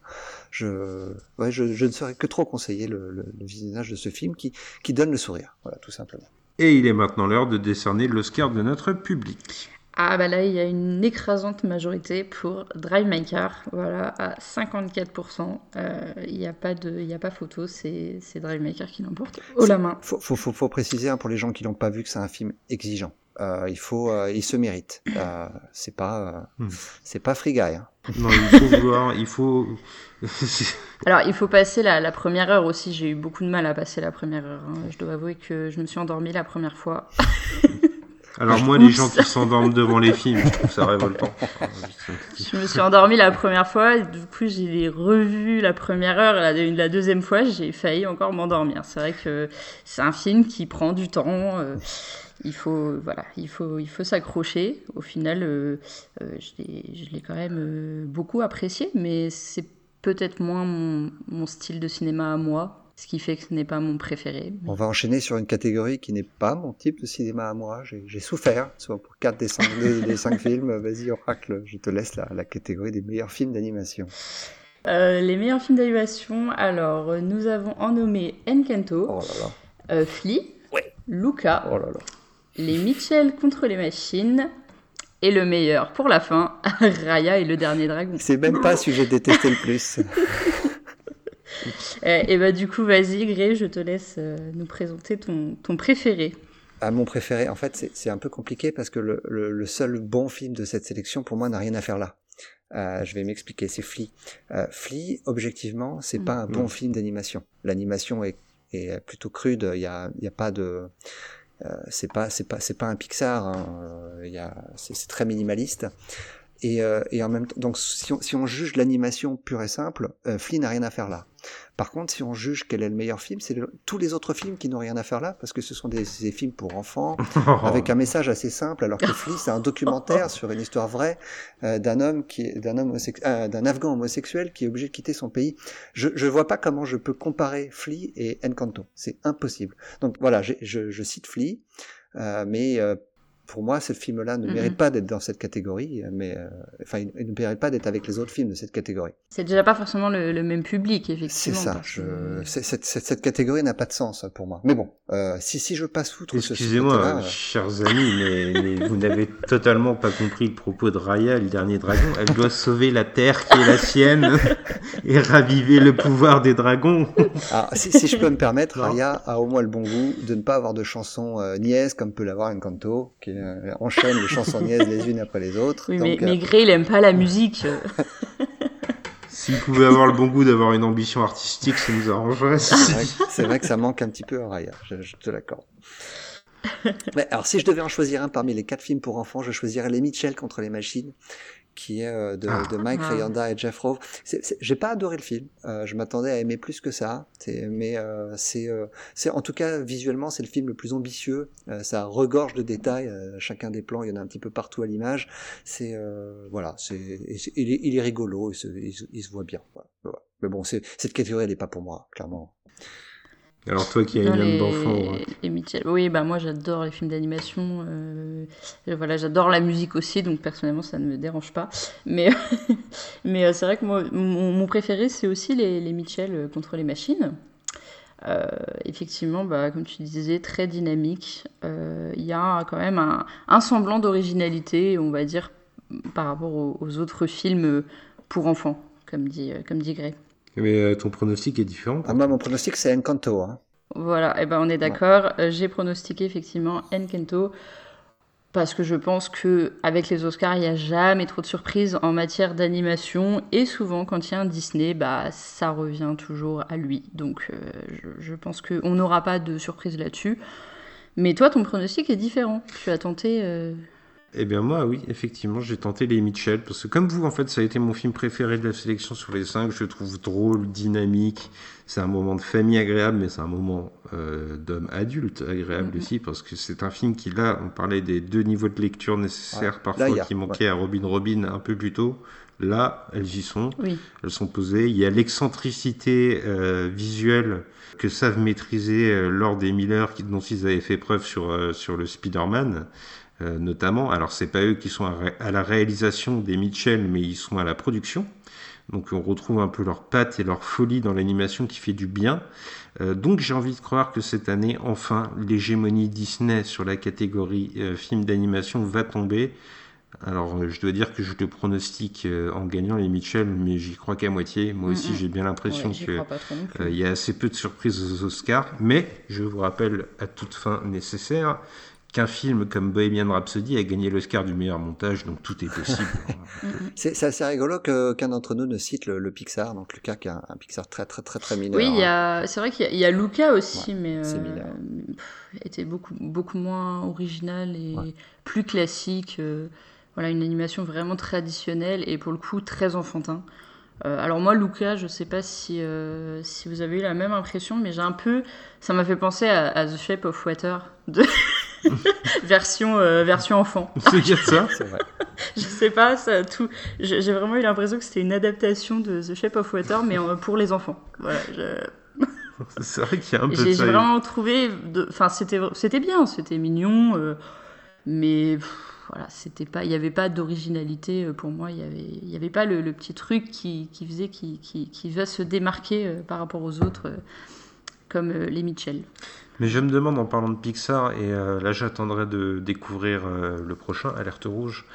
Je ne saurais que trop conseiller le visionnage de ce film qui donne le sourire, voilà, tout simplement. Et il est maintenant l'heure de décerner l'Oscar de notre public. Ah bah là, il y a une écrasante majorité pour Drive My Car, voilà, à 54%. Il n'y a pas photo, c'est Drive My Car qui l'emporte haut la main. Faut préciser pour les gens qui l'ont pas vu que c'est un film exigeant. Il se mérite. C'est pas Free Guy. Hein. Non, il faut voir, il faut. Alors, il faut passer la première heure aussi. J'ai eu beaucoup de mal à passer la première heure. Hein. Je dois avouer que je me suis endormie la première fois. Alors moi, les gens qui s'endorment devant les films, je trouve ça révoltant. Je me suis endormie la première fois, du coup j'ai revu la première heure, la deuxième fois j'ai failli encore m'endormir. C'est vrai que c'est un film qui prend du temps, il faut s'accrocher. Au final, je l'ai quand même beaucoup apprécié, mais c'est peut-être moins mon style de cinéma à moi. Ce qui fait que ce n'est pas mon préféré. On va enchaîner sur une catégorie qui n'est pas mon type de cinéma à moi. J'ai souffert, soit pour 4 des 5 films. Vas-y, Oracle, je te laisse la catégorie des meilleurs films d'animation. Les meilleurs films d'animation, alors nous avons en nommé Encanto, Flea, Luca, Les Mitchell contre les machines, et le meilleur pour la fin, Raya et le dernier dragon. C'est même pas celui que j'ai détesté le plus. Et bah du coup, vas-y Gré, je te laisse nous présenter ton préféré. Mon préféré, en fait, c'est un peu compliqué parce que le seul bon film de cette sélection, pour moi, n'a rien à faire là. Je vais m'expliquer, c'est Flea. Flea, objectivement, c'est pas un bon film d'animation. L'animation est plutôt crude, il y a pas de... c'est pas un Pixar, hein. C'est très minimaliste. Et en même temps, donc si on juge l'animation pure et simple, Flea n'a rien à faire là. Par contre, si on juge quel est le meilleur film, c'est tous les autres films qui n'ont rien à faire là, parce que ce sont des films pour enfants, avec un message assez simple, alors que Flea, c'est un documentaire sur une histoire vraie d'un Afghan homosexuel qui est obligé de quitter son pays. Je vois pas comment je peux comparer Flea et Encanto. C'est impossible. Donc voilà, je cite Flea, mais pour moi, ce film-là ne mérite pas d'être dans cette catégorie, mais il ne mérite pas d'être avec les autres films de cette catégorie. C'est déjà pas forcément le même public, effectivement. C'est ça. Cette catégorie n'a pas de sens pour moi. Mais bon, si je passe outre Excusez-moi, chers amis, mais vous n'avez totalement pas compris le propos de Raya, le dernier dragon. Elle doit sauver la terre qui est la sienne et raviver le pouvoir des dragons. Alors, si je peux me permettre, Raya a au moins le bon goût de ne pas avoir de chansons niaises comme peut l'avoir Encanto, qui enchaîne les chansons niaises les unes après les autres. Oui, donc, mais Gré, il aime pas la musique. S'il pouvait avoir le bon goût d'avoir une ambition artistique, ça nous arrangerait. C'est vrai que ça manque un petit peu à Raya, je te l'accorde. Mais alors, si je devais en choisir un parmi les 4 films pour enfants, je choisirais Les Mitchell contre les machines, qui est de Mike Rianda et Jeff Rowe. J'ai pas adoré le film. Je m'attendais à aimer plus que ça. Mais c'est en tout cas visuellement c'est le film le plus ambitieux. Ça regorge de détails. Chacun des plans, il y en a un petit peu partout à l'image. Il est rigolo. Il se voit bien. Voilà. Mais bon, cette catégorie elle est pas pour moi, clairement. Alors toi qui as une âme d'enfant... Les Mitchell. Oui, bah moi j'adore les films d'animation, j'adore la musique aussi, donc personnellement ça ne me dérange pas. Mais c'est vrai que moi, mon préféré c'est aussi les Mitchell contre les machines. Effectivement, comme tu disais, très dynamique. Il y a quand même un semblant d'originalité, on va dire, par rapport aux autres films pour enfants, comme dit Grey. Mais ton pronostic est différent. Moi, mon pronostic, c'est Encanto. Hein. Voilà, on est d'accord. Ouais. J'ai pronostiqué effectivement Encanto parce que je pense qu'avec les Oscars, il n'y a jamais trop de surprises en matière d'animation. Et souvent, quand il y a un Disney, ça revient toujours à lui. Donc, je pense qu'on n'aura pas de surprise là-dessus. Mais toi, ton pronostic est différent. Tu as tenté... Eh bien moi, oui, effectivement, j'ai tenté Les Mitchell, parce que comme vous, en fait, ça a été mon film préféré de la sélection sur les 5, je le trouve drôle, dynamique, c'est un moment de famille agréable, mais c'est un moment d'homme adulte agréable aussi, parce que c'est un film qui, là, on parlait des 2 niveaux de lecture nécessaires parfois qui manquaient à Robin un peu plus tôt. Là, elles y sont, elles sont posées. Il y a l'excentricité visuelle que savent maîtriser Lord et Miller, dont ils avaient fait preuve sur le Spider-Man. Notamment, alors c'est pas eux qui sont à la réalisation des Mitchell, mais ils sont à la production, donc on retrouve un peu leur patte et leur folie dans l'animation qui fait du bien. Donc j'ai envie de croire que cette année, enfin, l'hégémonie Disney sur la catégorie film d'animation va tomber, Alors, je dois dire que je le pronostique en gagnant les Mitchell, mais j'y crois qu'à moitié. Moi aussi, j'ai bien l'impression j'y crois pas trop non plus. qu'il y a assez peu de surprises aux Oscars. Mais je vous rappelle à toute fin nécessaire qu'un film comme Bohemian Rhapsody a gagné l'Oscar du meilleur montage, donc tout est possible. C'est assez rigolo qu'un d'entre nous ne cite le Pixar, donc Lucas qui est un Pixar très mineur. Oui, c'est vrai qu'il y a Luca aussi, mais c'est mineur. était beaucoup moins original et plus classique. Voilà, une animation vraiment traditionnelle et pour le coup très enfantin. Alors moi, Luca, je sais pas si vous avez eu la même impression, mais ça m'a fait penser à The Shape of Water version enfant. C'est bien ça. C'est vrai. Je sais pas, j'ai vraiment eu l'impression que c'était une adaptation de The Shape of Water, mais pour les enfants. Voilà, c'est vrai qu'il y a un peu de j'ai ça. vraiment trouvé, enfin c'était bien, c'était mignon, mais voilà, il n'y avait pas d'originalité pour moi, il y avait pas le petit truc qui faisait qui va se démarquer par rapport aux autres, comme les Mitchell. Mais je me demande, en parlant de Pixar, et là j'attendrai de découvrir le prochain, Alerte Rouge,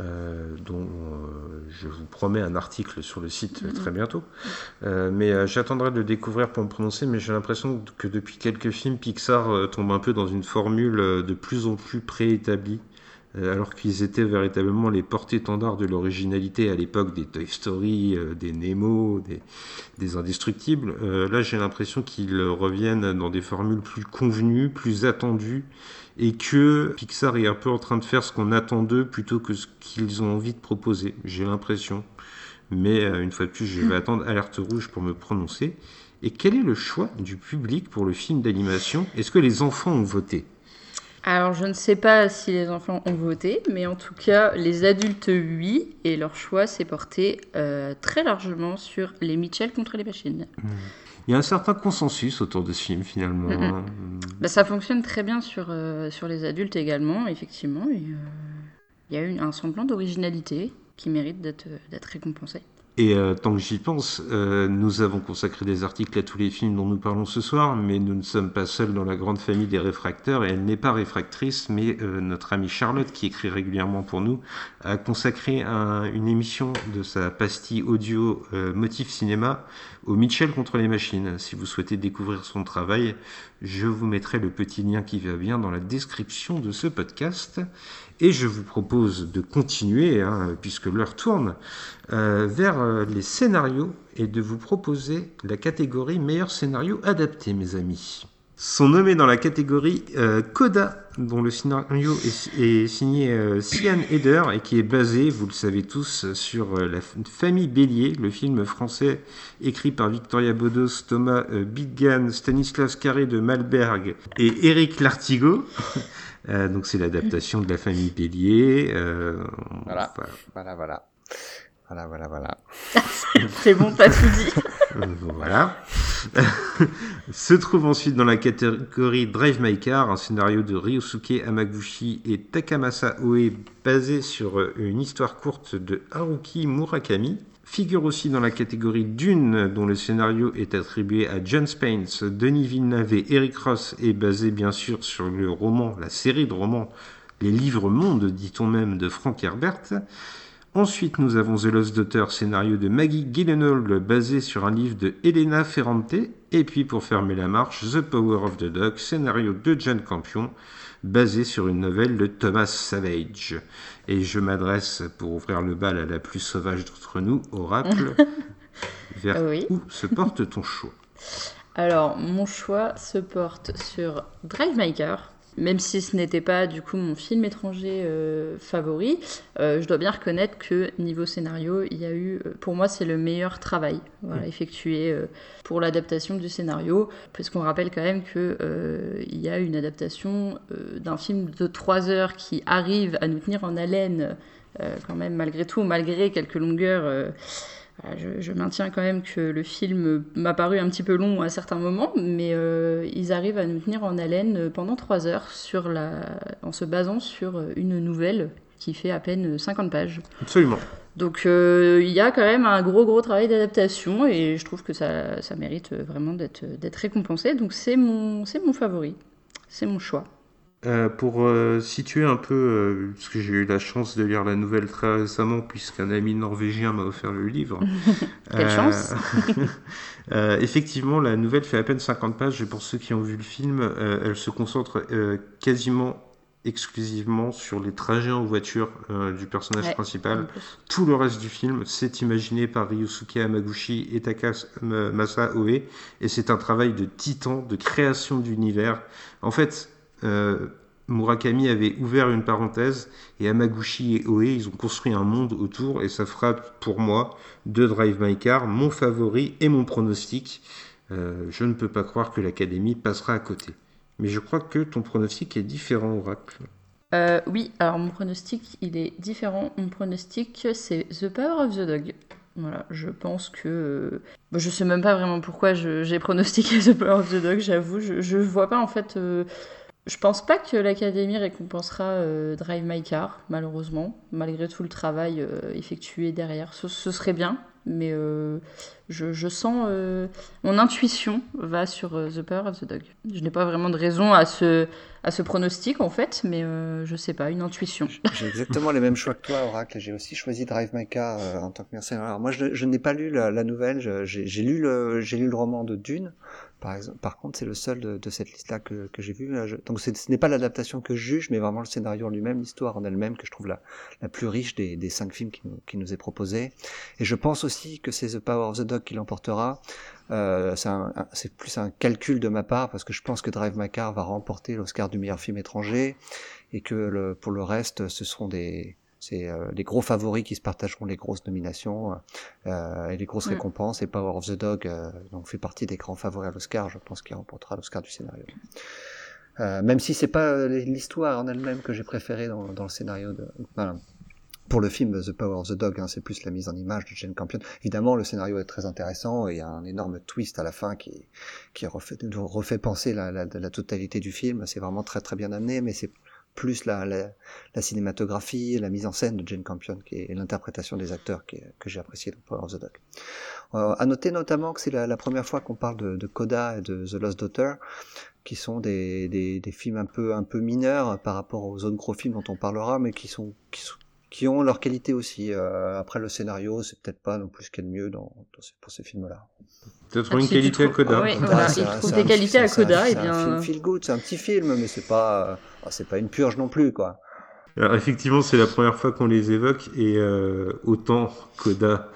dont je vous promets un article sur le site très bientôt. Mais j'attendrai de le découvrir pour me prononcer, mais j'ai l'impression que depuis quelques films, Pixar tombe un peu dans une formule de plus en plus préétablie, alors qu'ils étaient véritablement les porte-étendards de l'originalité à l'époque des Toy Story, des Nemo, des Indestructibles. Là, j'ai l'impression qu'ils reviennent dans des formules plus convenues, plus attendues, et que Pixar est un peu en train de faire ce qu'on attend d'eux plutôt que ce qu'ils ont envie de proposer. J'ai l'impression. Mais une fois de plus, je vais attendre Alerte Rouge pour me prononcer. Et quel est le choix du public pour le film d'animation ? Est-ce que les enfants ont voté ? Alors, je ne sais pas si les enfants ont voté, mais en tout cas, les adultes, oui, et leur choix s'est porté très largement sur les Mitchell contre les machines. Il y a un certain consensus autour de ce film, finalement. Ça fonctionne très bien sur les adultes également, effectivement. Il y a eu un semblant d'originalité qui mérite d'être récompensé. Et tant que j'y pense, nous avons consacré des articles à tous les films dont nous parlons ce soir, mais nous ne sommes pas seuls dans la grande famille des réfracteurs, et elle n'est pas réfractrice, mais notre amie Charlotte, qui écrit régulièrement pour nous, a consacré une émission de sa pastille audio Motif Cinéma au Mitchell contre les machines. Si vous souhaitez découvrir son travail, je vous mettrai le petit lien qui va bien dans la description de ce podcast. Et je vous propose de continuer, puisque l'heure tourne, vers les scénarios et de vous proposer la catégorie meilleur scénario adapté, mes amis. Sont nommés dans la catégorie Coda, dont le scénario est signé Sian Heder et qui est basé, vous le savez tous, sur La famille Bélier, le film français écrit par Victoria Bodos, Thomas Bidgan, Stanislas Carré de Malberg et Éric Lartigot. Donc c'est l'adaptation de La famille Bélier. Voilà. C'est bon, t'as tout dit. Voilà. Se trouve ensuite dans la catégorie Drive My Car, un scénario de Ryosuke Hamaguchi et Takamasa Oe basé sur une histoire courte de Haruki Murakami. Figure aussi dans la catégorie Dune, dont le scénario est attribué à John Spence, Denis Villeneuve et Eric Ross, et basé bien sûr sur le roman, la série de romans, les livres mondes, dit-on même, de Frank Herbert. Ensuite, nous avons The Lost Daughter, scénario de Maggie Gyllenhaal, basé sur un livre de Elena Ferrante. Et puis, pour fermer la marche, The Power of the Dog, scénario de Jane Campion, basé sur une nouvelle de Thomas Savage. Et je m'adresse, pour ouvrir le bal à la plus sauvage d'entre nous, Oracle, vers où se porte ton choix ? Alors, mon choix se porte sur Drive My Car, même si ce n'était pas du coup mon film étranger favori. Je dois bien reconnaître que niveau scénario, il y a eu, pour moi, c'est le meilleur travail effectué pour l'adaptation du scénario, parce qu'on rappelle quand même qu'il y a une adaptation d'un film de 3 heures qui arrive à nous tenir en haleine quand même malgré tout, malgré quelques longueurs. Je maintiens quand même que le film m'a paru un petit peu long à certains moments, mais ils arrivent à nous tenir en haleine pendant 3 heures en se basant sur une nouvelle qui fait à peine 50 pages. Absolument. Donc il y a quand même un gros travail d'adaptation et je trouve que ça mérite vraiment d'être récompensé. Donc c'est mon favori, c'est mon choix. Pour situer un peu, parce que j'ai eu la chance de lire la nouvelle très récemment, puisqu'un ami norvégien m'a offert le livre. Quelle chance. Effectivement, la nouvelle fait à peine 50 pages, et pour ceux qui ont vu le film, elle se concentre quasiment exclusivement sur les trajets en voiture du personnage principal. Tout le reste du film, c'est imaginé par Ryusuke Hamaguchi et Takamasa Oe, et c'est un travail de titan, de création d'univers. En fait, Murakami avait ouvert une parenthèse et Hamaguchi et Oe ils ont construit un monde autour, et ça fera pour moi de Drive My Car mon favori et mon pronostic. Je ne peux pas croire que l'Académie passera à côté, mais je crois que ton pronostic est différent, Oracle. Oui, alors mon pronostic il est différent. Mon pronostic c'est The Power of the Dog. Voilà, je pense que... je sais même pas vraiment pourquoi j'ai pronostiqué The Power of the Dog, j'avoue. Je vois pas en fait... Je pense pas que l'Académie récompensera Drive My Car, malheureusement, malgré tout le travail effectué derrière. Ce serait bien, mais je sens... mon intuition va sur The Power of the Dog. Je n'ai pas vraiment de raison à ce pronostic, en fait, mais je sais pas, une intuition. J'ai exactement les mêmes choix que toi, Oracle. J'ai aussi choisi Drive My Car en tant que mercenaire. Alors moi, je n'ai pas lu la nouvelle. J'ai lu le roman de Dune. Par contre, c'est le seul de cette liste-là que j'ai vu. Donc, ce n'est pas l'adaptation que je juge, mais vraiment le scénario en lui-même, l'histoire en elle-même, que je trouve la plus riche des 5 films qui nous est proposé. Et je pense aussi que c'est The Power of the Dog qui l'emportera. C'est plus un calcul de ma part, parce que je pense que Drive My Car va remporter l'Oscar du meilleur film étranger, et que pour le reste, ce seront les gros favoris qui se partageront les grosses nominations et les grosses récompenses, et Power of the Dog donc fait partie des grands favoris à l'Oscar. Je pense qu'il remportera l'Oscar du scénario, même si c'est pas l'histoire en elle-même que j'ai préférée dans le scénario pour le film The Power of the Dog, c'est plus la mise en image de Jane Campion. Évidemment, le scénario est très intéressant, et il y a un énorme twist à la fin qui refait penser la totalité du film. C'est vraiment très très bien amené, mais c'est plus la cinématographie, la mise en scène de Jane Campion et l'interprétation des acteurs que j'ai apprécié dans Power of the Dog. À noter notamment que c'est la première fois qu'on parle de Coda et de The Lost Daughter, qui sont des films un peu mineurs par rapport aux autres gros films dont on parlera, mais qui ont leur qualité aussi. Après, le scénario, c'est peut-être pas non plus ce qu'il y a de mieux pour ces films-là. Tu as trouvé une qualité à Coda. Oui, voilà, il trouve des qualités à Coda. C'est un film feel good, c'est un petit film, mais c'est pas une purge non plus, quoi. Alors, effectivement, c'est la première fois qu'on les évoque, et autant Coda,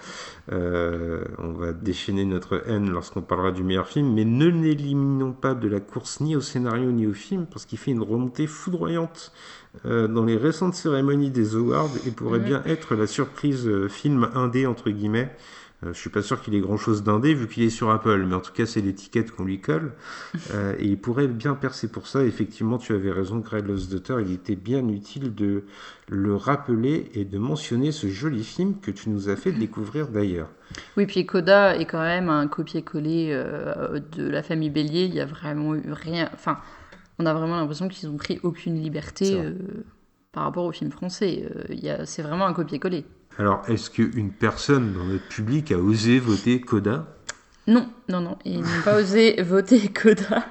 on va déchaîner notre haine lorsqu'on parlera du meilleur film, mais ne l'éliminons pas de la course ni au scénario ni au film, parce qu'il fait une remontée foudroyante dans les récentes cérémonies des Awards, et pourrait bien être la surprise film indé entre guillemets. Je suis pas sûr qu'il ait grand chose d'indé vu qu'il est sur Apple, mais en tout cas c'est l'étiquette qu'on lui colle, et il pourrait bien percer pour ça. Effectivement, tu avais raison, Greg Lost Daughter, il était bien utile de le rappeler et de mentionner ce joli film que tu nous as fait découvrir d'ailleurs. Oui, puis Coda est quand même un copier-coller de La Famille Bélier. Il y a vraiment eu rien. Enfin, on a vraiment l'impression qu'ils ont pris aucune liberté par rapport au film français. C'est vraiment un copier-coller. Alors, est-ce qu'une personne dans notre public a osé voter Coda ? Non, ils n'ont pas osé voter Coda.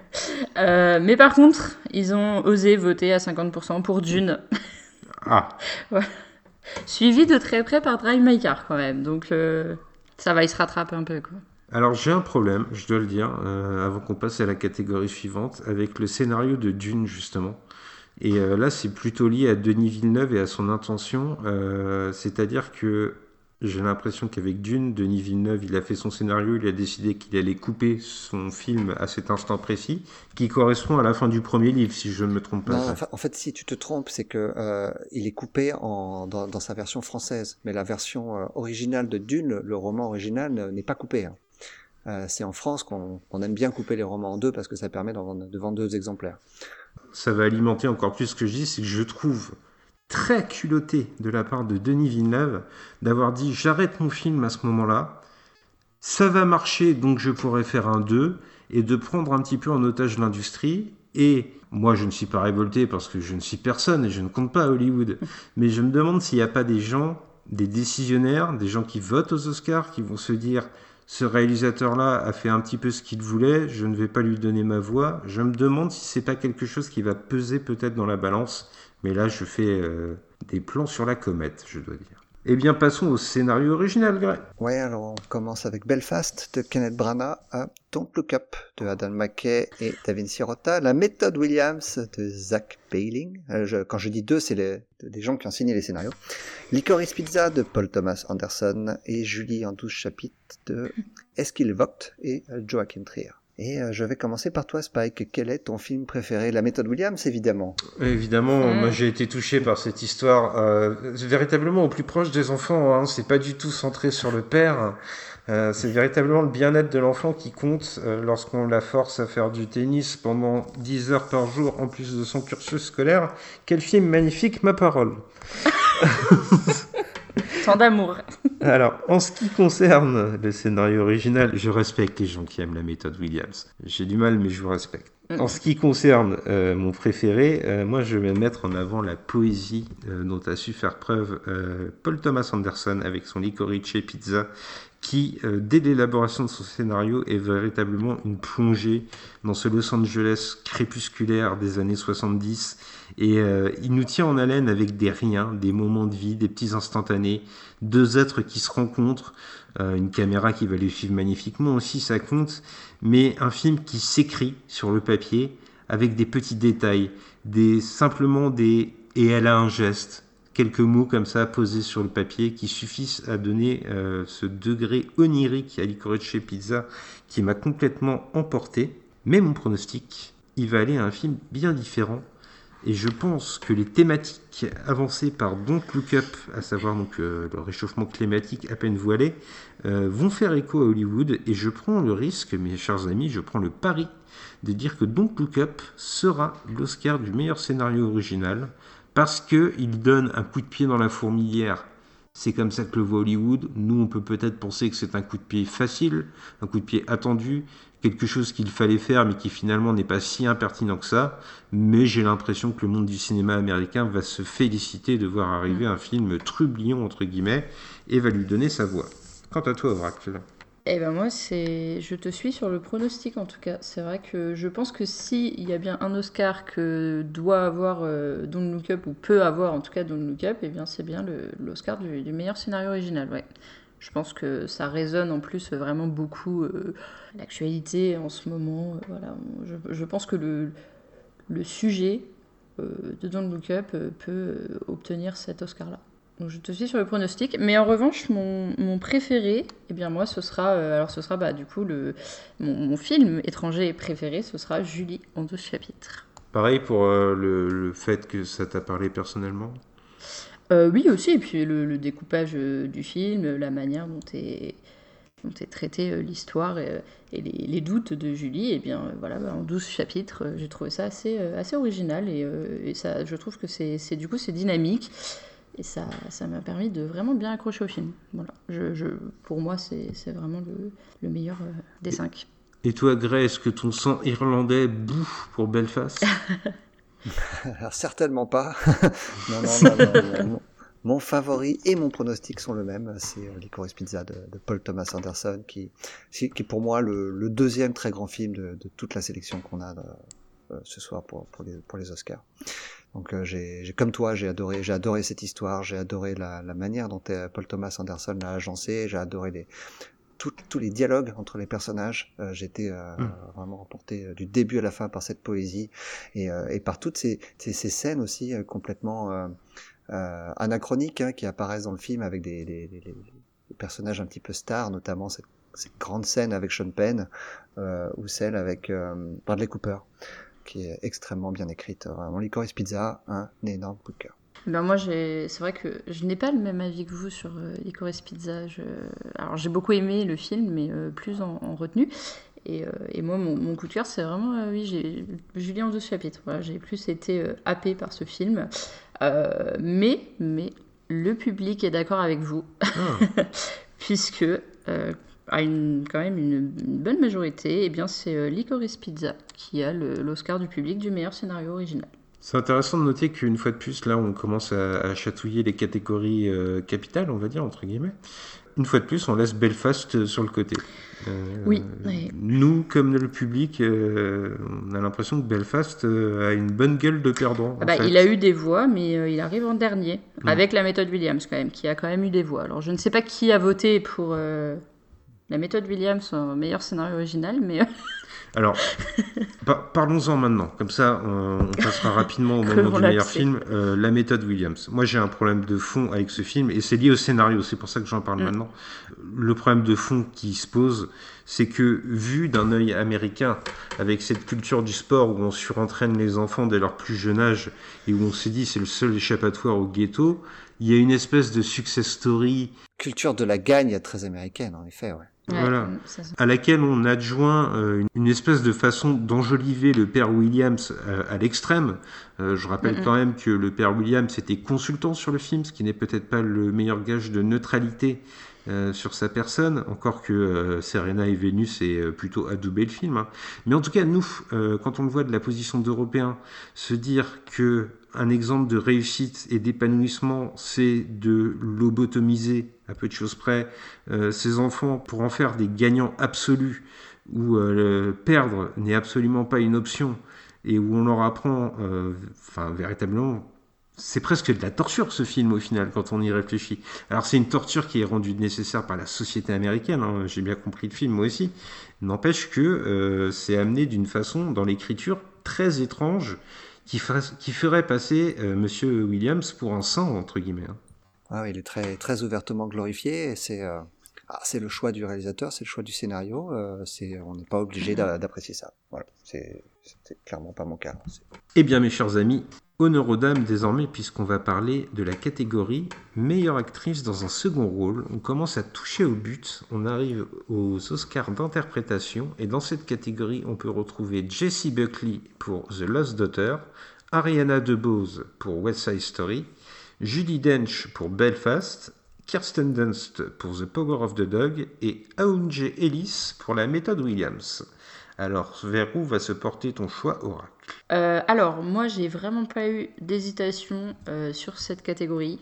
Mais par contre, ils ont osé voter à 50% pour Dune. Ah. Voilà. Suivi de très près par Drive My Car quand même. Donc, ça va, il se rattrape un peu, quoi. Alors, j'ai un problème, je dois le dire, avant qu'on passe à la catégorie suivante, avec le scénario de Dune, justement. Et là, c'est plutôt lié à Denis Villeneuve et à son intention. C'est-à-dire que j'ai l'impression qu'avec Dune, Denis Villeneuve, il a fait son scénario, il a décidé qu'il allait couper son film à cet instant précis, qui correspond à la fin du premier livre, si je ne me trompe pas. Non, en fait, si tu te trompes, c'est que il est coupé dans sa version française. Mais la version originale de Dune, le roman original, n'est pas coupé. C'est en France qu'on aime bien couper les romans en deux, parce que ça permet de vendre 2 exemplaires. Ça va alimenter encore plus ce que je dis, c'est que je trouve très culotté de la part de Denis Villeneuve d'avoir dit j'arrête mon film à ce moment-là, ça va marcher donc je pourrais faire un 2, et de prendre un petit peu en otage l'industrie. Et moi je ne suis pas révolté parce que je ne suis personne et je ne compte pas à Hollywood, mais je me demande s'il n'y a pas des gens, des décisionnaires, des gens qui votent aux Oscars qui vont se dire Ce réalisateur-là a fait un petit peu ce qu'il voulait, je ne vais pas lui donner ma voix. Je me demande si c'est pas quelque chose qui va peser peut-être dans la balance, mais là je fais des plans sur la comète, je dois dire. Eh bien, passons au scénario original, Gray. Ouais, alors on commence avec Belfast de Kenneth Branagh, Don't Look Up de Adam McKay et David Sirota, La méthode Williams de Zach Baling. Quand je dis deux, c'est des gens qui ont signé les scénarios. Licorice Pizza de Paul Thomas Anderson et Julie en 12 chapitres de Eskil Vogt et Joachim Trier. Et je vais commencer par toi, Spike. Quel est ton film préféré? La méthode Williams, évidemment. Évidemment, moi j'ai été touché par cette histoire, véritablement au plus proche des enfants. Hein. C'est pas du tout centré sur le père. C'est véritablement le bien-être de l'enfant qui compte lorsqu'on la force à faire du tennis pendant 10 heures par jour en plus de son cursus scolaire. Quel film magnifique, ma parole. Tant d'amour. Alors, en ce qui concerne le scénario original, je respecte les gens qui aiment la méthode Williams. J'ai du mal, mais je vous respecte. En ce qui concerne mon préféré, moi je vais mettre en avant la poésie dont a su faire preuve Paul Thomas Anderson avec son Licorice Pizza, qui, dès l'élaboration de son scénario, est véritablement une plongée dans ce Los Angeles crépusculaire des années 70. Et il nous tient en haleine avec des riens, des moments de vie, des petits instantanés, deux êtres qui se rencontrent, une caméra qui va les suivre magnifiquement aussi, ça compte, mais un film qui s'écrit sur le papier avec des petits détails, simplement des « et elle a un geste », quelques mots comme ça posés sur le papier qui suffisent à donner ce degré onirique à Licorice Pizza qui m'a complètement emporté. Mais mon pronostic, il va aller à un film bien différent. Et je pense que les thématiques avancées par Don't Look Up, à savoir donc, le réchauffement climatique à peine voilé, vont faire écho à Hollywood. Et je prends le risque, mes chers amis, je prends le pari de dire que Don't Look Up sera l'Oscar du meilleur scénario original, parce qu'il donne un coup de pied dans la fourmilière. C'est comme ça que le voit Hollywood. Nous, on peut peut-être penser que c'est un coup de pied facile, un coup de pied attendu, quelque chose qu'il fallait faire, mais qui finalement n'est pas si impertinent que ça. Mais j'ai l'impression que le monde du cinéma américain va se féliciter de voir arriver un film trublion, entre guillemets, et va lui donner sa voix. Quant à toi, Oracle. Eh ben moi, je te suis sur le pronostic en tout cas. C'est vrai que je pense que s'il y a bien un Oscar que doit avoir Don't Look Up, ou peut avoir en tout cas Don't Look Up, eh bien c'est bien l'Oscar du meilleur scénario original, ouais. Je pense que ça résonne en plus vraiment beaucoup l'actualité en ce moment. Voilà. Je pense que le sujet de Don't Look Up peut obtenir cet Oscar-là. Donc je te suis sur le pronostic, mais en revanche mon préféré, eh bien moi ce sera du coup mon film étranger préféré, ce sera Julie en 12 chapitres. Pareil pour le fait que ça t'a parlé personnellement. Oui aussi, et puis le découpage du film, la manière dont est traitée l'histoire et les doutes de Julie, et bien voilà, en 12 chapitres, j'ai trouvé ça assez original et ça, je trouve que c'est dynamique. Et ça m'a permis de vraiment bien accrocher au film. Voilà. Pour moi, c'est vraiment le meilleur des 5. Et toi, Gray, est-ce que ton sang irlandais bouffe pour Belfast? Alors, certainement pas. Non. Mon favori et mon pronostic sont le même. C'est Licorice Pizza de Paul Thomas Anderson, qui est pour moi le deuxième très grand film de toute la sélection qu'on a ce soir pour les Oscars. Donc comme toi, j'ai adoré cette histoire, j'ai adoré la manière dont Paul Thomas Anderson l'a agencé, j'ai adoré tous les dialogues entre les personnages. J'étais vraiment emporté du début à la fin par cette poésie et par toutes ces scènes aussi complètement anachroniques qui apparaissent dans le film avec des personnages un petit peu stars, notamment cette grande scène avec Sean Penn ou celle avec Bradley Cooper, qui est extrêmement bien écrite. Vraiment, Licorice Pizza, un énorme coup de cœur. Ben moi, c'est vrai que je n'ai pas le même avis que vous sur Licorice Pizza. Alors, j'ai beaucoup aimé le film, mais plus en retenue. Et moi, mon coup de cœur, c'est vraiment, j'ai Julie en 12 chapitres. Voilà, j'ai plus été happée par ce film. Mais le public est d'accord avec vous, puisque... à quand même une bonne majorité, eh bien c'est Licorice Pizza qui a l'Oscar du public du meilleur scénario original. C'est intéressant de noter qu'une fois de plus, là, on commence à chatouiller les catégories capitales, on va dire, entre guillemets. une fois de plus, on laisse Belfast sur le côté. Oui. Nous, comme le public, on a l'impression que Belfast a une bonne gueule de perdant. Il a eu des voix, mais il arrive en dernier, avec la méthode Williams quand même, qui a quand même eu des voix. Alors je ne sais pas qui a voté pour la méthode Williams en meilleur scénario original, mais... Alors, parlons-en maintenant. Comme ça, on passera rapidement au moment du meilleur film. La méthode Williams. Moi, j'ai un problème de fond avec ce film, et c'est lié au scénario. C'est pour ça que j'en parle maintenant. Le problème de fond qui se pose, c'est que, vu d'un œil américain, avec cette culture du sport où on surentraîne les enfants dès leur plus jeune âge, et où on s'est dit c'est le seul échappatoire au ghetto, il y a une espèce de success story. Culture de la gagne très américaine, en effet, ouais. Voilà, à laquelle on adjoint une espèce de façon d'enjoliver le père Williams à l'extrême. Je rappelle quand même que le père Williams était consultant sur le film, ce qui n'est peut-être pas le meilleur gage de neutralité sur sa personne, encore que Serena et Vénus aient plutôt adoubé le film. Hein. Mais en tout cas, nous, quand on le voit de la position d'Européens, se dire que un exemple de réussite et d'épanouissement, c'est de lobotomiser, à peu de choses près, ces enfants pour en faire des gagnants absolus, où perdre n'est absolument pas une option, et où on leur apprend, véritablement, c'est presque de la torture ce film au final, quand on y réfléchit. Alors c'est une torture qui est rendue nécessaire par la société américaine, hein, j'ai bien compris le film moi aussi, n'empêche que c'est amené d'une façon, dans l'écriture, très étrange, qui ferait passer Monsieur Williams pour un saint, entre guillemets. Hein. Ah, il est très, très ouvertement glorifié, et c'est le choix du réalisateur, c'est le choix du scénario, on n'est pas obligé d'apprécier ça. Voilà, c'est clairement pas mon cas. Eh bien mes chers amis, honneur aux dames désormais, puisqu'on va parler de la catégorie meilleure actrice dans un second rôle. On commence à toucher au but, on arrive aux Oscars d'interprétation, et dans cette catégorie on peut retrouver Jessie Buckley pour The Lost Daughter, Ariana DeBose pour West Side Story, Judi Dench pour Belfast, Kirsten Dunst pour The Power of the Dog et Aounje Ellis pour La méthode Williams. Alors, vers où va se porter ton choix, Oracle ? Alors, moi, j'ai vraiment pas eu d'hésitation sur cette catégorie.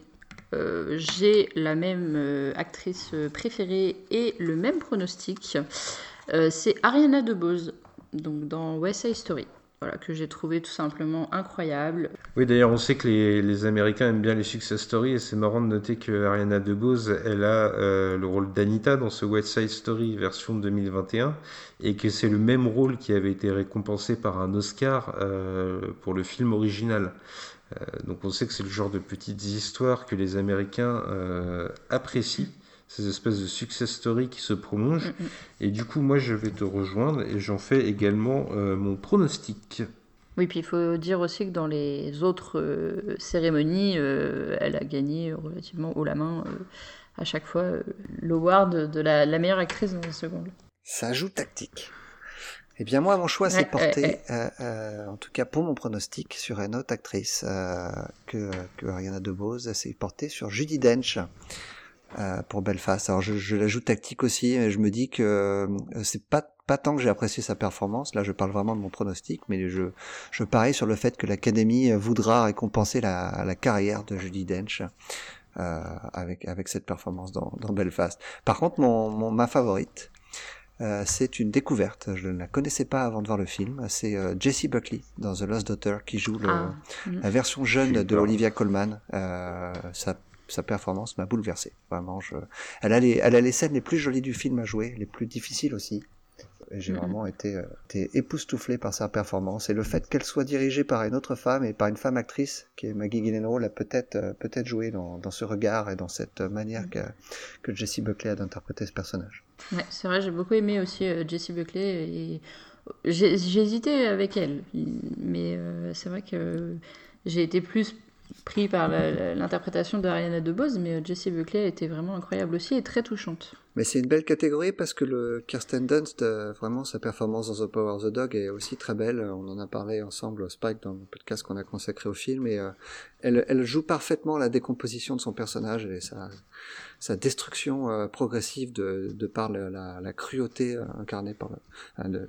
J'ai la même actrice préférée et le même pronostic. C'est Ariana DeBose, donc dans West Side Story. Voilà, que j'ai trouvé tout simplement incroyable. Oui, d'ailleurs, on sait que les Américains aiment bien les success stories, et c'est marrant de noter que Ariana DeBose, elle a le rôle d'Anita dans ce West Side Story version 2021, et que c'est le même rôle qui avait été récompensé par un Oscar pour le film original. Donc on sait que c'est le genre de petites histoires que les Américains apprécient, ces espèces de success stories qui se prolongent. Et du coup, moi, je vais te rejoindre et j'en fais également mon pronostic. Oui, puis il faut dire aussi que dans les autres cérémonies, elle a gagné relativement haut la main à chaque fois l'award de la meilleure actrice dans un second. Ça joue tactique. Eh bien moi, mon choix s'est porté, en tout cas pour mon pronostic, sur une autre actrice que Ariana DeBose, s'est porté sur Judi Dench. Pour Belfast. Alors je l'ajoute tactique aussi, mais je me dis que c'est pas tant que j'ai apprécié sa performance, là je parle vraiment de mon pronostic, mais je parie sur le fait que l'Académie voudra récompenser la carrière de Judi Dench avec cette performance dans Belfast. Par contre, ma favorite, c'est une découverte, je ne la connaissais pas avant de voir le film, c'est Jessie Buckley dans The Lost Daughter qui joue la version jeune de Olivia Colman. Sa performance m'a bouleversé. Vraiment, elle a les scènes les plus jolies du film à jouer, les plus difficiles aussi. Et j'ai vraiment été époustouflé par sa performance. Et le fait qu'elle soit dirigée par une autre femme et par une femme actrice, qui est Maggie Gyllenhaal, a peut-être joué dans ce regard et dans cette manière que Jessie Buckley a d'interpréter ce personnage. Ouais, c'est vrai, j'ai beaucoup aimé aussi Jessie Buckley. Et j'ai hésité avec elle. Mais c'est vrai que j'ai été plus pris par l'interprétation d'Ariana DeBose, mais Jessie Buckley était vraiment incroyable aussi et très touchante. Mais c'est une belle catégorie parce que le Kirsten Dunst, vraiment sa performance dans The Power of the Dog est aussi très belle. On en a parlé ensemble, Spike, dans le podcast qu'on a consacré au film, et elle joue parfaitement la décomposition de son personnage et sa destruction progressive de par la cruauté incarnée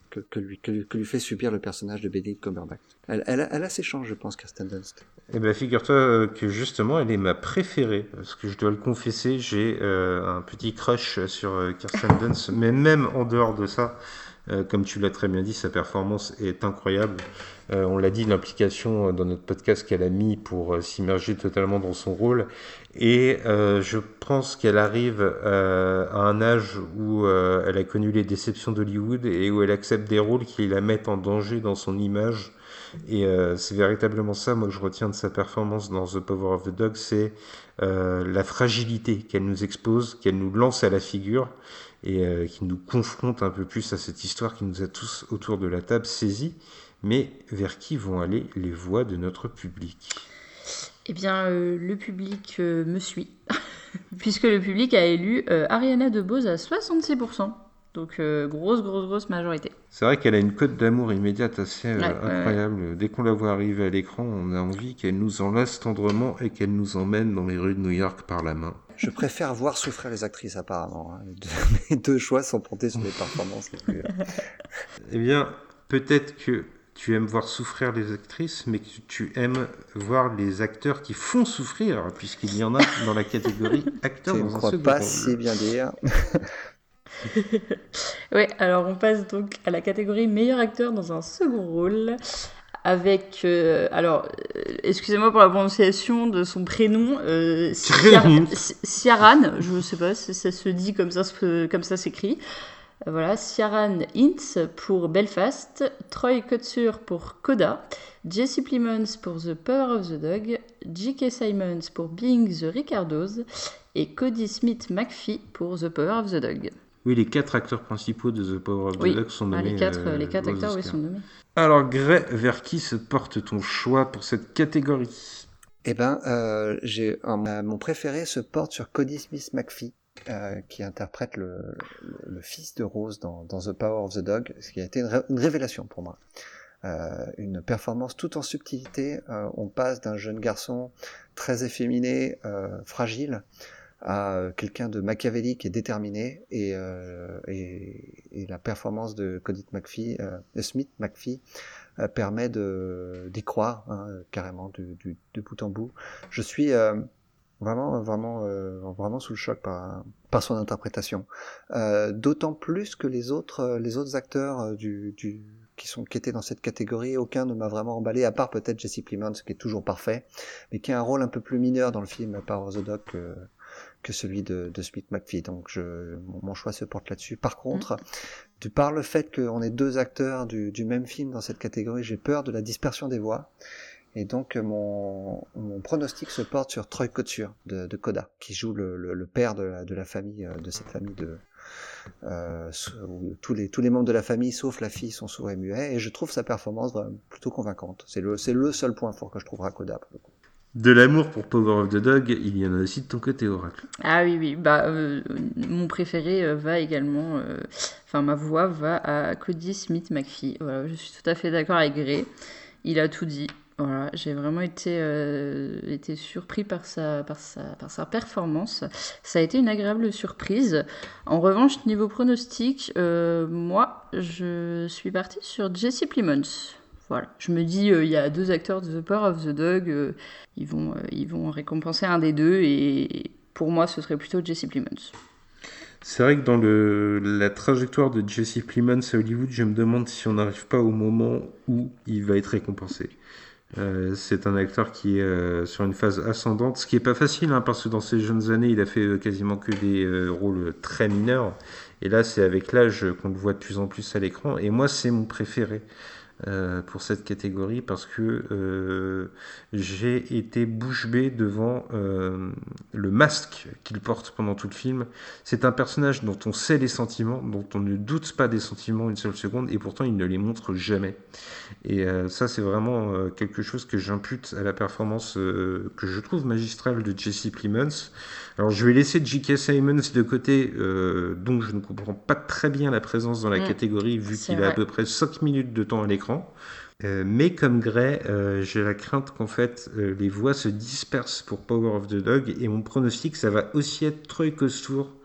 que lui fait subir le personnage de Benedict Cumberbatch. Elle a ses chances, je pense, Kirsten Dunst. Eh ben, figure-toi que justement, elle est ma préférée, parce que je dois le confesser, j'ai un petit crush sur Kirsten Dunst, mais même en dehors de ça, comme tu l'as très bien dit, sa performance est incroyable. On l'a dit, l'implication dans notre podcast qu'elle a mis pour s'immerger totalement dans son rôle, et je pense qu'elle arrive à un âge où elle a connu les déceptions d'Hollywood et où elle accepte des rôles qui la mettent en danger dans son image. Et c'est véritablement ça, moi, que je retiens de sa performance dans The Power of the Dog, c'est la fragilité qu'elle nous expose, qu'elle nous lance à la figure et qui nous confronte un peu plus à cette histoire qui nous a tous autour de la table saisis. Mais vers qui vont aller les voix de notre public ? Eh bien, le public me suit, puisque le public a élu Ariana DeBose à 66%. Donc, grosse majorité. C'est vrai qu'elle a une cote d'amour immédiate assez incroyable. Dès qu'on la voit arriver à l'écran, on a envie qu'elle nous enlace tendrement et qu'elle nous emmène dans les rues de New York par la main. Je préfère voir souffrir les actrices, apparemment. Mes deux choix sont portés sur les performances les plus... Eh bien, peut-être que tu aimes voir souffrir les actrices, mais que tu aimes voir les acteurs qui font souffrir, puisqu'il y en a dans la catégorie acteurs dans un second rôle. Je ne crois pas si bien dire. Oui, alors on passe donc à la catégorie meilleur acteur dans un second rôle avec, excusez-moi pour la prononciation de son prénom, Ciarán, je ne sais pas si ça se dit comme ça s'écrit. Voilà, Ciarán Hinds pour Belfast, Troy Kotsur pour Coda, Jesse Plemons pour The Power of the Dog, J.K. Simmons pour Being the Ricardos et Cody Smith-McPhee pour The Power of the Dog. Oui, les 4 acteurs principaux de The Power of the Dog sont nommés. Les quatre acteurs sont nommés. Alors, Gray, vers qui se porte ton choix pour cette catégorie ? Eh ben, mon préféré se porte sur Cody Smith-McPhee, qui interprète le fils de Rose dans The Power of the Dog, ce qui a été une révélation pour moi. Une performance tout en subtilité. On passe d'un jeune garçon très efféminé, fragile, à quelqu'un de machiavélique et déterminé, et la performance de Cody Smith-McPhee permet d'y croire, carrément de bout en bout. Je suis vraiment sous le choc par son interprétation, d'autant plus que les autres acteurs qui étaient dans cette catégorie, aucun ne m'a vraiment emballé, à part peut-être Jesse Plemons, qui est toujours parfait, mais qui a un rôle un peu plus mineur dans le film Power of the Dog que celui de Smith-McPhee. Donc mon choix se porte là-dessus. Par contre, par le fait qu'on ait 2 acteurs du même film dans cette catégorie, j'ai peur de la dispersion des voix. Et donc mon pronostic se porte sur Troy Kotsur de Coda, qui joue le père de la famille, de cette famille où tous les membres de la famille sauf la fille sont sourds et muets, et je trouve sa performance plutôt convaincante. C'est le seul point fort que je trouverai à Coda pour le coup. De l'amour pour Power of the Dog, il y en a aussi de ton côté, Oracle. Ah oui, mon préféré va également, ma voix va à Cody Smith-McPhee. Voilà, je suis tout à fait d'accord avec Gray. Il a tout dit. Voilà, j'ai vraiment été surpris par sa performance. Ça a été une agréable surprise. En revanche, niveau pronostic, moi, je suis partie sur Jesse Plemons. Voilà, je me dis, il y a 2 acteurs de The Power of the Dog, ils vont récompenser un des 2, et pour moi, ce serait plutôt Jesse Plemons. C'est vrai que dans la trajectoire de Jesse Plemons à Hollywood, je me demande si on n'arrive pas au moment où il va être récompensé. C'est un acteur qui est sur une phase ascendante, ce qui est pas facile, parce que dans ses jeunes années, il a fait quasiment que des rôles très mineurs, et là, c'est avec l'âge qu'on le voit de plus en plus à l'écran, et moi, c'est mon préféré. Pour cette catégorie, parce que j'ai été bouche bée devant le masque qu'il porte pendant tout le film. C'est un personnage dont on sait les sentiments, dont on ne doute pas des sentiments une seule seconde, et pourtant il ne les montre jamais. Et ça, c'est vraiment quelque chose que j'impute à la performance que je trouve magistrale de Jesse Plemons. Alors je vais laisser J.K. Simmons de côté, dont je ne comprends pas très bien la présence dans la catégorie, vu qu'il a à peu près 5 minutes de temps à l'écran. Mais comme Gray, j'ai la crainte qu'en fait les voix se dispersent pour Power of the Dog, et mon pronostic, ça va aussi être Troy Kotsur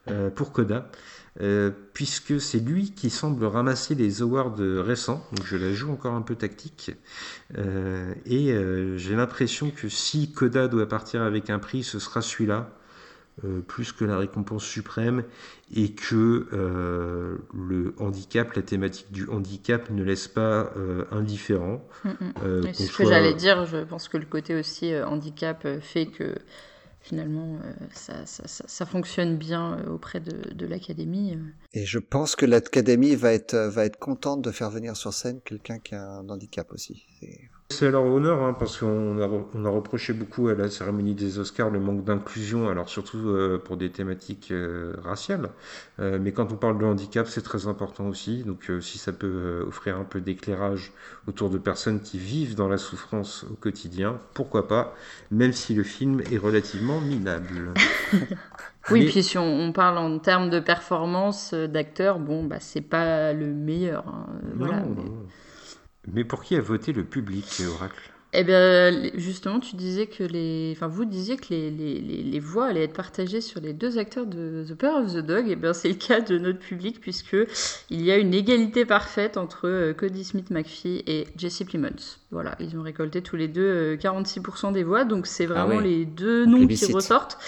pour Coda. Puisque c'est lui qui semble ramasser les awards récents, donc je la joue encore un peu tactique, et j'ai l'impression que si Coda doit partir avec un prix, ce sera celui-là, plus que la récompense suprême, et que le handicap, la thématique du handicap ne laisse pas indifférent. C'est ce que j'allais dire, je pense que le côté aussi handicap fait que finalement, ça fonctionne bien auprès de l'Académie. Et je pense que l'Académie va être contente de faire venir sur scène quelqu'un qui a un handicap aussi. C'est à leur honneur, hein, parce qu'on a reproché beaucoup à la cérémonie des Oscars le manque d'inclusion, alors surtout pour des thématiques raciales. Mais quand on parle de handicap, c'est très important aussi. Donc si ça peut offrir un peu d'éclairage autour de personnes qui vivent dans la souffrance au quotidien, pourquoi pas, même si le film est relativement minable. Oui, puis si on parle en termes de performance d'acteur, c'est pas le meilleur. Hein, voilà. Mais pour qui a voté le public, Oracle ? Eh bien, justement, vous disiez que les voix allaient être partagées sur les deux acteurs de The Power of the Dog. Eh bien, c'est le cas de notre public, puisque il y a une égalité parfaite entre Cody Smith-McPhee et Jesse Plemons. Voilà, ils ont récolté tous les deux 46% des voix, donc c'est vraiment les deux noms qui ressortent.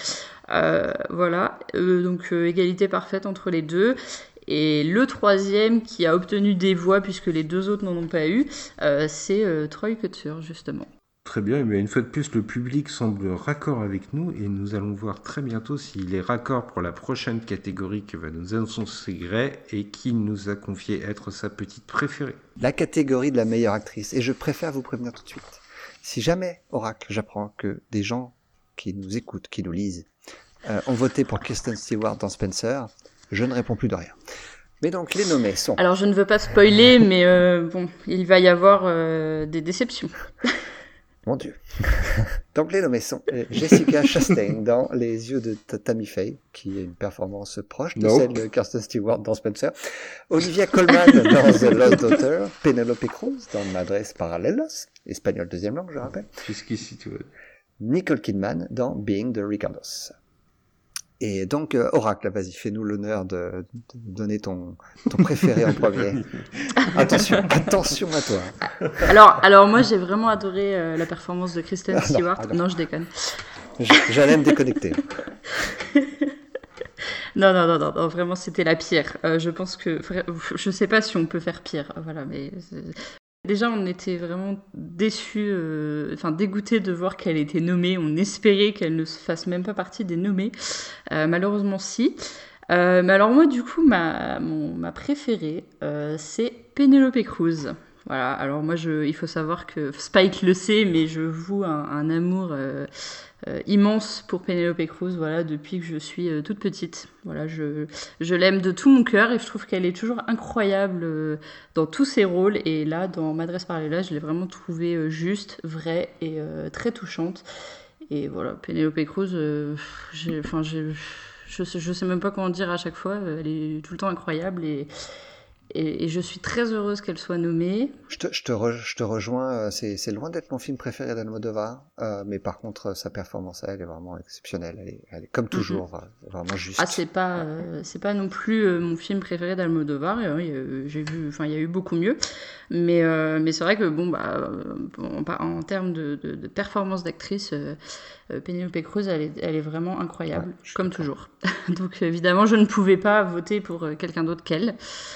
Donc égalité parfaite entre les deux. Et le troisième qui a obtenu des voix, puisque les deux autres n'en ont pas eu, c'est Troy Kotsur, justement. Très bien, mais une fois de plus, le public semble raccord avec nous, et nous allons voir très bientôt s'il est raccord pour la prochaine catégorie que va nous annoncer Gray, et qui nous a confié être sa petite préférée. La catégorie de la meilleure actrice. Et je préfère vous prévenir tout de suite. Si jamais, Oracle, j'apprends que des gens qui nous écoutent, qui nous lisent, ont voté pour Kristen Stewart dans Spencer, je ne réponds plus de rien. Mais donc, les nommés sont... Alors, je ne veux pas spoiler, mais il va y avoir des déceptions. Mon Dieu. Donc, les nommés sont Jessica Chastain dans Les yeux de Tammy Faye, qui est une performance proche de celle de Kristen Stewart dans Spencer. Olivia Colman dans The Lost Daughter. Penelope Cruz dans Madres Paralelos, espagnol deuxième langue, je rappelle. Jusqu'ici, tu vois. Nicole Kidman dans Being the Ricardos. Et donc, Oracle, vas-y, fais-nous l'honneur de donner ton préféré en premier. Attention à toi. Alors moi, j'ai vraiment adoré la performance de Kristen Stewart. Non, je déconne. J'allais me déconnecter. Non, vraiment, c'était la pire. Je pense que... Je sais pas si on peut faire pire, voilà, mais... Déjà, on était vraiment déçus, dégoûtés de voir qu'elle était nommée. On espérait qu'elle ne fasse même pas partie des nommés. Malheureusement, si. Mais alors moi, du coup, ma préférée, c'est Penelope Cruz. Voilà, alors moi, il faut savoir que Spike le sait, mais je voue un amour immense pour Penelope Cruz, voilà, depuis que je suis toute petite. Voilà, je l'aime de tout mon cœur et je trouve qu'elle est toujours incroyable dans tous ses rôles. Et là, dans Madres Paralelas, je l'ai vraiment trouvée juste, vraie et très touchante. Et voilà, Penelope Cruz, je sais même pas comment dire à chaque fois, elle est tout le temps incroyable et je suis très heureuse qu'elle soit nommée. Je te rejoins, c'est loin d'être mon film préféré d'Almodovar, mais par contre sa performance elle est vraiment exceptionnelle, elle est comme toujours vraiment juste. Ah, c'est pas non plus mon film préféré d'Almodovar, j'ai vu, il y a eu beaucoup mieux, mais c'est vrai que en termes de performance d'actrice, Penelope Cruz elle est vraiment incroyable, comme toujours. Donc évidemment je ne pouvais pas voter pour quelqu'un d'autre qu'elle.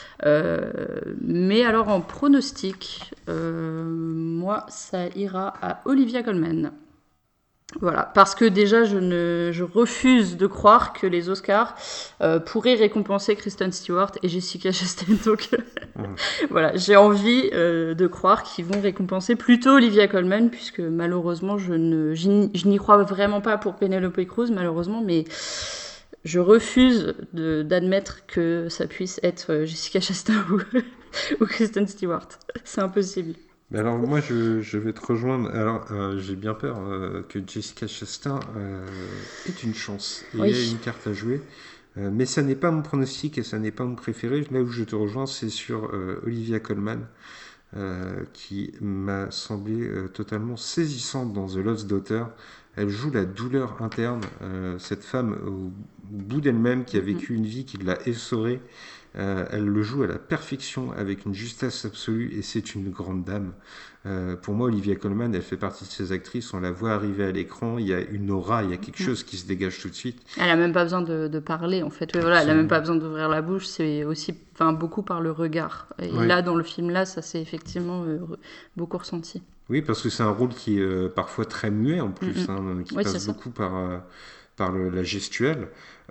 Mais alors en pronostic, moi ça ira à Olivia Colman. Voilà, parce que déjà je refuse de croire que les Oscars pourraient récompenser Kristen Stewart et Jessica Chastain. Donc voilà, j'ai envie de croire qu'ils vont récompenser plutôt Olivia Colman, puisque malheureusement je n'y crois vraiment pas pour Penelope Cruz, malheureusement, mais je refuse d'admettre que ça puisse être Jessica Chastain ou Kristen Stewart. C'est impossible. Alors moi je vais te rejoindre. Alors j'ai bien peur que Jessica Chastain ait une chance. Il y a une carte à jouer. Mais ça n'est pas mon pronostic et ça n'est pas mon préféré. Là où je te rejoins, c'est sur Olivia Colman, qui m'a semblé totalement saisissante dans The Lost Daughter. Elle joue la douleur interne, cette femme au bout d'elle-même qui a vécu une vie qui l'a essorée. Elle le joue à la perfection avec une justesse absolue et c'est une grande dame. Pour moi, Olivia Colman, elle fait partie de ces actrices. On la voit arriver à l'écran, il y a une aura, il y a quelque chose qui se dégage tout de suite. Elle a même pas besoin de parler en fait. Oui, voilà, elle a même pas besoin d'ouvrir la bouche. C'est aussi, beaucoup par le regard. Et là, dans le film là, ça s'est effectivement beaucoup ressenti. Oui, parce que c'est un rôle qui est parfois très muet en plus, qui passe beaucoup par la gestuelle.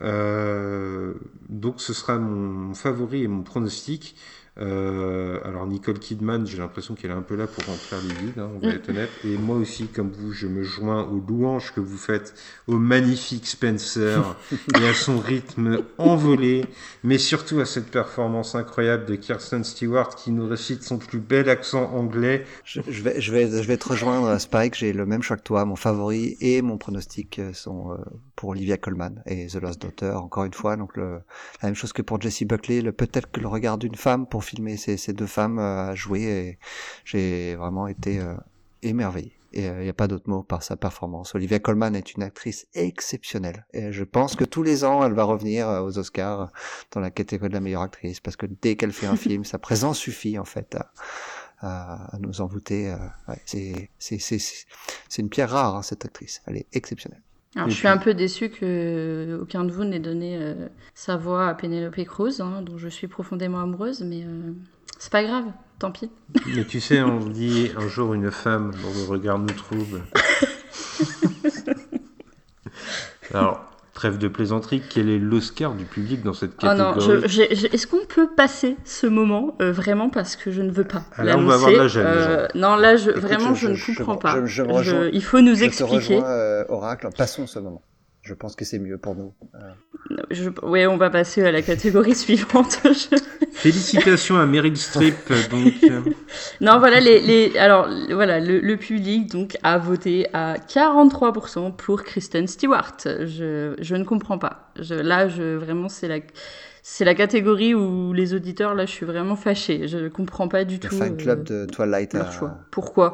Donc ce sera mon favori et mon pronostic. Alors Nicole Kidman, j'ai l'impression qu'elle est un peu là pour remplir les vides, on va être honnête. Et moi aussi, comme vous, je me joins aux louanges que vous faites au magnifique Spencer et à son rythme envolé, mais surtout à cette performance incroyable de Kirsten Stewart qui nous récite son plus bel accent anglais. Je vais te rejoindre, Spike. J'ai le même choix que toi. Mon favori et mon pronostic sont pour Olivia Colman et The Lost Daughter. Encore une fois, donc la même chose que pour Jessie Buckley. Peut-être que le regard d'une femme pour filmer ces deux femmes à jouer, et j'ai vraiment été émerveillé. Et il n'y a pas d'autre mot par sa performance. Olivia Colman est une actrice exceptionnelle. Et je pense que tous les ans, elle va revenir aux Oscars dans la catégorie de la meilleure actrice, parce que dès qu'elle fait un film, sa présence suffit en fait à nous envoûter. C'est une pierre rare, cette actrice. Elle est exceptionnelle. Alors, je suis un peu déçue qu'aucun de vous n'ait donné sa voix à Penelope Cruz, dont je suis profondément amoureuse, mais c'est pas grave, tant pis. Mais tu sais, on dit un jour une femme dont le regard nous trouble. Alors, trêve de plaisanterie, quel est l'Oscar du public dans cette catégorie ? Oh non, est-ce qu'on peut passer ce moment vraiment, parce que je ne veux pas là, on va avoir de la gêne. Non, là, vraiment, je ne comprends pas. Il faut nous expliquer. Je te rejoins, Oracle, passons ce moment. Je pense que c'est mieux pour nous. Oui, on va passer à la catégorie suivante. Félicitations à Meryl Streep. Donc. Non, voilà, le public donc a voté à 43% pour Kristen Stewart. Je ne comprends pas. Vraiment, c'est la catégorie où les auditeurs, là, je suis vraiment fâchée. Je ne comprends pas du tout. Le fan club de Twilight leur choix. Pourquoi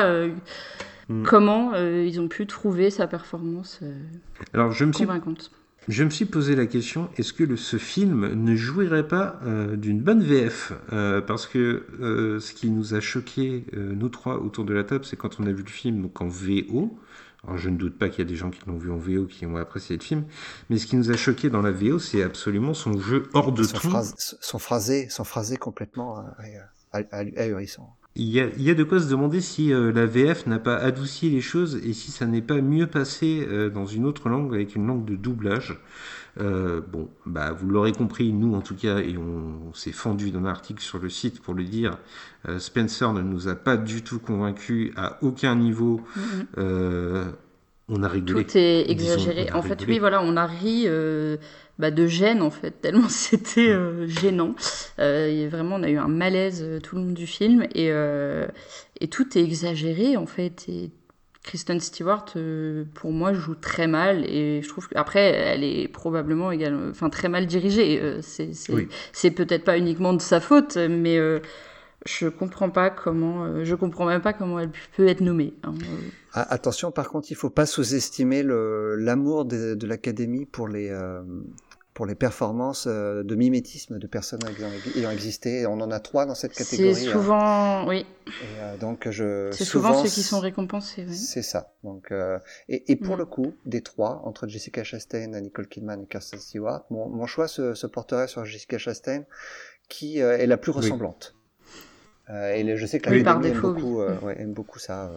Comment ils ont pu trouver sa performance convaincante. Je me suis posé la question, est-ce que ce film ne jouirait pas d'une bonne VF parce que ce qui nous a choqué, nous trois autour de la table, c'est quand on a vu le film donc en VO. Alors je ne doute pas qu'il y a des gens qui l'ont vu en VO qui ont apprécié le film, mais ce qui nous a choqué dans la VO, c'est absolument son jeu hors de ton. Son phrasé complètement ahurissant. Il y a de quoi se demander si la VF n'a pas adouci les choses et si ça n'est pas mieux passé dans une autre langue, avec une langue de doublage. Vous l'aurez compris, nous en tout cas, et on s'est fendu d'un article sur le site pour le dire, Spencer ne nous a pas du tout convaincus à aucun niveau. On a rigolé. Tout est exagéré. En fait, oui, voilà, on a ri de gêne, en fait, tellement c'était gênant. Vraiment, on a eu un malaise tout le long du film, et tout est exagéré, en fait. Et Kristen Stewart, pour moi, joue très mal, et je trouve qu'après, elle est probablement très mal dirigée. C'est peut-être pas uniquement de sa faute, mais je comprends même pas comment elle peut être nommée. Attention, par contre, il faut pas sous-estimer l'amour de l'Académie pour les performances de mimétisme de personnes ayant existé. On en a 3 dans cette catégorie. C'est souvent, oui. Et donc c'est souvent ceux qui sont récompensés. Oui. C'est ça. Donc, et pour le coup, des 3, entre Jessica Chastain, Nicole Kidman et Kristen Stewart, mon choix se porterait sur Jessica Chastain, qui est la plus ressemblante. Et je sais que l'Académie aime beaucoup ça.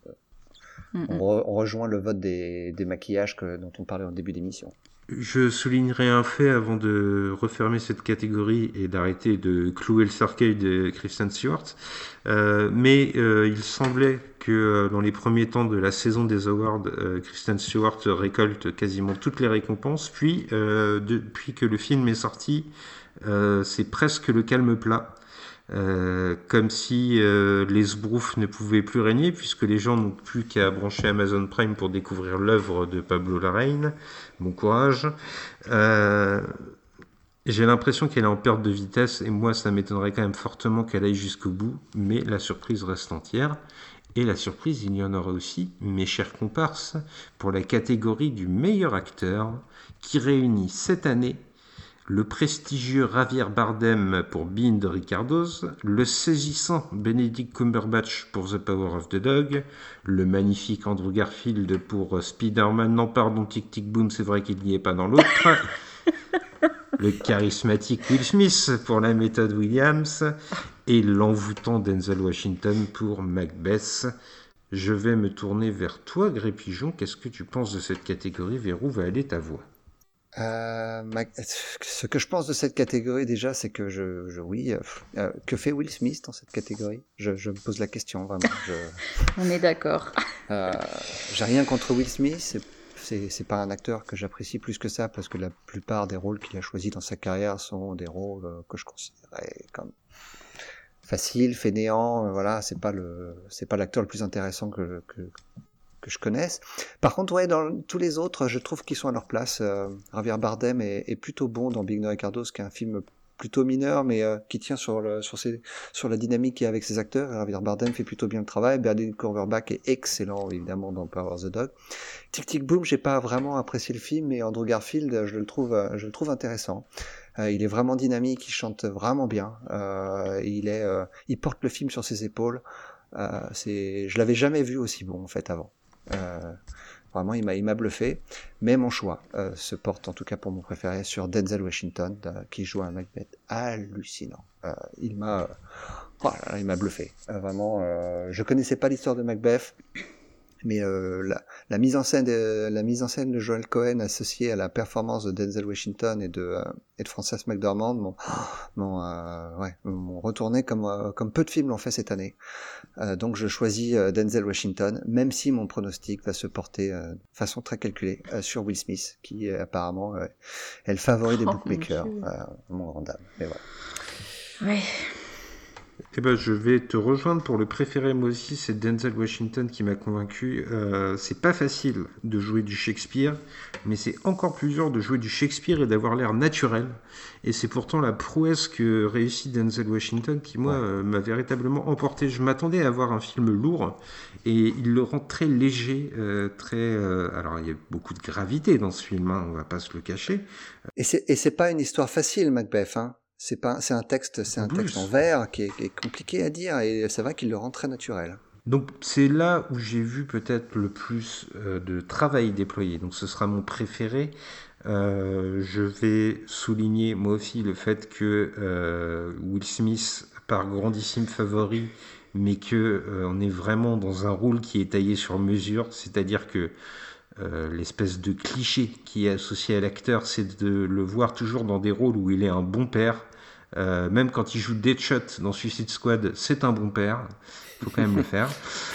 On rejoint le vote des maquillages dont on parlait en début d'émission. Je soulignerai un fait avant de refermer cette catégorie et d'arrêter de clouer le cercueil de Kristen Stewart. Mais il semblait que dans les premiers temps de la saison des Awards, Kristen Stewart récolte quasiment toutes les récompenses. Puis, depuis que le film est sorti, c'est presque le calme plat. Comme si les sbroufs ne pouvaient plus régner, puisque les gens n'ont plus qu'à brancher Amazon Prime pour découvrir l'œuvre de Pablo Larraín. Bon courage. J'ai l'impression qu'elle est en perte de vitesse, et moi ça m'étonnerait quand même fortement qu'elle aille jusqu'au bout, mais la surprise reste entière. Et la surprise, il y en aura aussi, mes chers comparses, pour la catégorie du meilleur acteur, qui réunit cette année le prestigieux Javier Bardem pour Being de Ricardos, le saisissant Benedict Cumberbatch pour The Power of the Dog, le magnifique Andrew Garfield pour Spider-Man, non pardon, Tic Tic Boom, c'est vrai qu'il n'y est pas dans l'autre, le charismatique Will Smith pour La méthode Williams, et l'envoûtant Denzel Washington pour Macbeth. Je vais me tourner vers toi, Gré Pigeon. Qu'est-ce que tu penses de cette catégorie? Vers où va aller ta voix? Ce que je pense de cette catégorie déjà, c'est que que fait Will Smith dans cette catégorie? Je me pose la question vraiment. On est d'accord. J'ai rien contre Will Smith. C'est pas un acteur que j'apprécie plus que ça parce que la plupart des rôles qu'il a choisis dans sa carrière sont des rôles que je considérais comme faciles, fainéants. Voilà, c'est pas l'acteur le plus intéressant que je connaisse. Par contre, ouais, dans tous les autres, je trouve qu'ils sont à leur place. Javier Bardem est plutôt bon dans Big No Ricardos, qui est un film plutôt mineur, mais qui tient sur la dynamique qu'il y a avec ses acteurs. Javier Bardem fait plutôt bien le travail. Benedict Cumberbatch est excellent, évidemment, dans Power of the Dog. Tic Tic Boom, j'ai pas vraiment apprécié le film, mais Andrew Garfield, je le trouve intéressant. Il est vraiment dynamique, il chante vraiment bien. Il porte le film sur ses épaules. Je l'avais jamais vu aussi bon, en fait, avant. Vraiment, il m'a bluffé, mais mon choix se porte en tout cas pour mon préféré sur Denzel Washington qui joue un Macbeth hallucinant. Il m'a bluffé. Vraiment, je connaissais pas l'histoire de Macbeth, mais la mise en scène de Joel Cohen associée à la performance de Denzel Washington et de Frances McDormand m'ont retourné comme peu de films l'ont fait cette année. Donc je choisis Denzel Washington, même si mon pronostic va se porter de façon très calculée sur Will Smith, qui apparemment est le favori des bookmakers, mon grand dame. Mais voilà. Ouais. Eh ben, je vais te rejoindre pour le préféré, moi aussi, c'est Denzel Washington qui m'a convaincu. C'est pas facile de jouer du Shakespeare, mais c'est encore plus dur de jouer du Shakespeare et d'avoir l'air naturel. Et c'est pourtant la prouesse que réussit Denzel Washington qui, moi, m'a véritablement emporté. Je m'attendais à avoir un film lourd, et il le rend très léger, alors, il y a beaucoup de gravité dans ce film, hein, on va pas se le cacher. Et c'est pas une histoire facile, Macbeth, hein. C'est un texte en vers qui est compliqué à dire, et c'est vrai qu'il le rend très naturel. Donc c'est là où j'ai vu peut-être le plus de travail déployé. Donc ce sera mon préféré. Je vais souligner moi aussi le fait que Will Smith par grandissime favori, mais que on est vraiment dans un rôle qui est taillé sur mesure, c'est-à-dire que l'espèce de cliché qui est associé à l'acteur, c'est de le voir toujours dans des rôles où il est un bon père. Même quand il joue Deadshot dans Suicide Squad, c'est un bon père. Il faut quand même le faire.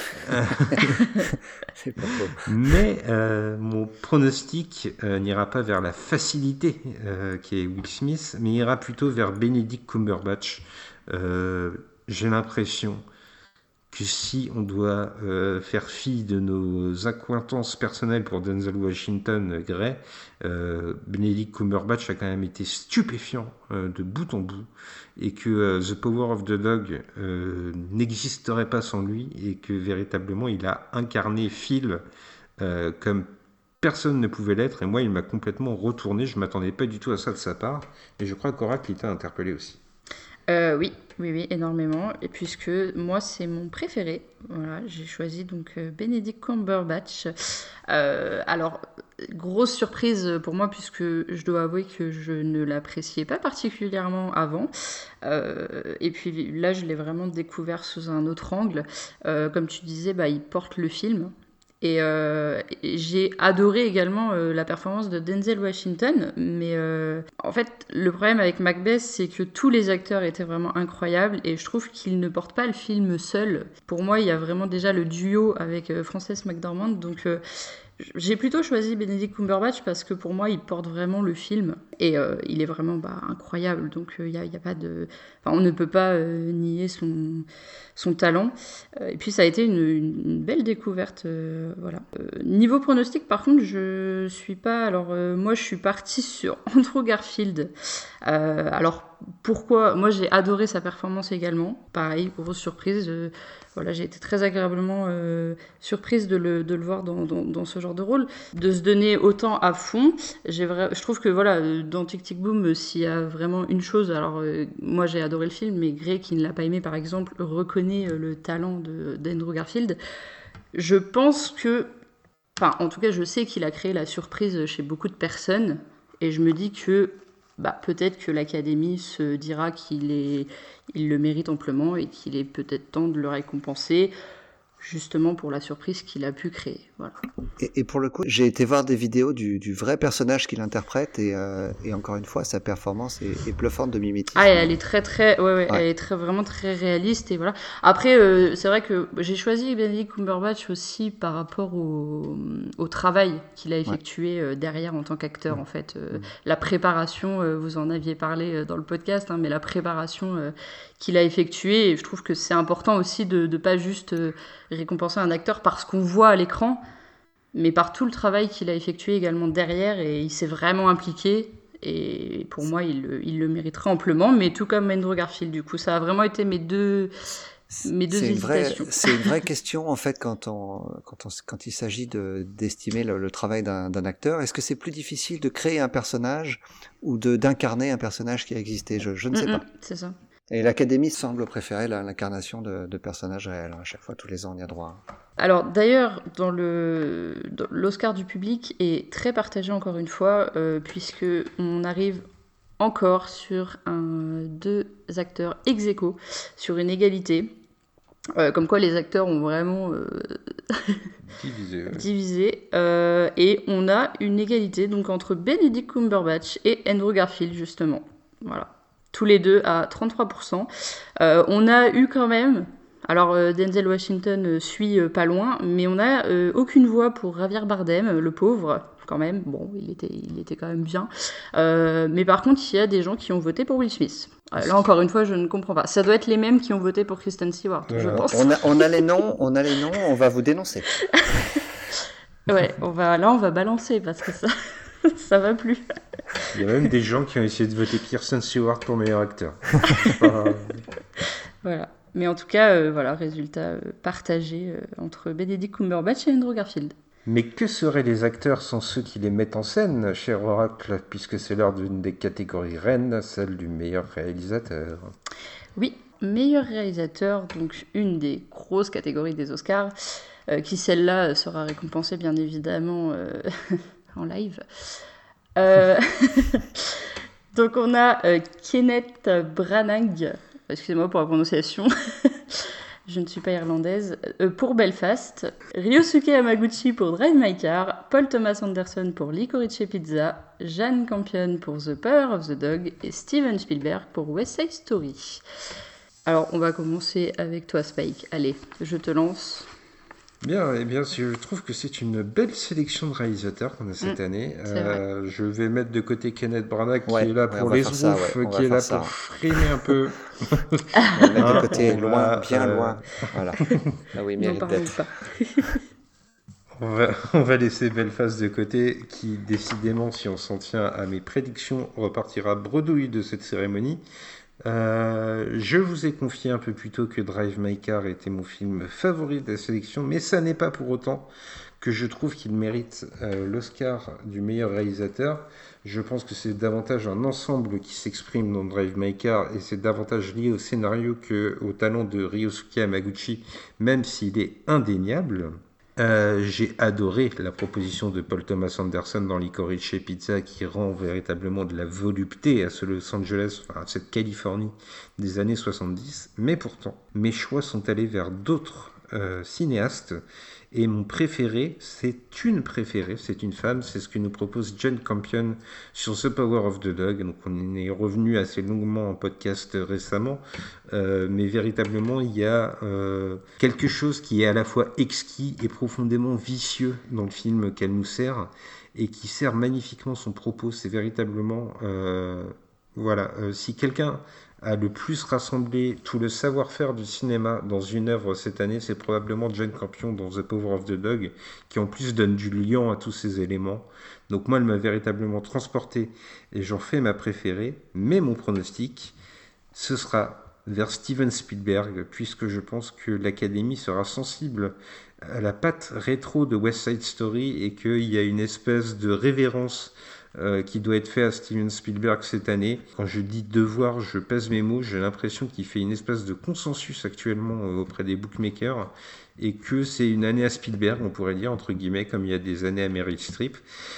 C'est pas faux. Mais mon pronostic n'ira pas vers la facilité qui est Will Smith, mais ira plutôt vers Benedict Cumberbatch. J'ai l'impression que si on doit faire fi de nos accointances personnelles pour Denzel Washington, Grey, Benedict Cumberbatch a quand même été stupéfiant de bout en bout, et que The Power of the Dog n'existerait pas sans lui, et que véritablement il a incarné Phil comme personne ne pouvait l'être, et moi il m'a complètement retourné. Je ne m'attendais pas du tout à ça de sa part, et je crois qu'Oracle t'a interpellé aussi. Oui, énormément. Et puisque moi, c'est mon préféré. Voilà, j'ai choisi donc Benedict Cumberbatch. Alors, grosse surprise pour moi, puisque je dois avouer que je ne l'appréciais pas particulièrement avant. Et puis là, je l'ai vraiment découvert sous un autre angle. Comme tu disais, il porte le film. Et j'ai adoré également la performance de Denzel Washington, mais en fait le problème avec Macbeth, c'est que tous les acteurs étaient vraiment incroyables, et je trouve qu'il ne porte pas le film seul. Pour moi, il y a vraiment déjà le duo avec Frances McDormand, donc j'ai plutôt choisi Benedict Cumberbatch parce que pour moi, il porte vraiment le film, et il est vraiment incroyable, donc il y a pas de... Enfin, on ne peut pas nier son talent. Et puis ça a été une belle découverte. Voilà. Niveau pronostic, par contre, je suis pas... Alors moi, je suis partie sur Andrew Garfield. Alors pourquoi? Moi, j'ai adoré sa performance également. Pareil, grosse surprise. Voilà, j'ai été très agréablement surprise de le voir dans ce genre de rôle, de se donner autant à fond. Je trouve que voilà, dans Tic Tic Boom, s'il y a vraiment une chose, alors moi j'ai adoré le film, mais Grey qui ne l'a pas aimé par exemple reconnaît le talent d'Andrew Garfield. Je pense que, enfin en tout cas je sais qu'il a créé la surprise chez beaucoup de personnes, et je me dis que peut-être que l'Académie se dira il le mérite amplement et qu'il est peut-être temps de le récompenser, justement pour la surprise qu'il a pu créer. Voilà. Et pour le coup, j'ai été voir des vidéos du vrai personnage qu'il interprète, et encore une fois, sa performance est bluffante de mimétisme. Ah, elle est très, ouais. Elle est vraiment très réaliste, et voilà. Après, c'est vrai que j'ai choisi Benedict Cumberbatch aussi par rapport au travail qu'il a effectué derrière en tant qu'acteur, en fait. La préparation, vous en aviez parlé dans le podcast, mais la préparation qu'il a effectuée, et je trouve que c'est important aussi de pas juste récompenser un acteur par ce qu'on voit à l'écran, mais par tout le travail qu'il a effectué également derrière, et il s'est vraiment impliqué, et pour moi il le mériterait amplement, mais tout comme Andrew Garfield. Du coup ça a vraiment été mes deux hésitations. C'est une vraie question en fait quand il s'agit d'estimer le travail d'un acteur. Est-ce que c'est plus difficile de créer un personnage ou d'incarner un personnage qui a existé? Je ne sais pas. C'est ça. Et l'Académie semble préférer l'incarnation de personnages réels. À chaque fois, tous les ans, on y a droit. Alors d'ailleurs, dans l'Oscar du public est très partagé encore une fois, puisque on arrive encore sur deux acteurs ex aequo, sur une égalité. Comme quoi les acteurs ont vraiment divisé. Et on a une égalité donc entre Benedict Cumberbatch et Andrew Garfield, justement. Voilà. Tous les deux à 33%. On a eu quand même, alors Denzel Washington suit pas loin, mais on n'a aucune voix pour Javier Bardem, le pauvre, quand même. Bon, il était quand même bien. Mais par contre, il y a des gens qui ont voté pour Will Smith. Là, encore une fois, je ne comprends pas. Ça doit être les mêmes qui ont voté pour Kristen Stewart, je pense. On a les noms, on va vous dénoncer. Ouais, on va balancer parce que ça va plus. Il y a même des gens qui ont essayé de voter Kristen Stewart pour meilleur acteur. Voilà. Mais en tout cas, résultat partagé entre Benedict Cumberbatch et Andrew Garfield. Mais que seraient les acteurs sans ceux qui les mettent en scène, cher Oracle, puisque c'est l'heure d'une des catégories reines, celle du meilleur réalisateur? Oui, meilleur réalisateur, donc une des grosses catégories des Oscars, qui celle-là sera récompensée bien évidemment en live. Donc on a Kenneth Branagh, excusez-moi pour la prononciation, je ne suis pas irlandaise, pour Belfast, Ryosuke Hamaguchi pour Drive My Car, Paul Thomas Anderson pour Licorice Pizza, Jane Campion pour The Power of the Dog et Steven Spielberg pour West Side Story. Alors on va commencer avec toi Spike, allez, je te lance. Bien, eh bien, je trouve que c'est une belle sélection de réalisateurs qu'on a cette année. Je vais mettre de côté Kenneth Branagh qui est là pour les oufs, qui est là pour freiner un peu. On va le mettre de côté, loin. Voilà. Là où il mérite d'être. On va laisser Belfast de côté, qui décidément, si on s'en tient à mes prédictions, repartira bredouille de cette cérémonie. Je vous ai confié un peu plus tôt que Drive My Car était mon film favori de la sélection, mais ça n'est pas pour autant que je trouve qu'il mérite l'Oscar du meilleur réalisateur. Je pense que c'est davantage un ensemble qui s'exprime dans Drive My Car, et c'est davantage lié au scénario qu'au talent de Ryosuke Hamaguchi, même s'il est indéniable. J'ai adoré la proposition de Paul Thomas Anderson dans Licorice Pizza, qui rend véritablement de la volupté à ce Los Angeles, à cette Californie des années 70. Mais pourtant, mes choix sont allés vers d'autres cinéastes. Et mon préféré, c'est une femme, c'est ce que nous propose Jane Campion sur The Power of the Dog. Donc on est revenu assez longuement en podcast récemment, mais véritablement il y a quelque chose qui est à la fois exquis et profondément vicieux dans le film qu'elle nous sert, et qui sert magnifiquement son propos. C'est véritablement... si quelqu'un a le plus rassemblé tout le savoir-faire du cinéma dans une œuvre cette année, c'est probablement Jane Campion dans The Power of the Dog, qui en plus donne du liant à tous ces éléments. Donc moi, elle m'a véritablement transporté et j'en fais ma préférée. Mais mon pronostic, ce sera vers Steven Spielberg, puisque je pense que l'Académie sera sensible à la patte rétro de West Side Story et qu'il y a une espèce de révérence qui doit être faite à Steven Spielberg cette année. Quand je dis devoir, je pèse mes mots, j'ai l'impression qu'il fait une espèce de consensus actuellement auprès des bookmakers et que c'est une année à Spielberg, on pourrait dire, entre guillemets, comme il y a des années à Meryl Streep.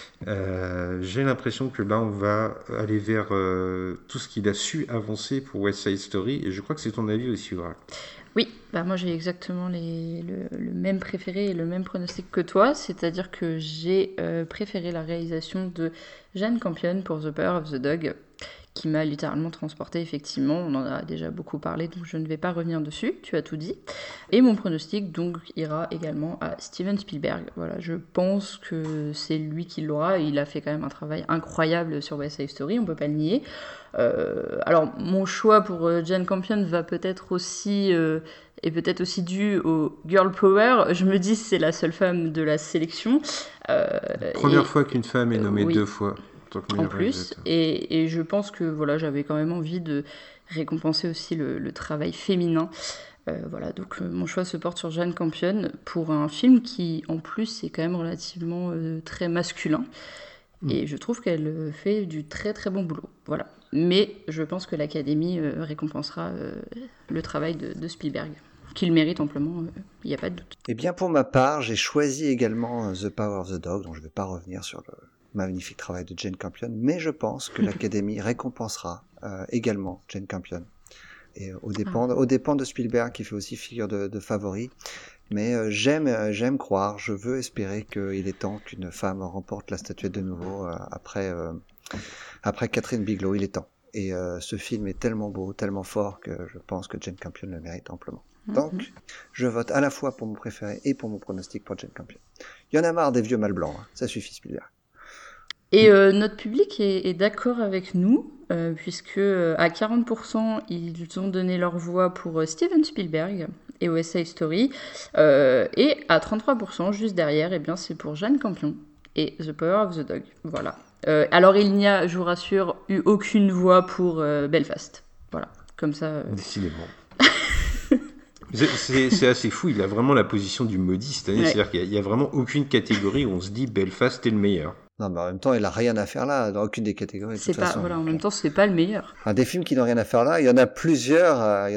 J'ai l'impression que là on va aller vers tout ce qu'il a su avancer pour West Side Story et je crois que c'est ton avis aussi, Aura. Oui, moi j'ai exactement le même préféré et le même pronostic que toi, c'est-à-dire que j'ai préféré la réalisation de Jane Campion pour The Power of the Dog, qui m'a littéralement transporté, effectivement, on en a déjà beaucoup parlé, donc je ne vais pas revenir dessus, tu as tout dit. Et mon pronostic donc ira également à Steven Spielberg. Voilà, je pense que c'est lui qui l'aura, il a fait quand même un travail incroyable sur West Side Story, on peut pas le nier. Alors mon choix pour Jane Campion va peut-être aussi est peut-être aussi dû au girl power. Je me dis c'est la seule femme de la sélection. Première fois qu'une femme est nommée oui. 2 fois. En plus, et je pense que voilà, j'avais quand même envie de récompenser aussi le travail féminin. Voilà, donc mon choix se porte sur Jane Campion pour un film qui en plus est quand même relativement très masculin. Et je trouve qu'elle fait du très très bon boulot. Voilà. Mais je pense que l'Académie récompensera le travail de Spielberg, qu'il mérite amplement, il n'y a pas de doute. Eh bien pour ma part, j'ai choisi également The Power of the Dog, donc je ne vais pas revenir sur le magnifique travail de Jane Campion, mais je pense que l'Académie récompensera également Jane Campion. Et au dépend de Spielberg, qui fait aussi figure de favori. Mais j'aime croire, je veux espérer qu'il est temps qu'une femme remporte la statuette de nouveau après Catherine Bigelow, il est temps. Et ce film est tellement beau, tellement fort que je pense que Jane Campion le mérite amplement. Donc, je vote à la fois pour mon préféré et pour mon pronostic pour Jane Campion. Il y en a marre des vieux mâles blancs, hein. Ça suffit Spielberg. Et notre public est d'accord avec nous, puisque à 40%, ils ont donné leur voix pour Steven Spielberg et West Side Story, et à 33%, juste derrière, eh bien, c'est pour Jane Campion et The Power of the Dog. Voilà. Alors, il n'y a, je vous rassure, eu aucune voix pour Belfast. Voilà, comme ça... Décidément. C'est assez fou, il a vraiment la position du maudit cette année, ouais. C'est-à-dire qu'il n'y a vraiment aucune catégorie où on se dit Belfast est le meilleur. Non, mais en même temps, il a rien à faire là, dans aucune des catégories. De toute façon. Voilà, en même temps, c'est pas le meilleur. Des films qui n'ont rien à faire là, il y en a plusieurs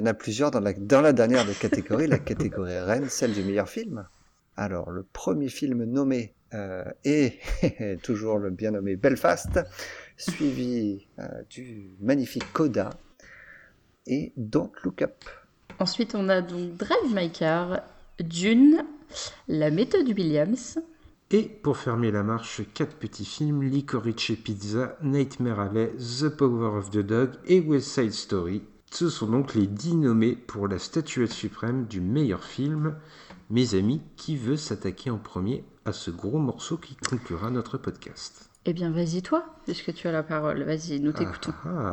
dans la dernière des catégories, la catégorie reine, celle du meilleur film. Alors, le premier film nommé est toujours le bien nommé Belfast, suivi du magnifique Coda et Don't Look Up. Ensuite, on a donc Drive My Car, Dune, La méthode Williams. Et pour fermer la marche, 4 petits films, Licorice Pizza, Nightmare Alley, The Power of the Dog et West Side Story. Ce sont donc les 10 nommés pour la statuette suprême du meilleur film. Mes amis, qui veut s'attaquer en premier à ce gros morceau qui conclura notre podcast ? Eh bien, vas-y toi, puisque tu as la parole. Vas-y, nous t'écoutons.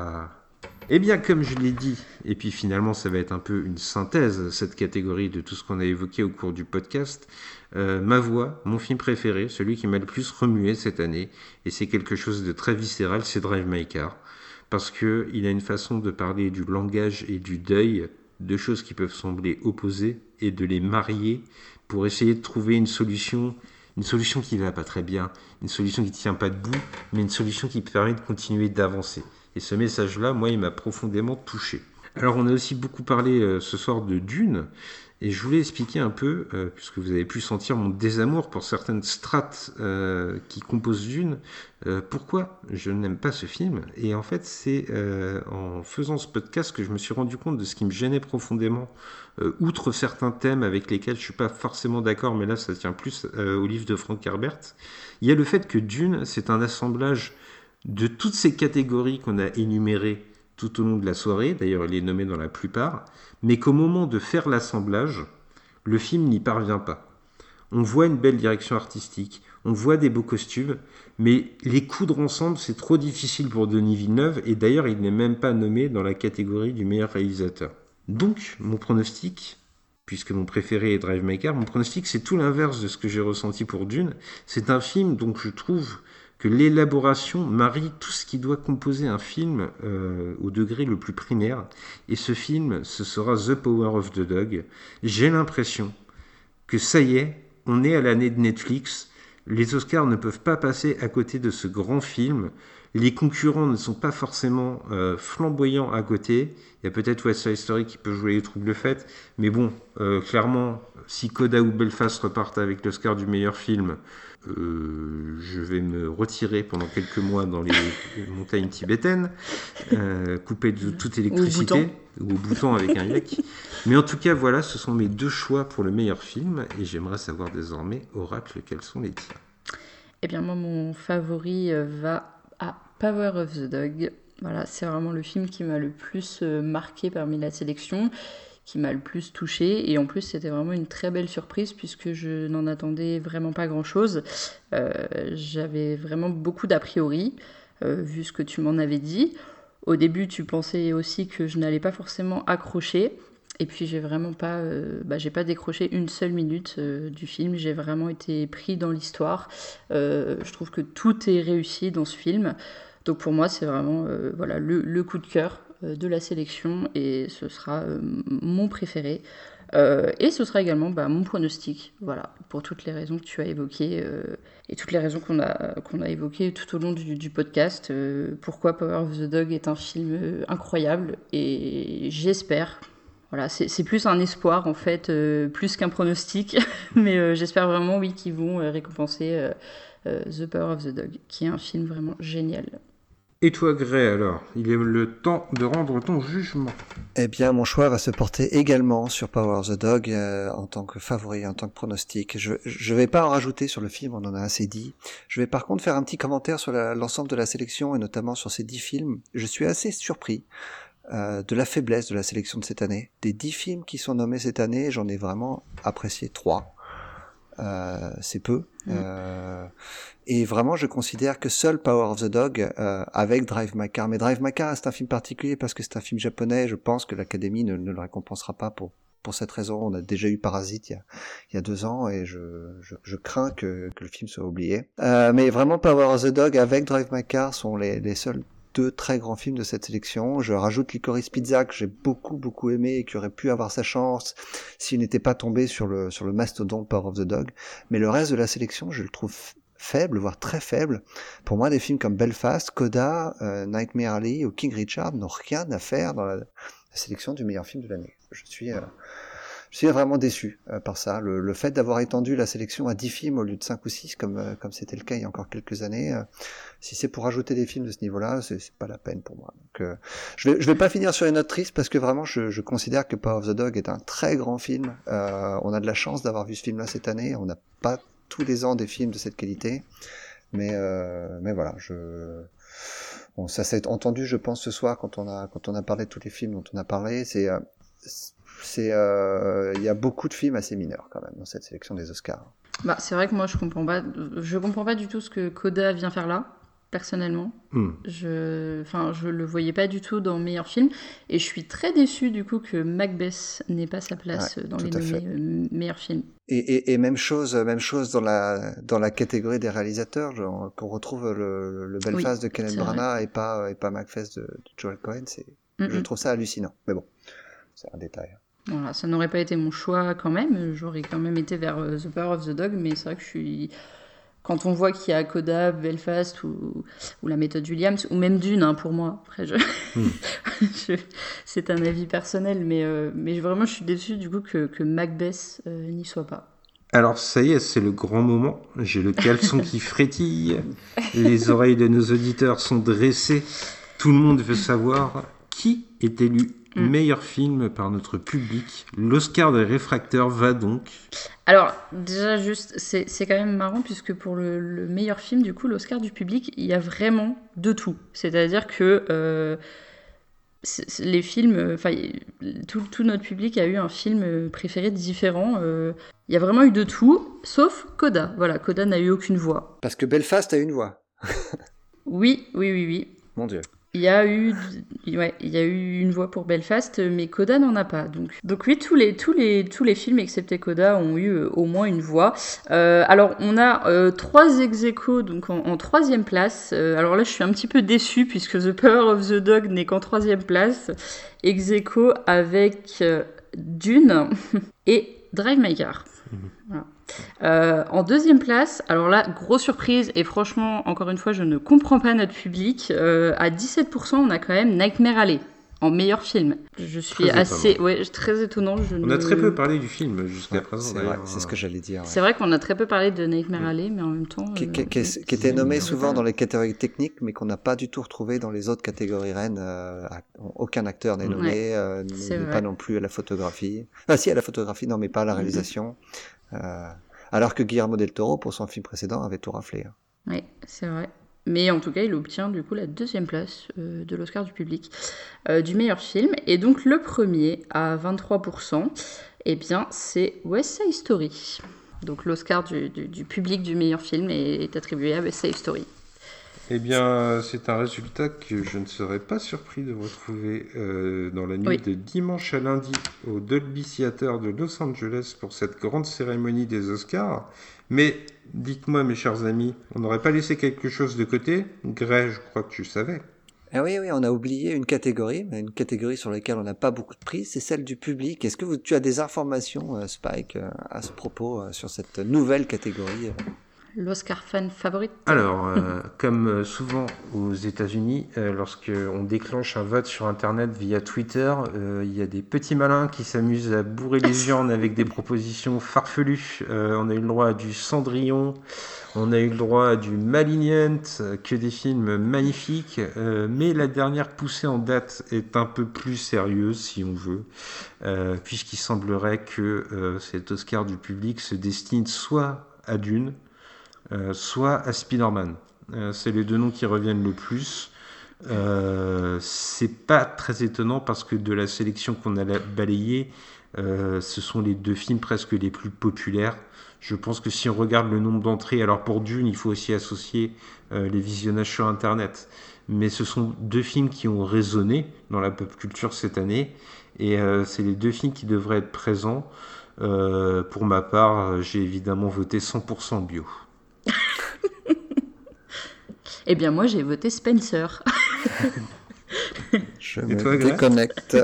Eh bien, comme je l'ai dit, et puis finalement ça va être un peu une synthèse, cette catégorie de tout ce qu'on a évoqué au cours du podcast, ma voix, mon film préféré, celui qui m'a le plus remué cette année, et c'est quelque chose de très viscéral, c'est Drive My Car, parce qu'il a une façon de parler du langage et du deuil, deux choses qui peuvent sembler opposées, et de les marier pour essayer de trouver une solution qui va pas très bien, une solution qui tient pas debout, mais une solution qui permet de continuer d'avancer. Et ce message-là, moi, il m'a profondément touché. Alors, on a aussi beaucoup parlé ce soir de Dune, et je voulais expliquer un peu, puisque vous avez pu sentir mon désamour pour certaines strates qui composent Dune, pourquoi je n'aime pas ce film. Et en fait, c'est en faisant ce podcast que je me suis rendu compte de ce qui me gênait profondément, outre certains thèmes avec lesquels je ne suis pas forcément d'accord, mais là, ça tient plus au livre de Frank Herbert. Il y a le fait que Dune, c'est un assemblage de toutes ces catégories qu'on a énumérées tout au long de la soirée, d'ailleurs il est nommé dans la plupart, mais qu'au moment de faire l'assemblage, le film n'y parvient pas. On voit une belle direction artistique, on voit des beaux costumes, mais les coudre ensemble, c'est trop difficile pour Denis Villeneuve, et d'ailleurs, il n'est même pas nommé dans la catégorie du meilleur réalisateur. Donc, mon pronostic, puisque mon préféré est Drive My Car, mon pronostic, c'est tout l'inverse de ce que j'ai ressenti pour Dune. C'est un film dont je trouve que l'élaboration marie tout ce qui doit composer un film au degré le plus primaire. Et ce film, ce sera The Power of the Dog. J'ai l'impression que ça y est, on est à l'année de Netflix. Les Oscars ne peuvent pas passer à côté de ce grand film. Les concurrents ne sont pas forcément flamboyants à côté. Il y a peut-être West Side Story qui peut jouer les troubles faits. Mais bon, clairement, si Coda ou Belfast repartent avec l'Oscar du meilleur film, je vais me retirer pendant quelques mois dans les montagnes tibétaines, coupé de toute électricité, ou au Bhoutan avec un yak. Mais en tout cas, voilà, ce sont mes 2 choix pour le meilleur film, et j'aimerais savoir désormais, Oracle, quels sont les tiens. Eh bien, moi, mon favori va à Power of the Dog. Voilà, c'est vraiment le film qui m'a le plus marqué parmi la sélection, qui m'a le plus touchée, et en plus c'était vraiment une très belle surprise puisque je n'en attendais vraiment pas grand chose. J'avais vraiment beaucoup d'a priori vu ce que tu m'en avais dit. Au début tu pensais aussi que je n'allais pas forcément accrocher, et puis j'ai vraiment pas j'ai pas décroché une seule minute du film. J'ai vraiment été pris dans l'histoire. Je trouve que tout est réussi dans ce film, donc pour moi c'est vraiment le coup de cœur de la sélection, et ce sera mon préféré, et ce sera également mon pronostic, voilà, pour toutes les raisons que tu as évoquées et toutes les raisons qu'on a évoquées tout au long du podcast. Pourquoi Power of the Dog est un film incroyable, et j'espère, voilà, c'est plus un espoir en fait, plus qu'un pronostic, mais j'espère vraiment qu'ils vont récompenser The Power of the Dog, qui est un film vraiment génial. Et toi, Gray, alors, il est le temps de rendre ton jugement. Eh bien, mon choix va se porter également sur Power of the Dog en tant que favori, en tant que pronostic. Je vais pas en rajouter sur le film, on en a assez dit. Je vais par contre faire un petit commentaire sur l'ensemble de la sélection, et notamment sur ces 10 films. Je suis assez surpris de la faiblesse de la sélection de cette année. Des 10 films qui sont nommés cette année, j'en ai vraiment apprécié 3. C'est peu. Et vraiment, je considère que seul Power of the Dog, avec Drive My Car, mais Drive My Car, c'est un film particulier parce que c'est un film japonais. Je pense que l'Académie ne le récompensera pas pour cette raison. On a déjà eu Parasite il y a 2 ans, et je crains que le film soit oublié. Mais vraiment, Power of the Dog avec Drive My Car sont les seuls 2 très grands films de cette sélection. Je rajoute Licorice Pizza, que j'ai beaucoup aimé et qui aurait pu avoir sa chance s'il n'était pas tombé sur le mastodonte Power of the Dog. Mais le reste de la sélection, je le trouve faible, voire très faible. Pour moi, des films comme Belfast, Coda, Nightmare Alley ou King Richard n'ont rien à faire dans la sélection du meilleur film de l'année. Je suis vraiment déçu par ça. Le fait d'avoir étendu la sélection à 10 films au lieu de 5 ou 6, comme c'était le cas il y a encore quelques années, si c'est pour rajouter des films de ce niveau-là, c'est pas la peine pour moi. Donc, je vais pas finir sur une note triste, parce que vraiment, je considère que Power of the Dog est un très grand film. On a de la chance d'avoir vu ce film-là cette année. On n'a pas tous les ans des films de cette qualité. Mais voilà, ça s'est entendu, je pense, ce soir, quand on a parlé de tous les films dont on a parlé. Il y a beaucoup de films assez mineurs quand même dans cette sélection des Oscars. C'est vrai que moi je comprends pas du tout ce que Coda vient faire là, personnellement. Je le voyais pas du tout dans meilleur film, et je suis très déçue du coup que Macbeth n'ait pas sa place dans les nommés meilleurs films. Et même chose dans la catégorie des réalisateurs, qu'on retrouve le Belfast de Kenneth Branagh et pas Macbeth de Joel Cohen. Je trouve ça hallucinant, mais bon, c'est un détail. Voilà, ça n'aurait pas été mon choix quand même. J'aurais quand même été vers The Power of the Dog, mais c'est vrai que quand on voit qu'il y a Coda, Belfast ou la méthode Williams, ou même Dune, pour moi, après c'est un avis personnel, mais vraiment je suis déçue du coup que Macbeth n'y soit pas. Alors ça y est, c'est le grand moment. J'ai le caleçon qui frétille, les oreilles de nos auditeurs sont dressées. Tout le monde veut savoir qui est élu meilleur film par notre public. L'Oscar des réfracteurs va donc... Alors, déjà, juste, c'est quand même marrant, puisque pour le meilleur film, du coup, l'Oscar du public, il y a vraiment de tout. C'est-à-dire que les films, tout notre public a eu un film préféré différent. Il y a vraiment eu de tout, sauf Coda. Voilà, Coda n'a eu aucune voix. Parce que Belfast a une voix. Oui. Mon Dieu. Il y a eu une voix pour Belfast, mais Coda n'en a pas. Donc oui, tous les films excepté Coda ont eu au moins une voix. Alors on a 3 ex-aequo donc en 3e place. Alors là je suis un petit peu déçue puisque The Power of the Dog n'est qu'en 3e place. Ex-aequo avec Dune et Drive My Car. Voilà. En 2e place, alors là, grosse surprise, et franchement, encore une fois, je ne comprends pas notre public. À 17%, on a quand même Nightmare Alley en meilleur film. Je suis très étonnant. On a très peu parlé du film jusqu'à présent. C'est vrai, c'est ce que j'allais dire. Ouais. C'est vrai qu'on a très peu parlé de Nightmare Alley, mais en même temps... Qui était nommé souvent dans les catégories techniques, mais qu'on n'a pas du tout retrouvé dans les autres catégories reines. Aucun acteur n'est nommé, n'est pas non plus à la photographie. Ah si, à la photographie, non, mais pas à la réalisation. Alors que Guillermo del Toro, pour son film précédent, avait tout raflé. Oui, c'est vrai. Mais en tout cas, il obtient du coup la 2e place de l'Oscar du public du meilleur film. Et donc le premier, à 23%, eh bien, c'est West Side Story. Donc l'Oscar du public du meilleur film est attribué à West Side Story. Eh bien, c'est un résultat que je ne serais pas surpris de retrouver dans la nuit de dimanche à lundi au Dolby Theatre de Los Angeles pour cette grande cérémonie des Oscars. Mais dites-moi, mes chers amis, on n'aurait pas laissé quelque chose de côté ? Gray, je crois que tu savais. Ah oui, on a oublié une catégorie sur laquelle on n'a pas beaucoup de prix, c'est celle du public. Est-ce que tu as des informations, Spike, à ce propos, sur cette nouvelle catégorie L'Oscar fan favorite ? Alors, comme souvent aux États-Unis, lorsqu'on déclenche un vote sur Internet via Twitter, il y a des petits malins qui s'amusent à bourrer les urnes avec des propositions farfelues. On a eu le droit à du Cendrillon, on a eu le droit à du Malignant, que des films magnifiques, mais la dernière poussée en date est un peu plus sérieuse, si on veut, puisqu'il semblerait que cet Oscar du public se destine soit à Dune, soit à Spider-Man. C'est les 2 noms qui reviennent le plus. C'est pas très étonnant parce que de la sélection qu'on a balayée, ce sont les 2 films presque les plus populaires. Je pense que si on regarde le nombre d'entrées, alors pour Dune, il faut aussi associer les visionnages sur Internet. Mais ce sont 2 films qui ont résonné dans la pop culture cette année. Et c'est les 2 films qui devraient être présents. Pour ma part, j'ai évidemment voté 100% bio. Eh bien, moi, j'ai voté Spencer. Je me déconnecte.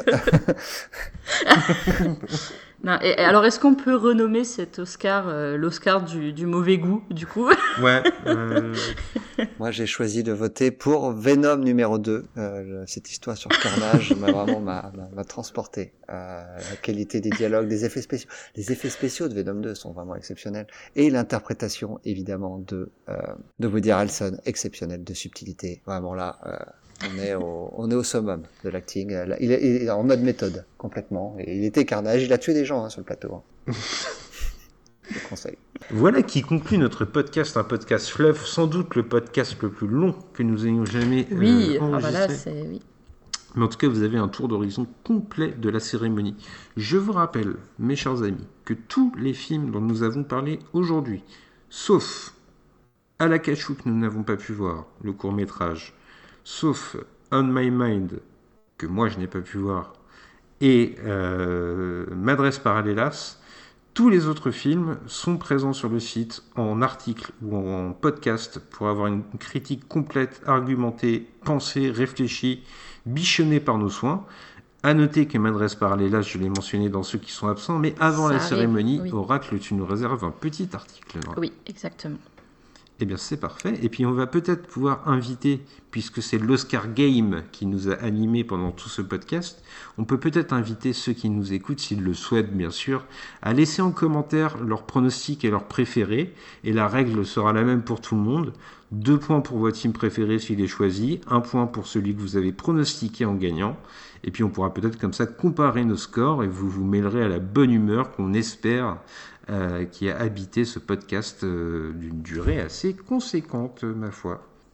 Non, et alors, est-ce qu'on peut renommer cet Oscar l'Oscar du mauvais goût, du coup ? Ouais. Moi, j'ai choisi de voter pour Venom numéro 2. Cette histoire sur Carnage m'a transporté. La qualité des dialogues, des effets spéciaux. Les effets spéciaux de Venom 2 sont vraiment exceptionnels. Et l'interprétation, évidemment, de Woody Harrelson, exceptionnelle, de subtilité. Vraiment là... on est au summum de l'acting. Il est en mode méthode, complètement. Et il était Carnage, il a tué des gens sur le plateau. Je conseille. Voilà qui conclut notre podcast, un podcast fleuve, sans doute le podcast le plus long que nous ayons jamais enregistré. Oui. Mais en tout cas, vous avez un tour d'horizon complet de la cérémonie. Je vous rappelle, mes chers amis, que tous les films dont nous avons parlé aujourd'hui, sauf À la cachou que nous n'avons pas pu voir, le court-métrage, sauf On My Mind, que moi je n'ai pas pu voir, et Madres Paralelas, tous les autres films sont présents sur le site en article ou en podcast pour avoir une critique complète, argumentée, pensée, réfléchie, bichonnée par nos soins. À noter que Madres Paralelas, je l'ai mentionné dans ceux qui sont absents, mais avant la cérémonie, oui. Oracle, tu nous réserves un petit article. Oui, exactement. Eh bien, c'est parfait. Et puis, on va peut-être pouvoir inviter, puisque c'est l'Oscar Game qui nous a animés pendant tout ce podcast, on peut peut-être inviter ceux qui nous écoutent, s'ils le souhaitent, bien sûr, à laisser en commentaire leurs pronostics et leurs préférés. Et la règle sera la même pour tout le monde. 2 points pour votre film préféré s'il est choisi, 1 point pour celui que vous avez pronostiqué en gagnant. Et puis, on pourra peut-être comme ça comparer nos scores et vous vous mêlerez à la bonne humeur qu'on espère qui a habité ce podcast d'une durée assez conséquente, ma foi.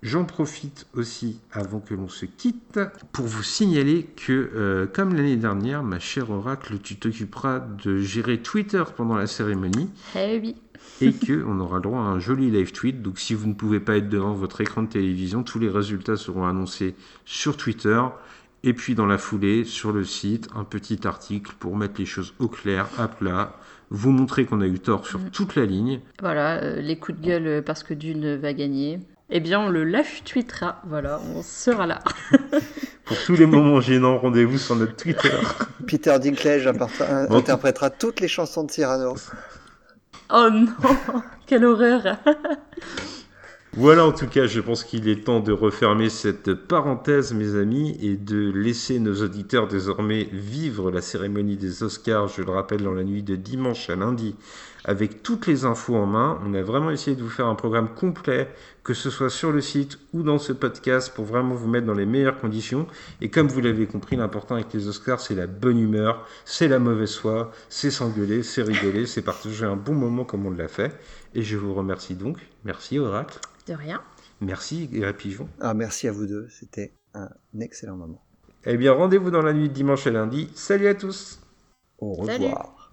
J'en profite aussi, avant que l'on se quitte, pour vous signaler que, comme l'année dernière, ma chère Oracle, tu t'occuperas de gérer Twitter pendant la cérémonie. Eh oui. Et qu'on aura le droit à un joli live tweet. Donc si vous ne pouvez pas être devant votre écran de télévision, tous les résultats seront annoncés sur Twitter. Et puis dans la foulée, sur le site, un petit article pour mettre les choses au clair, à plat, vous montrer qu'on a eu tort sur toute la ligne. Voilà, les coups de gueule parce que Dune va gagner. Eh bien, on le live tweetera. Voilà, on sera là. Pour tous les moments gênants, rendez-vous sur notre Twitter. Peter Dinklage interprétera toutes les chansons de Cyrano. Oh non, quelle horreur. Voilà, en tout cas, je pense qu'il est temps de refermer cette parenthèse, mes amis, et de laisser nos auditeurs désormais vivre la cérémonie des Oscars, je le rappelle, dans la nuit de dimanche à lundi, avec toutes les infos en main. On a vraiment essayé de vous faire un programme complet, que ce soit sur le site ou dans ce podcast, pour vraiment vous mettre dans les meilleures conditions. Et comme vous l'avez compris, l'important avec les Oscars, c'est la bonne humeur, c'est la mauvaise foi, c'est s'engueuler, c'est rigoler, c'est partager un bon moment comme on l'a fait. Et je vous remercie donc. Merci Oracle. De rien. Merci Ira Pigeon. Merci à vous deux, c'était un excellent moment. Eh bien, rendez-vous dans la nuit de dimanche à lundi. Salut à tous. Au revoir. Salut.